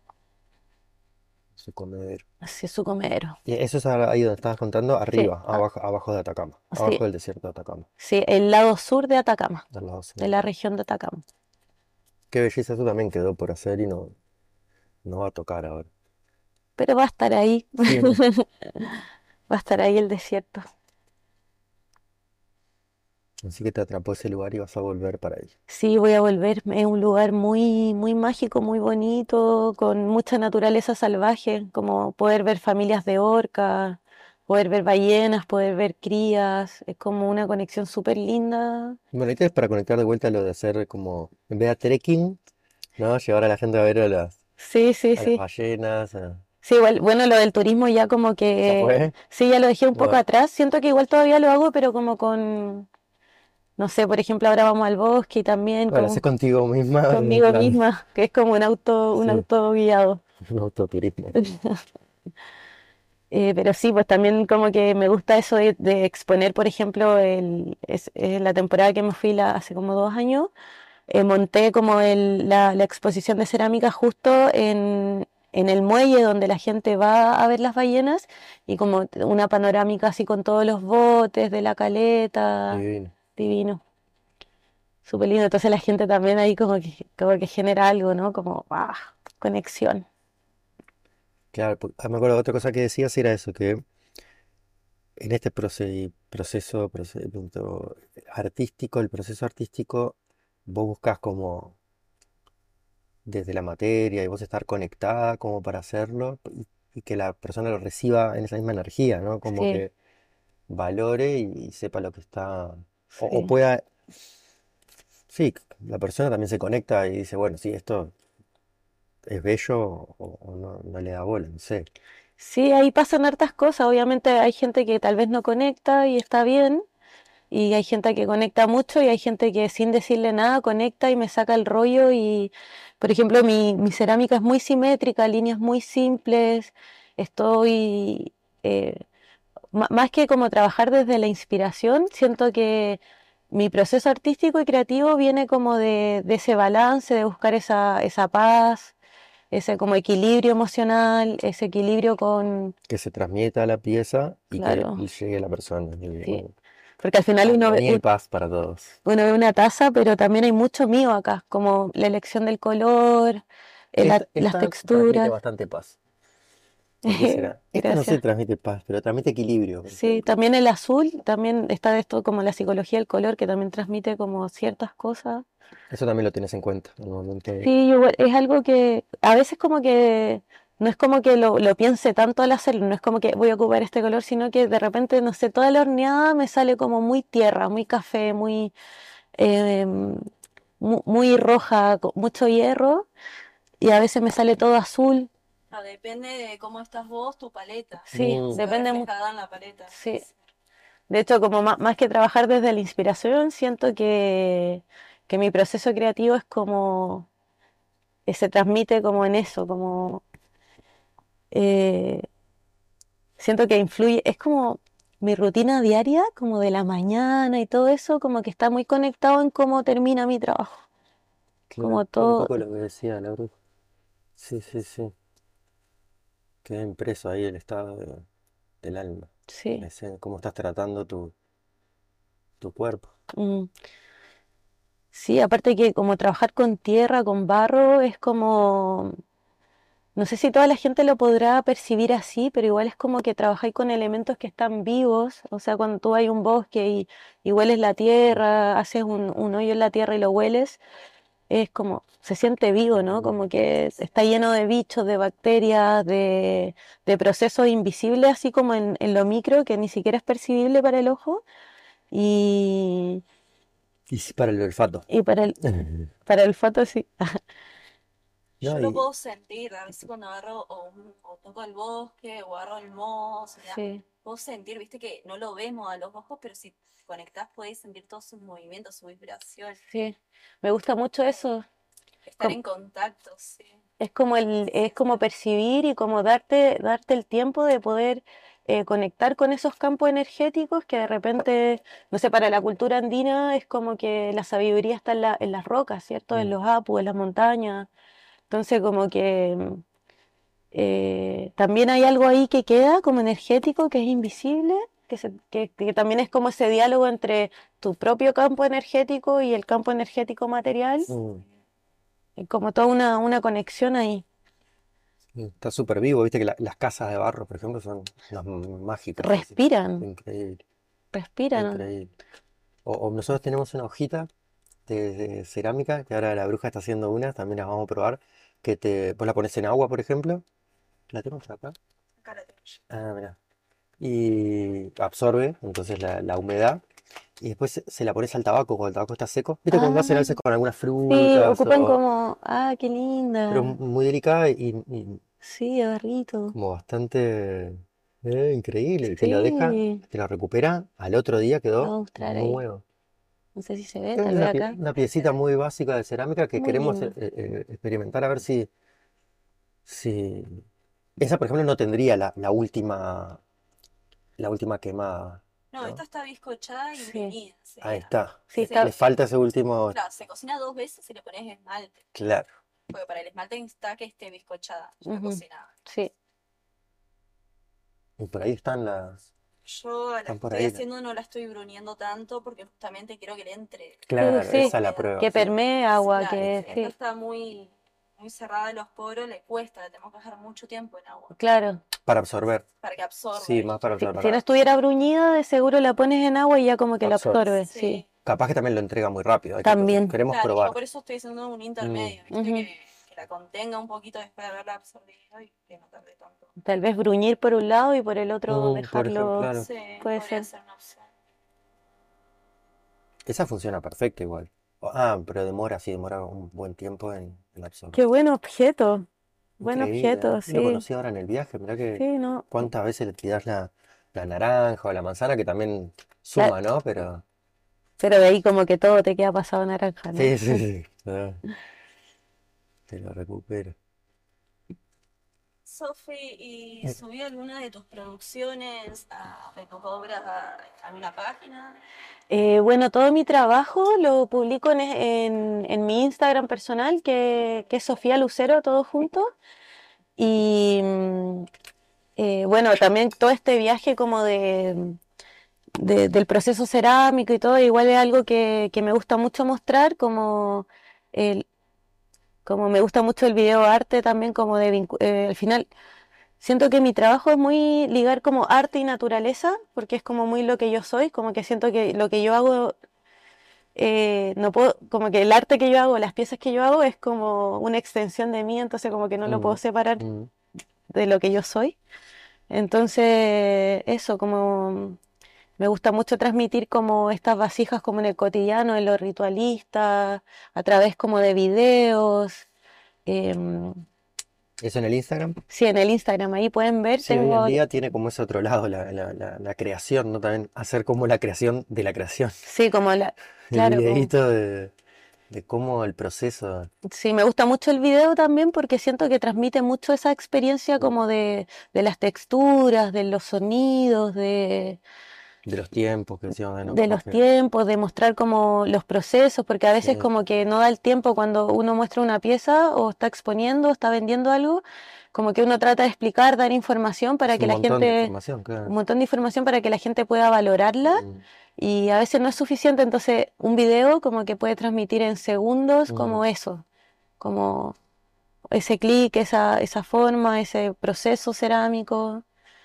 [SPEAKER 1] Su comedero.
[SPEAKER 2] Así es su comedero.
[SPEAKER 1] Y eso es ahí donde estabas contando,
[SPEAKER 2] Sí,
[SPEAKER 1] arriba,
[SPEAKER 2] ah,
[SPEAKER 1] abajo, abajo de Atacama,
[SPEAKER 2] sí,
[SPEAKER 1] abajo del desierto de Atacama,
[SPEAKER 2] sí, el lado sur de Atacama,
[SPEAKER 1] del lado sur
[SPEAKER 2] de
[SPEAKER 1] de
[SPEAKER 2] la
[SPEAKER 1] Atacama.
[SPEAKER 2] región de Atacama.
[SPEAKER 1] Qué belleza, eso también quedó por hacer y no, no va a tocar ahora.
[SPEAKER 2] Pero va a estar ahí,
[SPEAKER 1] Sí, no.
[SPEAKER 2] va a estar ahí el desierto.
[SPEAKER 1] Así que te atrapó ese lugar y vas a volver para ahí.
[SPEAKER 2] Sí, voy a volver. Es un lugar muy, muy mágico, muy bonito, con mucha naturaleza salvaje, como poder ver familias de orcas, poder ver ballenas, poder ver crías. Es como una conexión súper linda.
[SPEAKER 1] Bueno, ahí tenés para conectar de vuelta lo de hacer como, en vez de trekking, ¿no? Llevar a la gente a ver a las,
[SPEAKER 2] Sí, sí,
[SPEAKER 1] a las
[SPEAKER 2] sí.
[SPEAKER 1] ballenas. a-
[SPEAKER 2] Sí, igual, bueno, lo del turismo ya como
[SPEAKER 1] ¿Ya
[SPEAKER 2] que,
[SPEAKER 1] fue?
[SPEAKER 2] sí, ya lo dejé un poco
[SPEAKER 1] Bueno,
[SPEAKER 2] atrás. Siento que igual todavía lo hago, pero como con, no sé, por ejemplo, ahora vamos al bosque y también
[SPEAKER 1] bueno, haces
[SPEAKER 2] como
[SPEAKER 1] contigo misma en
[SPEAKER 2] conmigo
[SPEAKER 1] plan,
[SPEAKER 2] misma, que es como un auto, un
[SPEAKER 1] sí,
[SPEAKER 2] auto guiado.
[SPEAKER 1] un autoturismo.
[SPEAKER 2] Eh, pero sí, pues también como que me gusta eso de, de exponer, por ejemplo, el, es, es la temporada que me fui la- hace como dos años, eh, monté como el, la, la exposición de cerámica justo en, en el muelle donde la gente va a ver las ballenas y como t- una panorámica así con todos los botes de la caleta,
[SPEAKER 1] Divino.
[SPEAKER 2] divino, súper lindo. Entonces la gente también ahí como que, como que genera algo, ¿no? Como, ah, conexión.
[SPEAKER 1] Claro, pu- ah, me acuerdo de otra cosa que decías era eso, que en este proce- proceso, procedimiento artístico, el proceso artístico, vos buscas como desde la materia y vos estar conectada como para hacerlo y, y que la persona lo reciba en esa misma energía, ¿no? Como
[SPEAKER 2] Sí,
[SPEAKER 1] que valore y, sepa lo que está, o, o
[SPEAKER 2] sí.
[SPEAKER 1] pueda, sí, la persona también se conecta y dice, bueno, sí, esto es bello o, o no, no le da bola, no sé.
[SPEAKER 2] Sí, ahí pasan hartas cosas. Obviamente hay gente que tal vez no conecta y está bien, y hay gente que conecta mucho y hay gente que sin decirle nada conecta y me saca el rollo y, por ejemplo, mi, mi cerámica es muy simétrica, líneas muy simples, estoy, eh, ma- más que como trabajar desde la inspiración, siento que mi proceso artístico y creativo viene como de, de ese balance, de buscar esa, esa paz, ese como equilibrio emocional, ese equilibrio con,
[SPEAKER 1] Que se transmita la pieza y que
[SPEAKER 2] claro,
[SPEAKER 1] llegue a la persona. Y,
[SPEAKER 2] sí.
[SPEAKER 1] bueno,
[SPEAKER 2] Porque al final uno ve,
[SPEAKER 1] armonía y
[SPEAKER 2] un-
[SPEAKER 1] paz para todos.
[SPEAKER 2] uno ve una taza, pero también hay mucho mío acá, como la elección del color, eh, la-
[SPEAKER 1] Esta,
[SPEAKER 2] las
[SPEAKER 1] esta transmite
[SPEAKER 2] texturas.
[SPEAKER 1] bastante paz. ¿Por qué será? Esta no sé,
[SPEAKER 2] Gracias.
[SPEAKER 1] transmite paz, pero transmite equilibrio, por
[SPEAKER 2] Sí,
[SPEAKER 1] ejemplo.
[SPEAKER 2] también el azul, también está esto como la psicología del color, que también transmite como ciertas cosas.
[SPEAKER 1] Eso también lo tienes en cuenta en el momento de...
[SPEAKER 2] Sí, igual, es algo que a veces como que no es como que lo, lo piense tanto al hacerlo, no es como que voy a ocupar este color, sino que de repente, no sé, toda la horneada me sale como muy tierra, muy café, muy, eh, mu- muy roja, con mucho hierro, y a veces me sale todo azul.
[SPEAKER 3] Ah, depende de cómo estás vos, tu paleta.
[SPEAKER 2] Sí,
[SPEAKER 1] Mm,
[SPEAKER 3] Se ve
[SPEAKER 2] depende mucho.
[SPEAKER 3] reflejada en la paleta.
[SPEAKER 2] Sí. De hecho, como ma- más, que trabajar desde la inspiración, siento que, que mi proceso creativo es como, eh, se transmite como en eso, como eh, siento que influye, es como mi rutina diaria, como de la mañana y todo eso, como que está muy conectado en cómo termina mi trabajo,
[SPEAKER 1] claro,
[SPEAKER 2] como
[SPEAKER 1] un
[SPEAKER 2] todo,
[SPEAKER 1] poco lo que decía la bruja. Sí, sí, sí. Queda impreso ahí el estado de- del alma.
[SPEAKER 2] sí.
[SPEAKER 1] Ese, cómo estás tratando tu, tu cuerpo.
[SPEAKER 2] Mm. Sí, aparte que como trabajar con tierra, con barro, es como, no sé si toda la gente lo podrá percibir así, pero igual es como que trabajáis con elementos que están vivos, o sea, cuando tú hay un bosque y, y hueles la tierra, haces un, un hoyo en la tierra y lo hueles, es como, se siente vivo, ¿no? Como que está lleno de bichos, de bacterias, de, de procesos invisibles, así como en, en lo micro, que ni siquiera es percibible para el ojo, y,
[SPEAKER 1] Y sí, para el olfato.
[SPEAKER 2] y para el, para el foto sí.
[SPEAKER 1] No,
[SPEAKER 3] Yo lo
[SPEAKER 1] y
[SPEAKER 3] puedo sentir, a veces cuando agarro o, un- o toco el bosque o agarro el moho, o sea,
[SPEAKER 2] Sí.
[SPEAKER 3] puedo sentir, viste que no lo vemos a los ojos, pero si te conectás podés sentir todos sus movimientos, su vibración,
[SPEAKER 2] Sí, me gusta mucho eso.
[SPEAKER 3] estar
[SPEAKER 2] Com-
[SPEAKER 3] en contacto, sí.
[SPEAKER 2] es como el,
[SPEAKER 3] Sí,
[SPEAKER 2] es como percibir y como darte, darte el tiempo de poder eh, conectar con esos campos energéticos que de repente, no sé, para la cultura andina es como que la sabiduría está en la- en las rocas, ¿cierto? En
[SPEAKER 1] mm,
[SPEAKER 2] los apus, en las montañas. Entonces como que mm, eh, también hay algo ahí que queda como energético, que es invisible, que, se- que, que también es como ese diálogo entre tu propio campo energético y el campo energético material.
[SPEAKER 1] mm,
[SPEAKER 2] Hay como toda una, una conexión ahí.
[SPEAKER 1] sí, está súper vivo, viste que la- las casas de barro, por ejemplo, son unas mágicas, así.
[SPEAKER 2] Respiran,
[SPEAKER 1] Increíble,
[SPEAKER 2] respiran.
[SPEAKER 1] increíble. O, o nosotros tenemos una hojita de, de cerámica, que ahora la bruja está haciendo una, también las vamos a probar, que te, vos la pones en agua, por ejemplo. ¿La tenemos acá?
[SPEAKER 3] Acá la tengo yo.
[SPEAKER 1] Ah, mira. Y absorbe entonces la, la humedad. Y después se, se la pones al tabaco, cuando el tabaco está seco. ¿Viste cuando hacen a
[SPEAKER 2] Ah,
[SPEAKER 1] veces con algunas
[SPEAKER 2] sí,
[SPEAKER 1] frutas?
[SPEAKER 2] ocupan
[SPEAKER 1] O,
[SPEAKER 2] como, ah, qué
[SPEAKER 1] pero
[SPEAKER 2] linda.
[SPEAKER 1] muy delicada y, y
[SPEAKER 2] Sí, agarrito.
[SPEAKER 1] como bastante eh, increíble. Y te lo deja,
[SPEAKER 2] Sí,
[SPEAKER 1] te lo recupera, al otro día
[SPEAKER 2] lo voy
[SPEAKER 1] quedó
[SPEAKER 2] a mostrar ahí.
[SPEAKER 1] nuevo.
[SPEAKER 2] No sé si se ve,
[SPEAKER 1] Es
[SPEAKER 2] tal vez
[SPEAKER 1] una, pie-
[SPEAKER 2] acá.
[SPEAKER 1] una piecita muy básica de cerámica que
[SPEAKER 2] Muy
[SPEAKER 1] queremos eh,
[SPEAKER 2] lindo.
[SPEAKER 1] eh, experimentar a ver si, si... Esa, por ejemplo, no tendría la, la última, la última quemada,
[SPEAKER 3] No, esta
[SPEAKER 1] ¿no?
[SPEAKER 3] está bizcochada y
[SPEAKER 2] Sí,
[SPEAKER 3] bruñida,
[SPEAKER 1] Ahí
[SPEAKER 3] sería.
[SPEAKER 1] está.
[SPEAKER 2] sí,
[SPEAKER 1] Le,
[SPEAKER 2] está.
[SPEAKER 1] le
[SPEAKER 3] Se,
[SPEAKER 1] falta ese último...
[SPEAKER 3] claro, se cocina dos veces y le pones esmalte,
[SPEAKER 1] Claro.
[SPEAKER 3] porque para el esmalte está que esté bizcochada, ya
[SPEAKER 2] Ujú,
[SPEAKER 3] cocinada.
[SPEAKER 2] sí.
[SPEAKER 1] Y por ahí están las...
[SPEAKER 3] Yo a la
[SPEAKER 1] Están
[SPEAKER 3] que
[SPEAKER 1] por
[SPEAKER 3] estoy
[SPEAKER 1] ahí. las-
[SPEAKER 3] haciendo no la estoy bruñendo tanto porque justamente quiero que le entre
[SPEAKER 2] Sí,
[SPEAKER 1] Claro,
[SPEAKER 2] sí,
[SPEAKER 1] esa es la
[SPEAKER 3] humedad.
[SPEAKER 1] prueba,
[SPEAKER 2] que
[SPEAKER 1] sí.
[SPEAKER 2] permee agua,
[SPEAKER 3] Claro,
[SPEAKER 2] que
[SPEAKER 3] esta
[SPEAKER 2] sí,
[SPEAKER 3] está muy, muy cerrada de los poros, le cuesta, le tenemos que dejar mucho tiempo en agua
[SPEAKER 2] claro.
[SPEAKER 1] Para absorber.
[SPEAKER 3] para que absorba,
[SPEAKER 1] Sí, más
[SPEAKER 3] ¿viste?
[SPEAKER 1] para
[SPEAKER 2] Si, si no
[SPEAKER 1] absorber.
[SPEAKER 2] estuviera bruñida, de seguro la pones en agua y ya como que la
[SPEAKER 1] Absorbe.
[SPEAKER 2] absorbe, sí.
[SPEAKER 3] Sí,
[SPEAKER 1] Capaz que también lo entrega muy rápido. Hay que, pro-
[SPEAKER 2] También.
[SPEAKER 1] queremos
[SPEAKER 3] claro, yo
[SPEAKER 1] probar.
[SPEAKER 3] por eso estoy haciendo un
[SPEAKER 1] Mm,
[SPEAKER 3] intermedio, ¿viste?
[SPEAKER 2] Ujú.
[SPEAKER 3] Que, que la contenga un poquito después de haberla absorbido y que no tarde tanto.
[SPEAKER 2] Tal vez bruñir por un lado y por el otro
[SPEAKER 1] mm, por ejemplo,
[SPEAKER 2] dejarlo,
[SPEAKER 1] claro.
[SPEAKER 3] Sí,
[SPEAKER 2] puede
[SPEAKER 3] podría
[SPEAKER 2] ser.
[SPEAKER 3] ser una opción.
[SPEAKER 1] Esa funciona perfecto igual. O- Ah, pero demora, sí, demora un buen tiempo en, en absorber.
[SPEAKER 2] Qué buen objeto, buen
[SPEAKER 1] Increíble, ¿eh?
[SPEAKER 2] objeto,
[SPEAKER 1] Y lo
[SPEAKER 2] sí,
[SPEAKER 1] conocí ahora en el viaje. Mirá que
[SPEAKER 2] sí, no.
[SPEAKER 1] cuántas veces le tirás la, la naranja o la manzana, que también
[SPEAKER 2] La-
[SPEAKER 1] suma, ¿no? Pero
[SPEAKER 2] pero de ahí como que todo te queda pasado naranja, ¿no?
[SPEAKER 1] sí, sí, sí. Ah, te lo recupero.
[SPEAKER 3] Sofi, ¿y subí alguna de tus producciones, a- de tus obras a alguna página?
[SPEAKER 2] Eh, bueno, todo mi trabajo lo publico en, en- en mi Instagram personal, que, que es Sofía Lucero, todo junto. Y mm, eh, bueno, también todo este viaje como de, de- del proceso cerámico y todo, igual es algo que, que me gusta mucho mostrar, como, el, como me gusta mucho el video arte también, como de vincu- eh, al final siento que mi trabajo es muy ligar como arte y naturaleza, porque es como muy lo que yo soy, como que siento que lo que yo hago, eh, no puedo, como que el arte que yo hago, las piezas que yo hago es como una extensión de mí, entonces como que no lo puedo
[SPEAKER 1] Mm,
[SPEAKER 2] separar
[SPEAKER 1] mm.
[SPEAKER 2] de lo que yo soy. Entonces, eso, como me gusta mucho transmitir como estas vasijas como en el cotidiano, en lo ritualista, a través como de videos. em,
[SPEAKER 1] ¿Eso en el Instagram?
[SPEAKER 2] sí, en el Instagram ahí pueden ver,
[SPEAKER 1] Sí, hoy en
[SPEAKER 2] tengo,
[SPEAKER 1] día tiene como ese otro lado, la, la, la, la creación, ¿no? También hacer como la creación de la creación.
[SPEAKER 2] sí, como la,
[SPEAKER 1] El
[SPEAKER 2] claro, como,
[SPEAKER 1] videíto de, de cómo el proceso.
[SPEAKER 2] sí, me gusta mucho el video también porque siento que transmite mucho esa experiencia
[SPEAKER 1] Mm.
[SPEAKER 2] como de, de las texturas, de los sonidos, de,
[SPEAKER 1] De los tiempos que decíamos, ¿no?
[SPEAKER 2] de
[SPEAKER 1] Como
[SPEAKER 2] los
[SPEAKER 1] que.
[SPEAKER 2] tiempos, de mostrar como los procesos, porque a veces
[SPEAKER 1] Sí.
[SPEAKER 2] como que no da el tiempo cuando uno muestra una pieza o está exponiendo, está vendiendo algo, como que uno trata de explicar, dar información para
[SPEAKER 1] Es
[SPEAKER 2] que
[SPEAKER 1] un
[SPEAKER 2] la
[SPEAKER 1] montón de
[SPEAKER 2] gente,
[SPEAKER 1] información,
[SPEAKER 2] un
[SPEAKER 1] claro.
[SPEAKER 2] montón de información para que la gente pueda valorarla
[SPEAKER 1] Mm,
[SPEAKER 2] y a veces no es suficiente, entonces un video como que puede transmitir en segundos
[SPEAKER 1] mm.
[SPEAKER 2] como eso, como ese clic, esa, esa forma, ese proceso cerámico.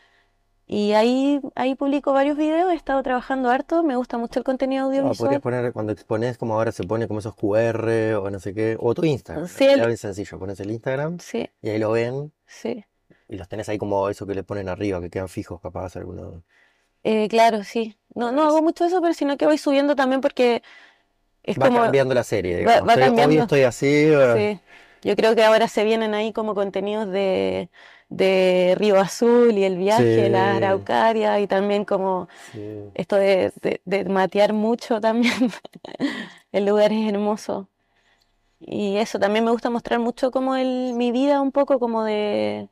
[SPEAKER 2] Y ahí, ahí publico varios videos, he estado trabajando harto, me gusta mucho el contenido
[SPEAKER 1] Ah, podrías
[SPEAKER 2] audiovisual.
[SPEAKER 1] poner, cuando expones, como ahora se pone como esos Q R o no sé qué, o tu Instagram.
[SPEAKER 2] Sí,
[SPEAKER 1] Era
[SPEAKER 2] el-
[SPEAKER 1] bien sencillo, pones el Instagram
[SPEAKER 2] sí,
[SPEAKER 1] y ahí lo ven
[SPEAKER 2] sí.
[SPEAKER 1] y los tenés ahí como eso que le ponen arriba, que quedan fijos, capaz algunos.
[SPEAKER 2] Eh, claro, sí. No, no hago
[SPEAKER 3] Buenísimo.
[SPEAKER 2] mucho eso, pero sino que voy subiendo también porque es
[SPEAKER 1] Va
[SPEAKER 2] como,
[SPEAKER 1] cambiando la serie,
[SPEAKER 2] va,
[SPEAKER 1] digamos.
[SPEAKER 2] va
[SPEAKER 1] Estoy, hoy
[SPEAKER 2] cambiando.
[SPEAKER 1] estoy así. eh,
[SPEAKER 2] Sí. Yo creo que ahora se vienen ahí como contenidos de, de Río Azul y el viaje, la
[SPEAKER 1] Sí,
[SPEAKER 2] Araucaria y también como
[SPEAKER 1] sí.
[SPEAKER 2] esto de, de, de matear mucho también en lugares hermosos. Y eso, también me gusta mostrar mucho como el, mi vida un poco como de,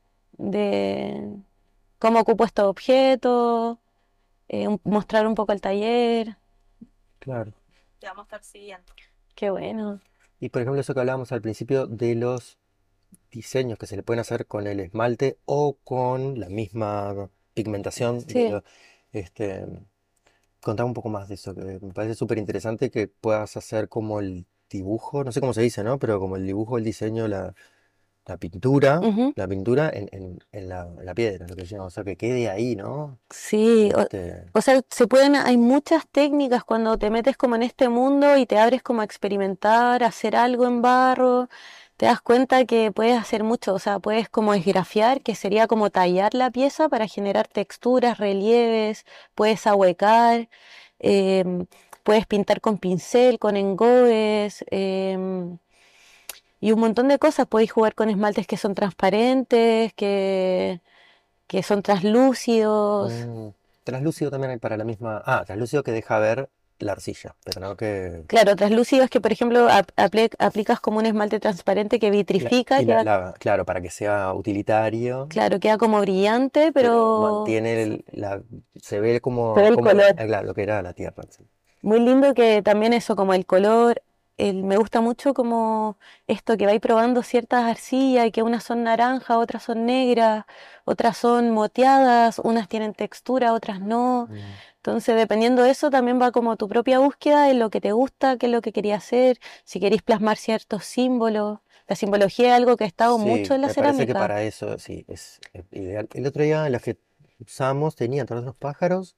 [SPEAKER 2] de cómo ocupo estos objetos, eh, un- mostrar un poco el taller.
[SPEAKER 1] Claro.
[SPEAKER 3] Te vamos a estar siguiendo.
[SPEAKER 2] Qué bueno.
[SPEAKER 1] Y por ejemplo, eso que hablábamos al principio de los diseños que se le pueden hacer con el esmalte o con la misma pigmentación de
[SPEAKER 2] Sí,
[SPEAKER 1] lo- este, contame un poco más de eso, que me parece súper interesante que puedas hacer como el dibujo, no sé cómo se dice, ¿no? Pero como el dibujo, el diseño, la, la pintura,
[SPEAKER 2] ujú.
[SPEAKER 1] la pintura en, en- en la, en la piedra, lo que decíamos, o sea, que quede ahí, ¿no?
[SPEAKER 2] Sí, o,
[SPEAKER 1] Este,
[SPEAKER 2] o sea, se pueden, hay muchas técnicas cuando te metes como en este mundo y te abres como a experimentar, a hacer algo en barro, te das cuenta que puedes hacer mucho, o sea, puedes como esgrafiar, que sería como tallar la pieza para generar texturas, relieves, puedes ahuecar, em, puedes pintar con pincel, con engobes, em, y un montón de cosas, podéis jugar con esmaltes que son transparentes, que que son translúcidos.
[SPEAKER 1] mm, translúcido también hay para la misma, ah, translúcido que deja ver la arcilla, pero no que.
[SPEAKER 2] Claro, translúcidos que, por ejemplo, ap- apli- aplicas como un esmalte transparente que
[SPEAKER 1] La-
[SPEAKER 2] vitrifica,
[SPEAKER 1] y la,
[SPEAKER 2] queda,
[SPEAKER 1] la- claro, para que sea utilitario,
[SPEAKER 2] claro, queda como brillante,
[SPEAKER 1] pero
[SPEAKER 2] pero
[SPEAKER 1] mantiene el- la, se ve
[SPEAKER 2] se ve
[SPEAKER 1] como,
[SPEAKER 2] el
[SPEAKER 1] como era,
[SPEAKER 2] color.
[SPEAKER 1] ah, claro, lo que era la Tierra. Sí.
[SPEAKER 2] Muy lindo que también eso, como el color, el, me gusta mucho como esto que vais probando ciertas arcillas y que unas son naranjas, otras son negras, otras son moteadas, unas tienen textura, otras no.
[SPEAKER 1] Mm.
[SPEAKER 2] Entonces, dependiendo de eso, también va como tu propia búsqueda en lo que te gusta, qué es lo que querías hacer, si queréis plasmar ciertos símbolos. La simbología es algo que ha estado mucho
[SPEAKER 1] Sí,
[SPEAKER 2] en la
[SPEAKER 1] me parece que
[SPEAKER 2] cerámica.
[SPEAKER 1] para eso sí, es eh, ideal. El otro día las que usamos tenían todos los pájaros,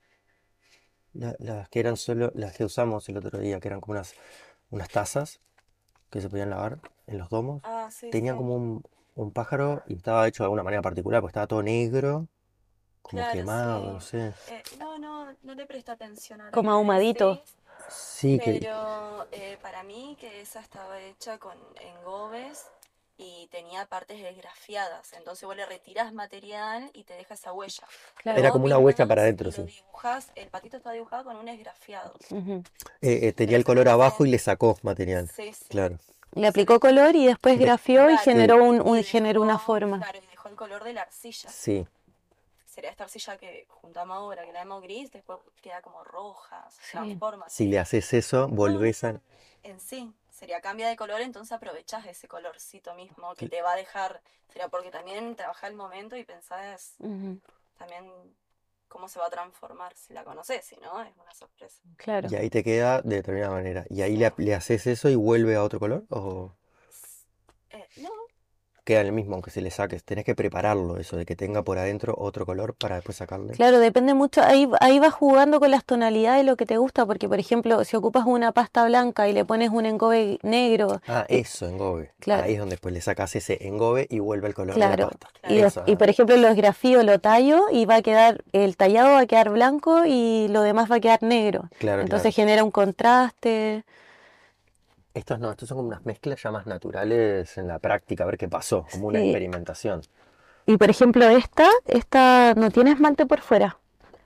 [SPEAKER 1] la- las que eran solo, las que usamos el otro día, que eran como unas, unas tazas que se podían lavar en los domos,
[SPEAKER 3] Ah, sí,
[SPEAKER 1] tenían
[SPEAKER 3] sí.
[SPEAKER 1] como un, un pájaro y estaba hecho de alguna manera particular, porque estaba todo negro, como
[SPEAKER 3] Claro,
[SPEAKER 1] quemado, no
[SPEAKER 3] sí.
[SPEAKER 1] sé.
[SPEAKER 3] Eh, no, no, no le presta atención ahora
[SPEAKER 2] Como
[SPEAKER 3] que me
[SPEAKER 2] ahumadito.
[SPEAKER 3] decís,
[SPEAKER 1] Sí, que.
[SPEAKER 3] pero eh, para mí que esa estaba hecha con engobes y tenía partes desgrafiadas. Entonces vos le retirás material y te deja esa huella. Pero
[SPEAKER 2] Claro.
[SPEAKER 1] Era
[SPEAKER 3] vos
[SPEAKER 1] como una huella para
[SPEAKER 3] pintás
[SPEAKER 1] adentro,
[SPEAKER 3] y lo
[SPEAKER 1] sí.
[SPEAKER 3] dibujás, el patito está dibujado con un esgrafiado.
[SPEAKER 2] Ujú.
[SPEAKER 1] Eh, eh, tenía
[SPEAKER 3] Pero
[SPEAKER 1] el
[SPEAKER 3] se
[SPEAKER 1] color abajo y
[SPEAKER 3] parece,
[SPEAKER 1] le sacó material.
[SPEAKER 3] sí, sí,
[SPEAKER 1] Claro.
[SPEAKER 2] Le
[SPEAKER 3] se
[SPEAKER 2] aplicó
[SPEAKER 3] ve
[SPEAKER 2] color y después
[SPEAKER 1] De-
[SPEAKER 2] grafió y
[SPEAKER 3] claro.
[SPEAKER 1] sí.
[SPEAKER 2] generó un,
[SPEAKER 3] Y
[SPEAKER 2] un- generó una
[SPEAKER 3] dejó,
[SPEAKER 2] forma.
[SPEAKER 3] claro, y dejó buen color de la arcilla.
[SPEAKER 1] Sí,
[SPEAKER 3] Sería esta arcilla que juntamos ahora, que la vemos gris, después queda como roja, se
[SPEAKER 2] Sí.
[SPEAKER 3] transforma.
[SPEAKER 1] si le haces eso, volvés a...
[SPEAKER 3] En sí, sería cambia de color, entonces aprovechás ese colorcito mismo que
[SPEAKER 1] Cl-
[SPEAKER 3] te va a dejar, sería porque también trabajás el momento y pensás
[SPEAKER 2] Ujú,
[SPEAKER 3] también cómo se va a transformar, si la conoces, si no, es una sorpresa.
[SPEAKER 2] claro.
[SPEAKER 1] Y ahí te queda de determinada manera. ¿Y ahí
[SPEAKER 3] Sí.
[SPEAKER 1] le, ap- le haces eso y vuelve a otro color? ¿O
[SPEAKER 3] Eh, no,
[SPEAKER 1] queda el mismo, aunque se le saques? Tenés que prepararlo, eso de que tenga por adentro otro color para después sacarle.
[SPEAKER 2] Claro, depende mucho, ahí, ahí vas jugando con las tonalidades de lo que te gusta, porque por ejemplo, si ocupas una pasta blanca y le pones un engobe negro,
[SPEAKER 1] Ah,
[SPEAKER 2] y-
[SPEAKER 1] eso, engobe.
[SPEAKER 2] claro,
[SPEAKER 1] Ahí es donde después le sacas ese engobe y vuelve el color de la
[SPEAKER 2] claro,
[SPEAKER 1] pasta.
[SPEAKER 2] y, des-
[SPEAKER 1] Eso,
[SPEAKER 2] y
[SPEAKER 1] ah,
[SPEAKER 2] por ejemplo los grafíos lo tallo y va a quedar, el tallado va a quedar blanco y lo demás va a quedar negro,
[SPEAKER 1] claro,
[SPEAKER 2] entonces
[SPEAKER 1] claro.
[SPEAKER 2] genera un contraste,
[SPEAKER 1] Estos no, estos son como unas mezclas ya más naturales en la práctica, a ver qué pasó, como una
[SPEAKER 2] sí.
[SPEAKER 1] experimentación.
[SPEAKER 2] Y por ejemplo esta, esta no tiene esmalte por fuera,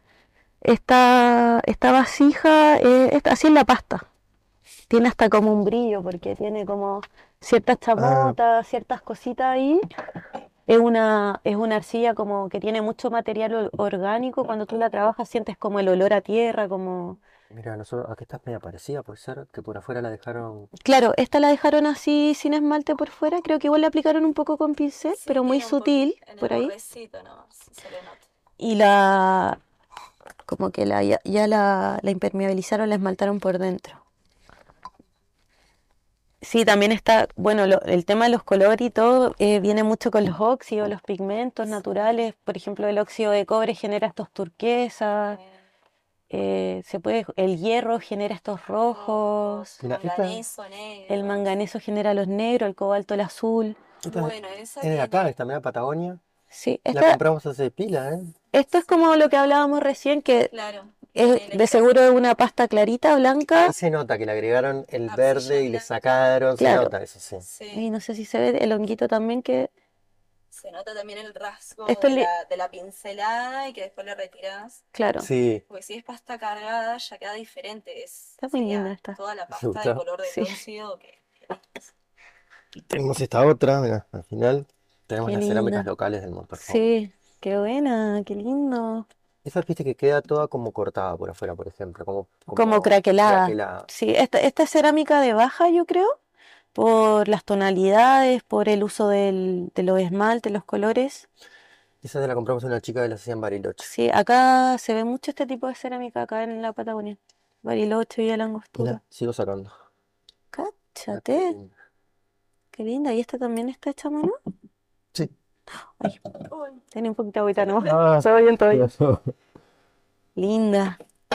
[SPEAKER 2] esta, esta vasija, eh, esta- así es la pasta. Tiene hasta como un brillo porque tiene como ciertas
[SPEAKER 1] Ah,
[SPEAKER 2] chamotas, ciertas cositas ahí. Es una, es una arcilla como que tiene mucho material or- orgánico. Cuando tú la trabajas sientes como el olor a tierra, como...
[SPEAKER 1] mira, nosotros, aquí está media parecida, puede ser que por afuera la dejaron.
[SPEAKER 2] Claro, esta la dejaron así sin esmalte por fuera. Creo que igual la aplicaron un poco con pincel,
[SPEAKER 3] sí
[SPEAKER 2] pero muy
[SPEAKER 3] tiene un poquito,
[SPEAKER 2] sutil
[SPEAKER 3] en el
[SPEAKER 2] por ahí.
[SPEAKER 3] bordecito nomás, se le nota.
[SPEAKER 2] Y la... como que la, ya, ya la, la impermeabilizaron, la esmaltaron por dentro. Sí, también está, bueno, lo- el tema de los colores y todo eh, viene mucho con los óxidos, los pigmentos naturales. Por ejemplo, el óxido de cobre genera estos turquesas,
[SPEAKER 3] Eh,
[SPEAKER 2] eh, se puede, el hierro genera estos rojos,
[SPEAKER 3] rojos,
[SPEAKER 1] Mira, esta,
[SPEAKER 3] manganeso,
[SPEAKER 2] el
[SPEAKER 3] negros.
[SPEAKER 2] manganeso genera los negros, el cobalto el azul.
[SPEAKER 1] esta es
[SPEAKER 3] Bueno, esa
[SPEAKER 1] es de acá,
[SPEAKER 3] tiene,
[SPEAKER 1] esta media Patagonia.
[SPEAKER 2] Sí,
[SPEAKER 1] La
[SPEAKER 2] esta,
[SPEAKER 1] compramos hace pila, ¿eh?
[SPEAKER 2] esto es como
[SPEAKER 3] sí,
[SPEAKER 2] lo que hablábamos recién, que
[SPEAKER 3] claro,
[SPEAKER 2] es
[SPEAKER 3] tiene el
[SPEAKER 2] de
[SPEAKER 3] extra-
[SPEAKER 2] seguro es una pasta clarita,
[SPEAKER 1] Ahí
[SPEAKER 2] blanca,
[SPEAKER 1] se nota que le agregaron el
[SPEAKER 3] arcilla
[SPEAKER 1] verde y le
[SPEAKER 3] blanca.
[SPEAKER 1] sacaron, se
[SPEAKER 2] claro.
[SPEAKER 1] nota eso, sí.
[SPEAKER 2] Y
[SPEAKER 3] Sí,
[SPEAKER 2] no sé si se ve el honguito también que
[SPEAKER 3] se nota también el rasgo
[SPEAKER 2] esto
[SPEAKER 3] de
[SPEAKER 2] le,
[SPEAKER 3] la, de la pincelada y que después le retirás.
[SPEAKER 2] claro,
[SPEAKER 1] Sí,
[SPEAKER 3] Porque si es pasta cargada ya queda diferente. Es,
[SPEAKER 2] está muy linda
[SPEAKER 3] sería
[SPEAKER 2] esta.
[SPEAKER 3] toda la
[SPEAKER 1] ¿te
[SPEAKER 3] pasta de
[SPEAKER 1] gusta?
[SPEAKER 3] color del
[SPEAKER 2] Sí,
[SPEAKER 3] óxido que, que listo.
[SPEAKER 1] Tenemos esta otra, mira, al final tenemos
[SPEAKER 2] qué
[SPEAKER 1] las cerámicas
[SPEAKER 2] linda.
[SPEAKER 1] locales del motorhome.
[SPEAKER 2] Sí, qué buena, qué lindo.
[SPEAKER 1] Esa viste que queda toda como cortada por afuera, por ejemplo, como,
[SPEAKER 2] Como
[SPEAKER 1] como
[SPEAKER 2] craquelada.
[SPEAKER 1] craquelada.
[SPEAKER 2] Sí, esta, esta es cerámica de baja, yo creo, por las tonalidades, por el uso del, de los esmaltes, los colores.
[SPEAKER 1] Esa de la compramos a una chica que la hacía en Bariloche.
[SPEAKER 2] Sí, acá se ve mucho este tipo de cerámica acá en la Patagonia. Bariloche, Villa Langostura.
[SPEAKER 1] Mira, sigo sacando. Ah, qué
[SPEAKER 2] Cáchate,
[SPEAKER 1] linda.
[SPEAKER 2] qué linda. ¿Y esta también está hecha a mano?
[SPEAKER 1] Sí.
[SPEAKER 2] Ay,
[SPEAKER 3] Uy,
[SPEAKER 2] tiene un poquito de agüita nomás.
[SPEAKER 1] Ah,
[SPEAKER 2] Todo bien, todo
[SPEAKER 1] ¿qué
[SPEAKER 2] bien.
[SPEAKER 1] pasó?
[SPEAKER 2] Linda.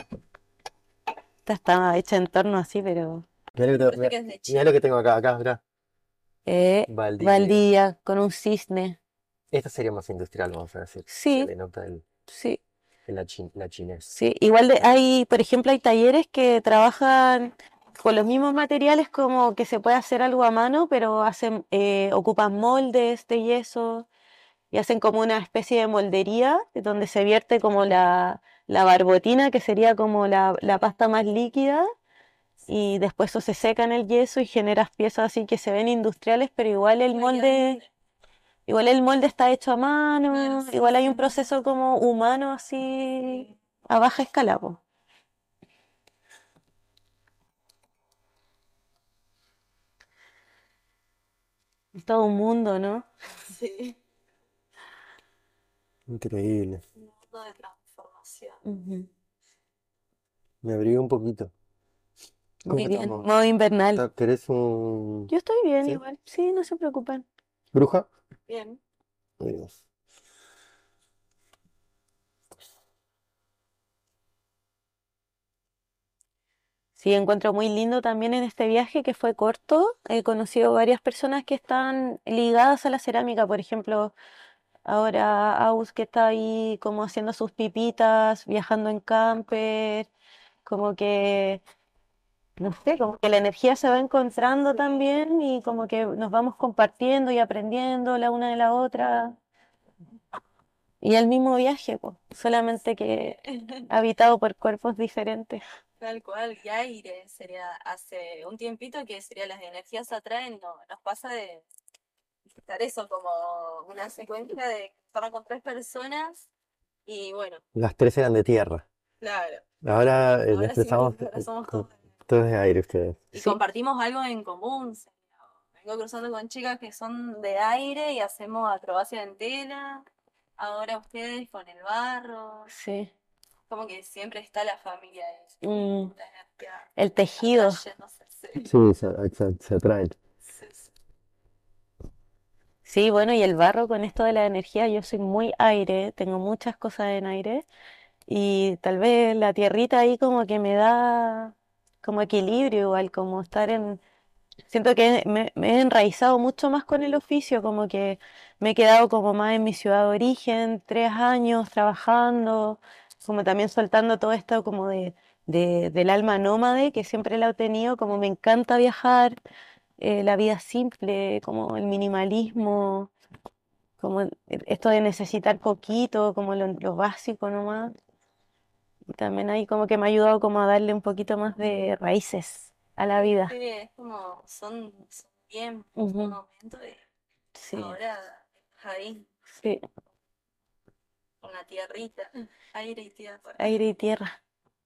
[SPEAKER 2] Esta está hecha en torno así, pero...
[SPEAKER 1] Mirá lo que tengo,
[SPEAKER 3] parece
[SPEAKER 1] mirá-
[SPEAKER 3] que es de
[SPEAKER 1] mirá
[SPEAKER 3] Chile.
[SPEAKER 1] lo que tengo acá, acá, mirá.
[SPEAKER 2] Eh,
[SPEAKER 1] Valdivia.
[SPEAKER 2] Valdivia, con un cisne.
[SPEAKER 1] Esta sería más industrial, vamos a decir. Se
[SPEAKER 2] Sí,
[SPEAKER 1] le nota el,
[SPEAKER 2] sí.
[SPEAKER 1] el la, chin- la chinés.
[SPEAKER 2] Sí, igual de- hay, por ejemplo, hay talleres que trabajan con los mismos materiales como que se puede hacer algo a mano, pero hacen, eh, ocupan moldes de yeso y hacen como una especie de moldería de donde se vierte como la, la barbotina, que sería como la, la pasta más líquida, y después eso se seca en el yeso y generas piezas así que se ven industriales, pero igual el molde, igual el molde está hecho a mano,
[SPEAKER 3] Claro, sí,
[SPEAKER 2] igual hay
[SPEAKER 3] se
[SPEAKER 2] un
[SPEAKER 3] nota.
[SPEAKER 2] proceso como humano así a baja escala, po. Todo un mundo, ¿no?
[SPEAKER 3] Sí,
[SPEAKER 1] Increíble.
[SPEAKER 3] un mundo de transformación.
[SPEAKER 2] Ujú.
[SPEAKER 1] Me abrigo un poquito. ¿Cómo
[SPEAKER 2] Muy bien,
[SPEAKER 1] estamos?
[SPEAKER 2] modo invernal.
[SPEAKER 1] ¿Ta- ¿Querés un...
[SPEAKER 2] Yo estoy bien
[SPEAKER 1] ¿Sí?
[SPEAKER 2] igual, sí, no se preocupen.
[SPEAKER 1] ¿Bruja?
[SPEAKER 3] Bien.
[SPEAKER 1] Muy bien.
[SPEAKER 2] Sí, encuentro muy lindo también en este viaje que fue corto. He conocido varias personas que están ligadas a la cerámica, por ejemplo, ahora Aus que está ahí como haciendo sus pipitas, viajando en camper, como que, no sé, como que la energía se va encontrando también y como que nos vamos compartiendo y aprendiendo la una de la otra. Y el mismo viaje, pues, solamente que habitado por cuerpos diferentes.
[SPEAKER 3] Tal cual, y aire sería hace un tiempito que sería las energías atraen, no, nos pasa de que estar eso como una secuencia de estar con tres personas y bueno,
[SPEAKER 1] Las tres eran de tierra.
[SPEAKER 3] claro,
[SPEAKER 1] Ahora eh, les
[SPEAKER 3] ahora sí,
[SPEAKER 1] pensamos
[SPEAKER 3] ahora
[SPEAKER 1] eh,
[SPEAKER 3] somos
[SPEAKER 1] to-
[SPEAKER 3] todos.
[SPEAKER 1] todos de aire ustedes.
[SPEAKER 3] Y
[SPEAKER 2] Sí.
[SPEAKER 3] compartimos algo en común. Se- Vengo cruzando con chicas que son de aire y hacemos acrobacia en tela. Ahora ustedes con el barro.
[SPEAKER 2] Sí.
[SPEAKER 3] Como que siempre está la familia de
[SPEAKER 2] Mm,
[SPEAKER 3] la energía
[SPEAKER 2] el tejido.
[SPEAKER 3] atrayéndose. Sí,
[SPEAKER 1] Sí, se, se- se atraen.
[SPEAKER 3] sí, sí.
[SPEAKER 2] Sí, bueno, y el barro con esto de la energía, yo soy muy aire, tengo muchas cosas en aire y tal vez la tierrita ahí como que me da como equilibrio igual, como estar en... Siento que me, me he enraizado mucho más con el oficio, como que me he quedado como más en mi ciudad de origen, tres años trabajando, como también soltando todo esto como de, de- del alma nómade, que siempre la he tenido, como me encanta viajar, eh, la vida simple, como el minimalismo, como el- esto de necesitar poquito, como lo, lo básico nomás. Y también ahí como que me ha ayudado como a darle un poquito más de raíces a la vida.
[SPEAKER 3] Sí, es como, son, son tiempos, un
[SPEAKER 2] Ujú.
[SPEAKER 3] momento y
[SPEAKER 2] Sí,
[SPEAKER 3] ahora ahí,
[SPEAKER 2] sí,
[SPEAKER 3] con la tierrita, aire y tierra.
[SPEAKER 2] aire y tierra.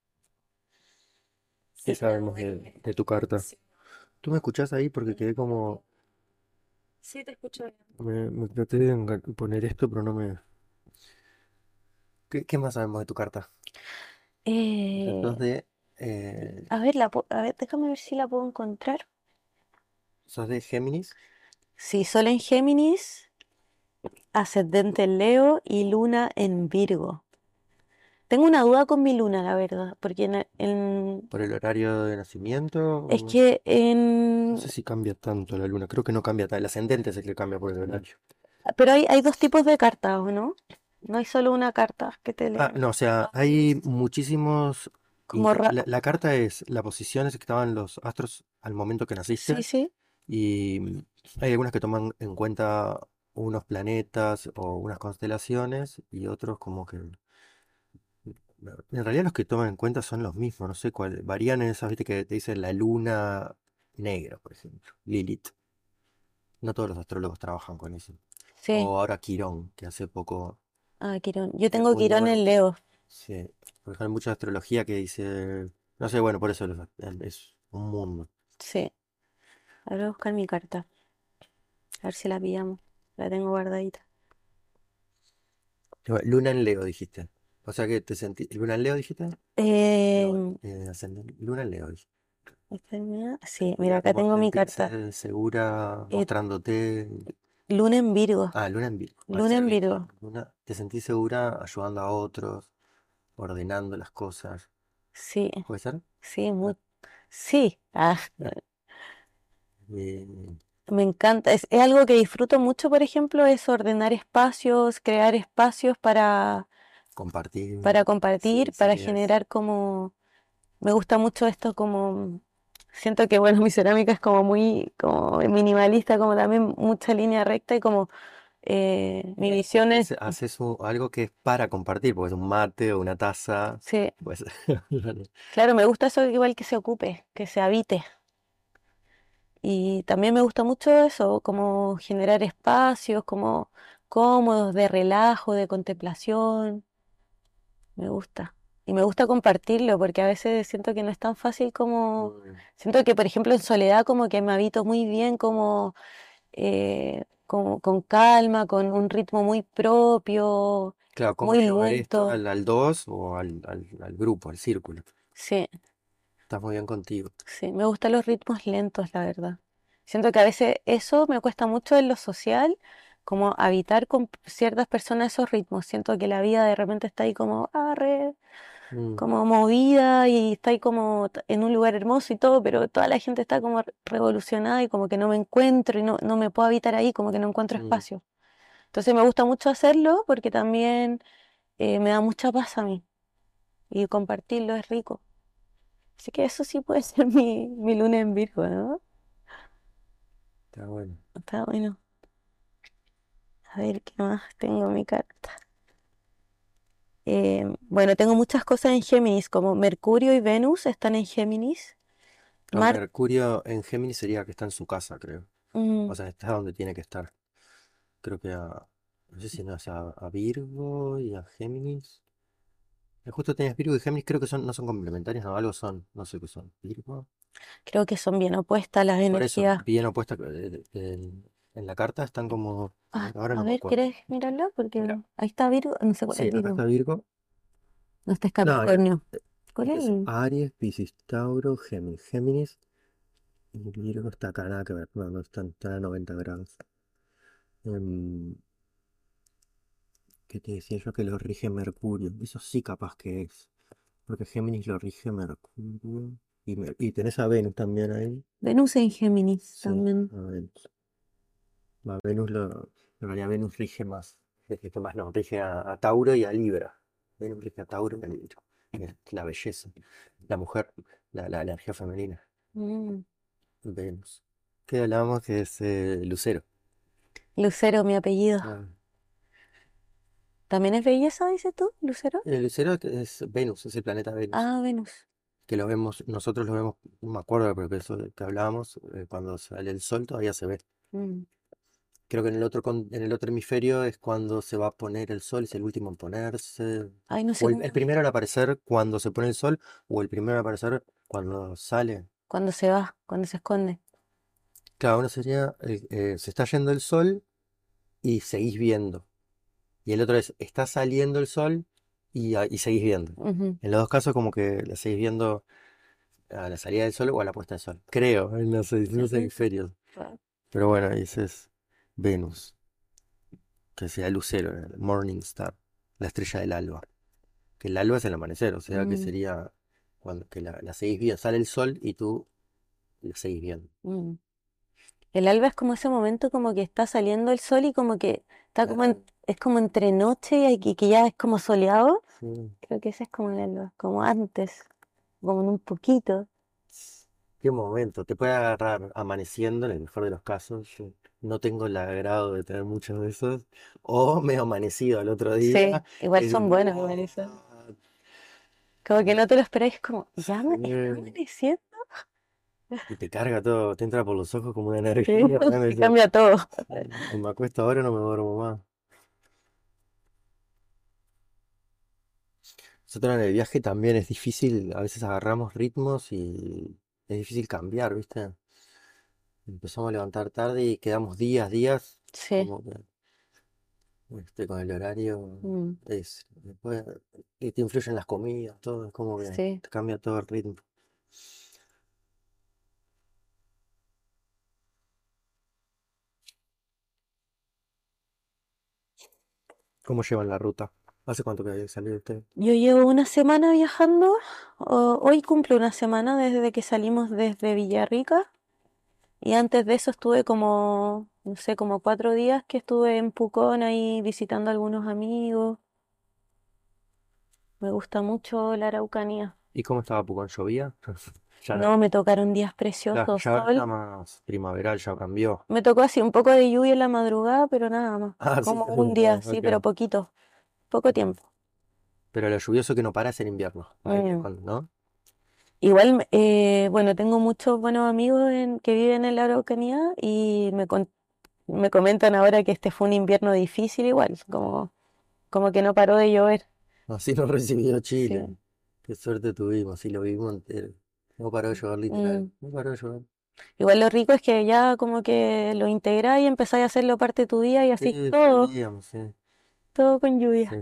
[SPEAKER 1] ¿Qué
[SPEAKER 3] Sí, la
[SPEAKER 1] sabemos
[SPEAKER 3] verdad
[SPEAKER 1] de,
[SPEAKER 3] que
[SPEAKER 1] de tu carta?
[SPEAKER 3] sí.
[SPEAKER 1] ¿Tú me escuchás ahí? Porque quedé como...
[SPEAKER 3] Sí, te escucho bien.
[SPEAKER 1] Me, me traté de enga- poner esto, pero no me... ¿Qué, qué más sabemos de tu carta? O sea,
[SPEAKER 2] Eh,
[SPEAKER 1] sos de... eh,
[SPEAKER 2] a ver, la, pu- a ver, déjame ver si la puedo encontrar.
[SPEAKER 1] sos de Géminis.
[SPEAKER 2] Sí, Sol en Géminis, ascendente en Leo y Luna en Virgo. Tengo una duda con mi luna, la verdad, porque en, en-
[SPEAKER 1] ¿Por el horario de nacimiento?
[SPEAKER 2] es
[SPEAKER 1] o-
[SPEAKER 2] que
[SPEAKER 1] No
[SPEAKER 2] en...
[SPEAKER 1] sé si cambia tanto la luna. Creo que no cambia tanto. El ascendente es el que cambia por el horario.
[SPEAKER 2] Pero hay, hay dos tipos de cartas, ¿o no? No hay solo una carta que te
[SPEAKER 1] Ah,
[SPEAKER 2] lea.
[SPEAKER 1] no, o sea, hay muchísimos...
[SPEAKER 2] Como
[SPEAKER 1] inte-
[SPEAKER 2] ra-
[SPEAKER 1] La, la carta es la posición es que estaban los astros al momento que
[SPEAKER 2] Sí,
[SPEAKER 1] naciste.
[SPEAKER 2] sí.
[SPEAKER 1] Y mm, hay algunas que toman en cuenta unos planetas o unas constelaciones y otros como que... En realidad los que toman en cuenta son los mismos, no sé cuál. Varían en esas, viste, que te dicen la luna negra, por ejemplo. Lilith. No todos los astrólogos trabajan con eso.
[SPEAKER 2] Sí.
[SPEAKER 1] O ahora Quirón, que hace poco...
[SPEAKER 2] Ah, Quirón. Yo
[SPEAKER 1] eh,
[SPEAKER 2] tengo
[SPEAKER 1] uy,
[SPEAKER 2] Quirón
[SPEAKER 1] bueno,
[SPEAKER 2] en Leo.
[SPEAKER 1] sí. Por ejemplo, hay mucha astrología que dice... No sé, bueno, por eso los- es un mundo.
[SPEAKER 2] Sí. Ahora voy a buscar mi carta. A ver si la pillamos. La tengo guardadita.
[SPEAKER 1] Igual, Luna en Leo, dijiste. O sea que te sentí... ¿Luna en Leo, dijiste?
[SPEAKER 2] Eh,
[SPEAKER 1] Eh, ascendente- Luna en Leo, dije.
[SPEAKER 2] ¿esta es mía? Sí, mira,
[SPEAKER 1] Sería
[SPEAKER 2] acá
[SPEAKER 1] como
[SPEAKER 2] tengo mi carta.
[SPEAKER 1] sentirse segura,
[SPEAKER 2] Eh,
[SPEAKER 1] mostrándote.
[SPEAKER 2] Luna en Virgo.
[SPEAKER 1] Ah, Luna en Virgo. Puede
[SPEAKER 2] Luna
[SPEAKER 1] ser,
[SPEAKER 2] en
[SPEAKER 1] ¿viste?
[SPEAKER 2] Virgo.
[SPEAKER 1] Luna, te sentís segura ayudando a otros, ordenando las cosas.
[SPEAKER 2] Sí,
[SPEAKER 1] ¿Puede ser?
[SPEAKER 2] sí,
[SPEAKER 1] Ah,
[SPEAKER 2] muy. Sí. Ah,
[SPEAKER 1] eh,
[SPEAKER 2] me encanta. Es, es algo que disfruto mucho, por ejemplo, es ordenar espacios, crear espacios para,
[SPEAKER 1] compartir.
[SPEAKER 2] para compartir,
[SPEAKER 1] Sí,
[SPEAKER 2] para
[SPEAKER 1] serías.
[SPEAKER 2] generar como. Me gusta mucho esto como. Siento que, bueno, mi cerámica es como muy como minimalista, como también mucha línea recta y como eh, mi visión es,
[SPEAKER 1] Haces, haces un- algo que es para compartir, porque es un mate o una taza.
[SPEAKER 2] sí,
[SPEAKER 1] Pues,
[SPEAKER 2] claro, me gusta eso igual que se ocupe, que se habite. Y también me gusta mucho eso, como generar espacios como cómodos, de relajo, de contemplación. Me gusta. Y me gusta compartirlo porque a veces siento que no es tan fácil como...
[SPEAKER 1] Mm,
[SPEAKER 2] Siento que, por ejemplo, en soledad como que me habito muy bien, como, eh, como con calma, con un ritmo muy propio,
[SPEAKER 1] claro, ¿cómo
[SPEAKER 2] muy
[SPEAKER 1] llevar esto
[SPEAKER 2] lento.
[SPEAKER 1] al, al dos o al, al, al grupo, al círculo?
[SPEAKER 2] Sí,
[SPEAKER 1] Estás muy bien contigo.
[SPEAKER 2] sí, me gustan los ritmos lentos, la verdad. Siento que a veces eso me cuesta mucho en lo social, como habitar con ciertas personas esos ritmos. Siento que la vida de repente está ahí como, arre,
[SPEAKER 1] Mm,
[SPEAKER 2] como movida y está ahí como t- en un lugar hermoso y todo, pero toda la gente está como re- revolucionada y como que no me encuentro y no, no me puedo habitar ahí, como que no encuentro
[SPEAKER 1] mm.
[SPEAKER 2] espacio. Entonces me gusta mucho hacerlo porque también eh, me da mucha paz a mí y compartirlo es rico. Así que eso sí puede ser mi, mi luna en Virgo, ¿no?
[SPEAKER 1] Está bueno.
[SPEAKER 2] Está bueno. A ver qué más tengo en mi carta. Eh, bueno, tengo muchas cosas en Géminis, como Mercurio y Venus están en Géminis.
[SPEAKER 1] A
[SPEAKER 2] Marte,
[SPEAKER 1] Mercurio en Géminis sería que está en su casa, creo. O sea, está donde tiene que estar. creo que a, no sé si no es a, a Virgo y a Géminis. Eh, Justo tenías Virgo y Géminis, creo que son, no son complementarios, no, algo son, no sé qué son. Virgo.
[SPEAKER 2] Creo que son bien opuestas las
[SPEAKER 1] Por eso,
[SPEAKER 2] energías.
[SPEAKER 1] bien opuestas eh, en, en la carta están como,
[SPEAKER 2] Ah,
[SPEAKER 1] ahora
[SPEAKER 2] a
[SPEAKER 1] no me
[SPEAKER 2] ver,
[SPEAKER 1] acuerdo.
[SPEAKER 2] ¿quieres mirarlo? Porque
[SPEAKER 1] Mira,
[SPEAKER 2] ahí está Virgo, no sé cuál
[SPEAKER 1] sí,
[SPEAKER 2] es
[SPEAKER 1] acá
[SPEAKER 2] Virgo.
[SPEAKER 1] está Virgo.
[SPEAKER 2] No, este es
[SPEAKER 1] No, eh,
[SPEAKER 2] Capricornio. ¿Cuál es
[SPEAKER 1] este es
[SPEAKER 2] el?
[SPEAKER 1] Aries, Piscis, Tauro, Géminis. Géminis y Virgo está acá, nada que ver, no, no están, están a noventa grados. Em, ¿Qué te decía yo? Que lo rige Mercurio. Eso sí capaz que es. Porque Géminis lo rige Mercurio. Y, Mer- y tenés a Venus también ahí.
[SPEAKER 2] Venus en Géminis
[SPEAKER 1] Sí,
[SPEAKER 2] también.
[SPEAKER 1] a Venus. Va, Venus lo, en realidad Venus rige más. Rige más, no, rige a, a Tauro y a Libra. Venus rige a Tauro y a Libra. Es la belleza, la mujer, la, la energía femenina.
[SPEAKER 2] Mm.
[SPEAKER 1] Venus. ¿Qué hablábamos? Que es eh, Lucero.
[SPEAKER 2] Lucero, mi apellido.
[SPEAKER 1] Ah,
[SPEAKER 2] ¿También es belleza, dices tú, Lucero?
[SPEAKER 1] el Lucero es Venus, es el planeta Venus.
[SPEAKER 2] Ah, Venus.
[SPEAKER 1] Que lo vemos, nosotros lo vemos, no me acuerdo, pero eso de que hablábamos, eh, cuando sale el sol todavía se ve.
[SPEAKER 2] Mm.
[SPEAKER 1] Creo que en el otro, con- en el otro hemisferio es cuando se va a poner el sol, es el último en ponerse.
[SPEAKER 2] Ay, no sé
[SPEAKER 1] O el, el
[SPEAKER 2] cómo.
[SPEAKER 1] primero en aparecer cuando se pone el sol, o el primero en aparecer cuando sale.
[SPEAKER 2] Cuando se va, cuando se esconde.
[SPEAKER 1] Cada uno sería, el- eh, se está yendo el sol y seguís viendo. Y el otro es, está saliendo el sol y, a- y seguís viendo.
[SPEAKER 2] Ujú.
[SPEAKER 1] En los dos casos como que la seguís viendo a la salida del sol o a la puesta del sol. Creo, en los distintos
[SPEAKER 2] Ujú.
[SPEAKER 1] hemisferios.
[SPEAKER 2] Ah.
[SPEAKER 1] Pero bueno, ese es Venus, que sería Lucero, el Morning Star, la estrella del alba. Que el alba es el amanecer, o sea que
[SPEAKER 2] Mm,
[SPEAKER 1] sería cuando que la, la seguís viendo, sale el sol y tú la seguís viendo.
[SPEAKER 2] mm. El alba es como ese momento como que está saliendo el sol y como que está como en- es como entre noche y que, que ya es como soleado.
[SPEAKER 1] Sí.
[SPEAKER 2] Creo que ese es como el alba, como antes, como en un poquito.
[SPEAKER 1] Qué momento, te puede agarrar amaneciendo, en el mejor de los casos. Yo no tengo el agrado de tener muchos de esos. O me he amanecido al otro
[SPEAKER 2] Sí,
[SPEAKER 1] día.
[SPEAKER 2] igual
[SPEAKER 1] Y
[SPEAKER 2] son
[SPEAKER 1] digo,
[SPEAKER 2] buenos igual eso.
[SPEAKER 1] "What?".
[SPEAKER 2] Como que no te lo esperáis, como, ¿ya me está
[SPEAKER 1] Sí.
[SPEAKER 2] amaneciendo?
[SPEAKER 1] Y te carga todo, te entra por los ojos como una energía.
[SPEAKER 2] Sí,
[SPEAKER 1] ¿No?
[SPEAKER 2] te
[SPEAKER 1] Dice,
[SPEAKER 2] cambia todo.
[SPEAKER 1] o me acuesto ahora o no me duermo más. Nosotros en el viaje también es difícil, a veces agarramos ritmos y es difícil cambiar, ¿viste? Empezamos a levantar tarde y quedamos días, días,
[SPEAKER 2] Sí.
[SPEAKER 1] como que este, con el horario
[SPEAKER 2] Mm,
[SPEAKER 1] es, después, y te influyen las comidas, todo, es como que
[SPEAKER 2] sí.
[SPEAKER 1] te cambia todo el ritmo. ¿Cómo llevan la ruta? ¿Hace cuánto que salió usted?
[SPEAKER 2] Yo llevo una semana viajando. O- hoy cumplo una semana desde que salimos desde Villarrica. Y antes de eso estuve como, no sé, como cuatro días que estuve en Pucón ahí visitando a algunos amigos. Me gusta mucho la Araucanía.
[SPEAKER 1] ¿Y cómo estaba Pucón? ¿Llovía? Ya no.
[SPEAKER 2] No, me tocaron días
[SPEAKER 1] Claro,
[SPEAKER 2] preciosos,
[SPEAKER 1] ya ahora está
[SPEAKER 2] sol.
[SPEAKER 1] más primaveral, ya cambió.
[SPEAKER 2] Me tocó así un poco de lluvia en la madrugada, pero nada más.
[SPEAKER 1] Ah, sí,
[SPEAKER 2] Como un
[SPEAKER 1] ah,
[SPEAKER 2] día, sí, pero
[SPEAKER 1] ok.
[SPEAKER 2] poquito, poco tiempo.
[SPEAKER 1] Pero lo lluvioso que no para es el invierno. Ahí es
[SPEAKER 2] Mm.
[SPEAKER 1] cuando, ¿no?
[SPEAKER 2] Igual, me- eh, bueno, tengo muchos buenos amigos en- que viven en la Araucanía y me, con- me comentan ahora que este fue un invierno difícil igual, como, como que no paró de llover.
[SPEAKER 1] Así nos recibió
[SPEAKER 2] Sí.
[SPEAKER 1] Chile. Qué suerte tuvimos, así lo vivimos entero. No paró de llover literal.
[SPEAKER 2] Mm.
[SPEAKER 1] No paró de llover.
[SPEAKER 2] Igual lo rico es que ya como que lo integráis y empezáis a hacerlo parte de tu día y así
[SPEAKER 1] Sí,
[SPEAKER 2] todo,
[SPEAKER 1] salíamos, sí.
[SPEAKER 2] todo con lluvia.
[SPEAKER 1] Sí.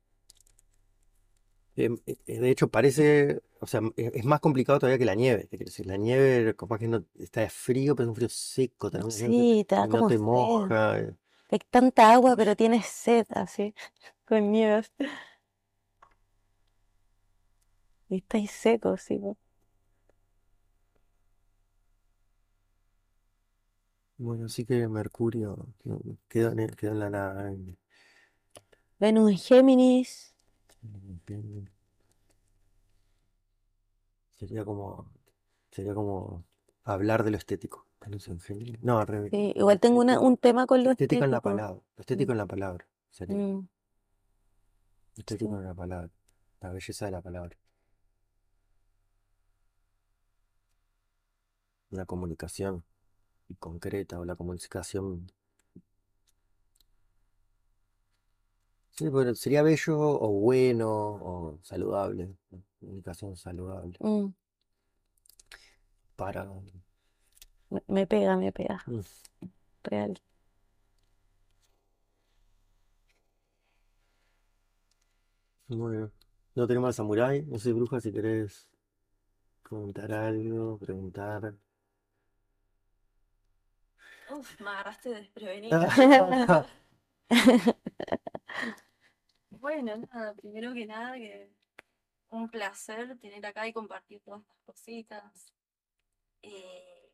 [SPEAKER 1] Em, eh, eh, de hecho, parece, o sea, m- es es más complicado todavía que la nieve. Te quiero decir, la nieve capaz que no está de frío, pero es un frío seco, también,
[SPEAKER 2] Sí, te da
[SPEAKER 1] y no
[SPEAKER 2] como
[SPEAKER 1] te
[SPEAKER 2] sed.
[SPEAKER 1] moja. eh.
[SPEAKER 2] Hay tanta agua, pero tienes sed así, con nieves. Y estáis secos, sí. Po.
[SPEAKER 1] Bueno, sí que Mercurio quedó, quedó en, el- quedó en la nada. en-
[SPEAKER 2] Venus en Géminis.
[SPEAKER 1] en- Sería como, sería como hablar de lo estético. Venus en Géminis. No, al revés.
[SPEAKER 2] Sí,
[SPEAKER 1] Lo
[SPEAKER 2] igual tengo una-
[SPEAKER 1] estético,
[SPEAKER 2] un tema con lo
[SPEAKER 1] estético en la
[SPEAKER 2] estético.
[SPEAKER 1] palabra. Lo
[SPEAKER 2] Mm,
[SPEAKER 1] estético en la palabra. Sería.
[SPEAKER 2] mm,
[SPEAKER 1] Estético
[SPEAKER 2] sí.
[SPEAKER 1] en la palabra. La belleza de la palabra. La comunicación concreta o la comunicación Sí, bueno, sería bello o bueno o saludable. En mi caso, saludable.
[SPEAKER 2] Mm,
[SPEAKER 1] Para.
[SPEAKER 2] me, me pega, me pega,
[SPEAKER 1] Mm,
[SPEAKER 2] real.
[SPEAKER 1] muy bien. No tenemos al samurái, no soy bruja si querés comentar algo, preguntar.
[SPEAKER 3] Uf, me agarraste desprevenida. Bueno, nada, primero que nada, que un placer tener acá y compartir todas estas cositas. Eh,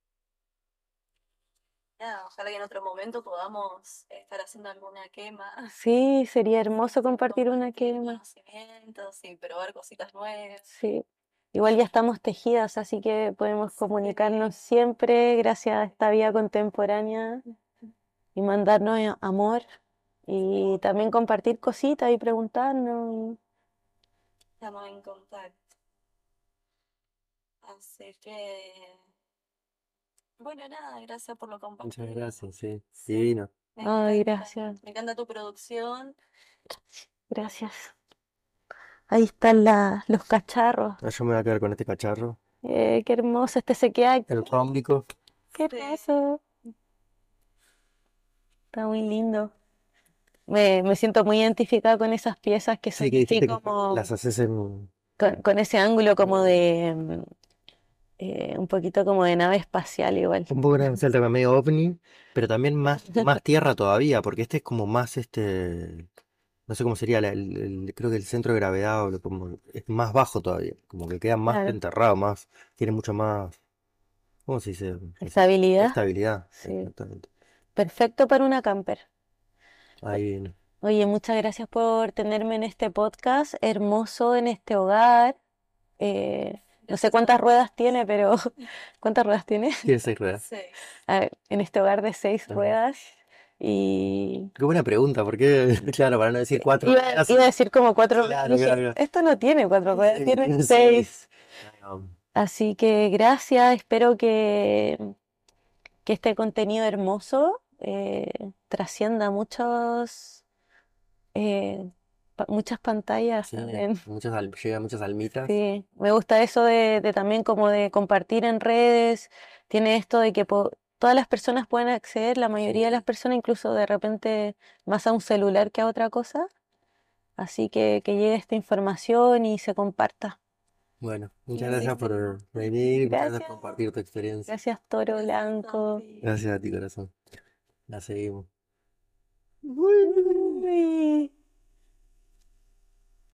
[SPEAKER 3] Nada, ojalá que en otro momento podamos estar haciendo alguna quema,
[SPEAKER 2] Sí, sería hermoso compartir una
[SPEAKER 3] compartir
[SPEAKER 2] quema.
[SPEAKER 3] conocimientos y probar cositas nuevas.
[SPEAKER 2] Sí. Igual ya estamos tejidas, así que podemos comunicarnos siempre gracias a esta vida contemporánea y mandarnos a- amor y también compartir cositas y preguntarnos.
[SPEAKER 3] Estamos en contacto. Así que, bueno, nada, gracias por lo
[SPEAKER 1] Muchas
[SPEAKER 3] compartido.
[SPEAKER 1] gracias, sí.
[SPEAKER 3] Sí,
[SPEAKER 1] Divino.
[SPEAKER 3] me
[SPEAKER 2] Ay,
[SPEAKER 3] encanta,
[SPEAKER 2] gracias,
[SPEAKER 3] me encanta tu producción.
[SPEAKER 2] gracias. Ahí están la- los cacharros.
[SPEAKER 1] Ah, yo me voy a quedar con este cacharro.
[SPEAKER 2] Eh, qué hermoso, este se queda aquí.
[SPEAKER 1] El rómbico.
[SPEAKER 2] Qué
[SPEAKER 3] Sí.
[SPEAKER 2] hermoso. Está muy lindo. Me, me siento muy identificada con esas piezas que son
[SPEAKER 1] Sí, que
[SPEAKER 2] así
[SPEAKER 1] dijiste que
[SPEAKER 2] como
[SPEAKER 1] las haces en.
[SPEAKER 2] con, con ese ángulo como de mm, eh, un poquito como de nave espacial igual.
[SPEAKER 1] Un poco de Celta medio ovni, pero también más, más tierra todavía, porque este es como más este. No sé cómo sería, la- el, el- creo que el centro de gravedad o lo- como, es más bajo todavía, como que queda más
[SPEAKER 2] Claro.
[SPEAKER 1] enterrado, más, tiene mucho más, ¿cómo se dice? Resi-
[SPEAKER 2] Estabilidad.
[SPEAKER 1] Estabilidad,
[SPEAKER 2] Sí.
[SPEAKER 1] exactamente.
[SPEAKER 2] Perfecto para una camper. O-
[SPEAKER 1] Ahí viene.
[SPEAKER 2] Oye, muchas gracias por tenerme en este podcast, hermoso en este hogar. Eh, no sé
[SPEAKER 3] Gracias a
[SPEAKER 2] cuántas
[SPEAKER 3] vos.
[SPEAKER 2] ruedas tiene, pero ¿cuántas ruedas tiene?
[SPEAKER 1] Tiene seis ruedas.
[SPEAKER 3] Seis.
[SPEAKER 2] A ver, en este hogar de seis
[SPEAKER 1] Ajá.
[SPEAKER 2] ruedas. Y
[SPEAKER 1] Qué buena pregunta, porque, claro, para no decir cuatro
[SPEAKER 2] iba,
[SPEAKER 1] ruedas.
[SPEAKER 2] iba a decir como cuatro ruedas.
[SPEAKER 1] Claro,
[SPEAKER 2] Dije,
[SPEAKER 1] claro, claro.
[SPEAKER 2] esto no tiene cuatro ruedas,
[SPEAKER 1] Sí,
[SPEAKER 2] tiene
[SPEAKER 1] tiene
[SPEAKER 2] seis.
[SPEAKER 1] seis. Ahí vamos.
[SPEAKER 2] Así que gracias, espero que, que este contenido hermoso eh, trascienda muchos, eh, pa- muchas pantallas
[SPEAKER 1] Sí,
[SPEAKER 2] también.
[SPEAKER 1] muchas al- llega a muchas almitas.
[SPEAKER 2] Sí, me gusta eso de, de también como de compartir en redes, tiene esto de que po- todas las personas pueden acceder, la mayoría de las personas incluso de repente más a un celular que a otra cosa, así que que llegue esta información y se comparta.
[SPEAKER 1] Bueno, muchas gracias
[SPEAKER 3] Buenísimo.
[SPEAKER 1] por venir, muchas gracias
[SPEAKER 2] Gracias,
[SPEAKER 1] por compartir tu experiencia.
[SPEAKER 2] gracias Toro
[SPEAKER 3] Gracias,
[SPEAKER 2] Blanco.
[SPEAKER 3] Sofi.
[SPEAKER 1] Gracias a ti, corazón. La seguimos.
[SPEAKER 2] Uy.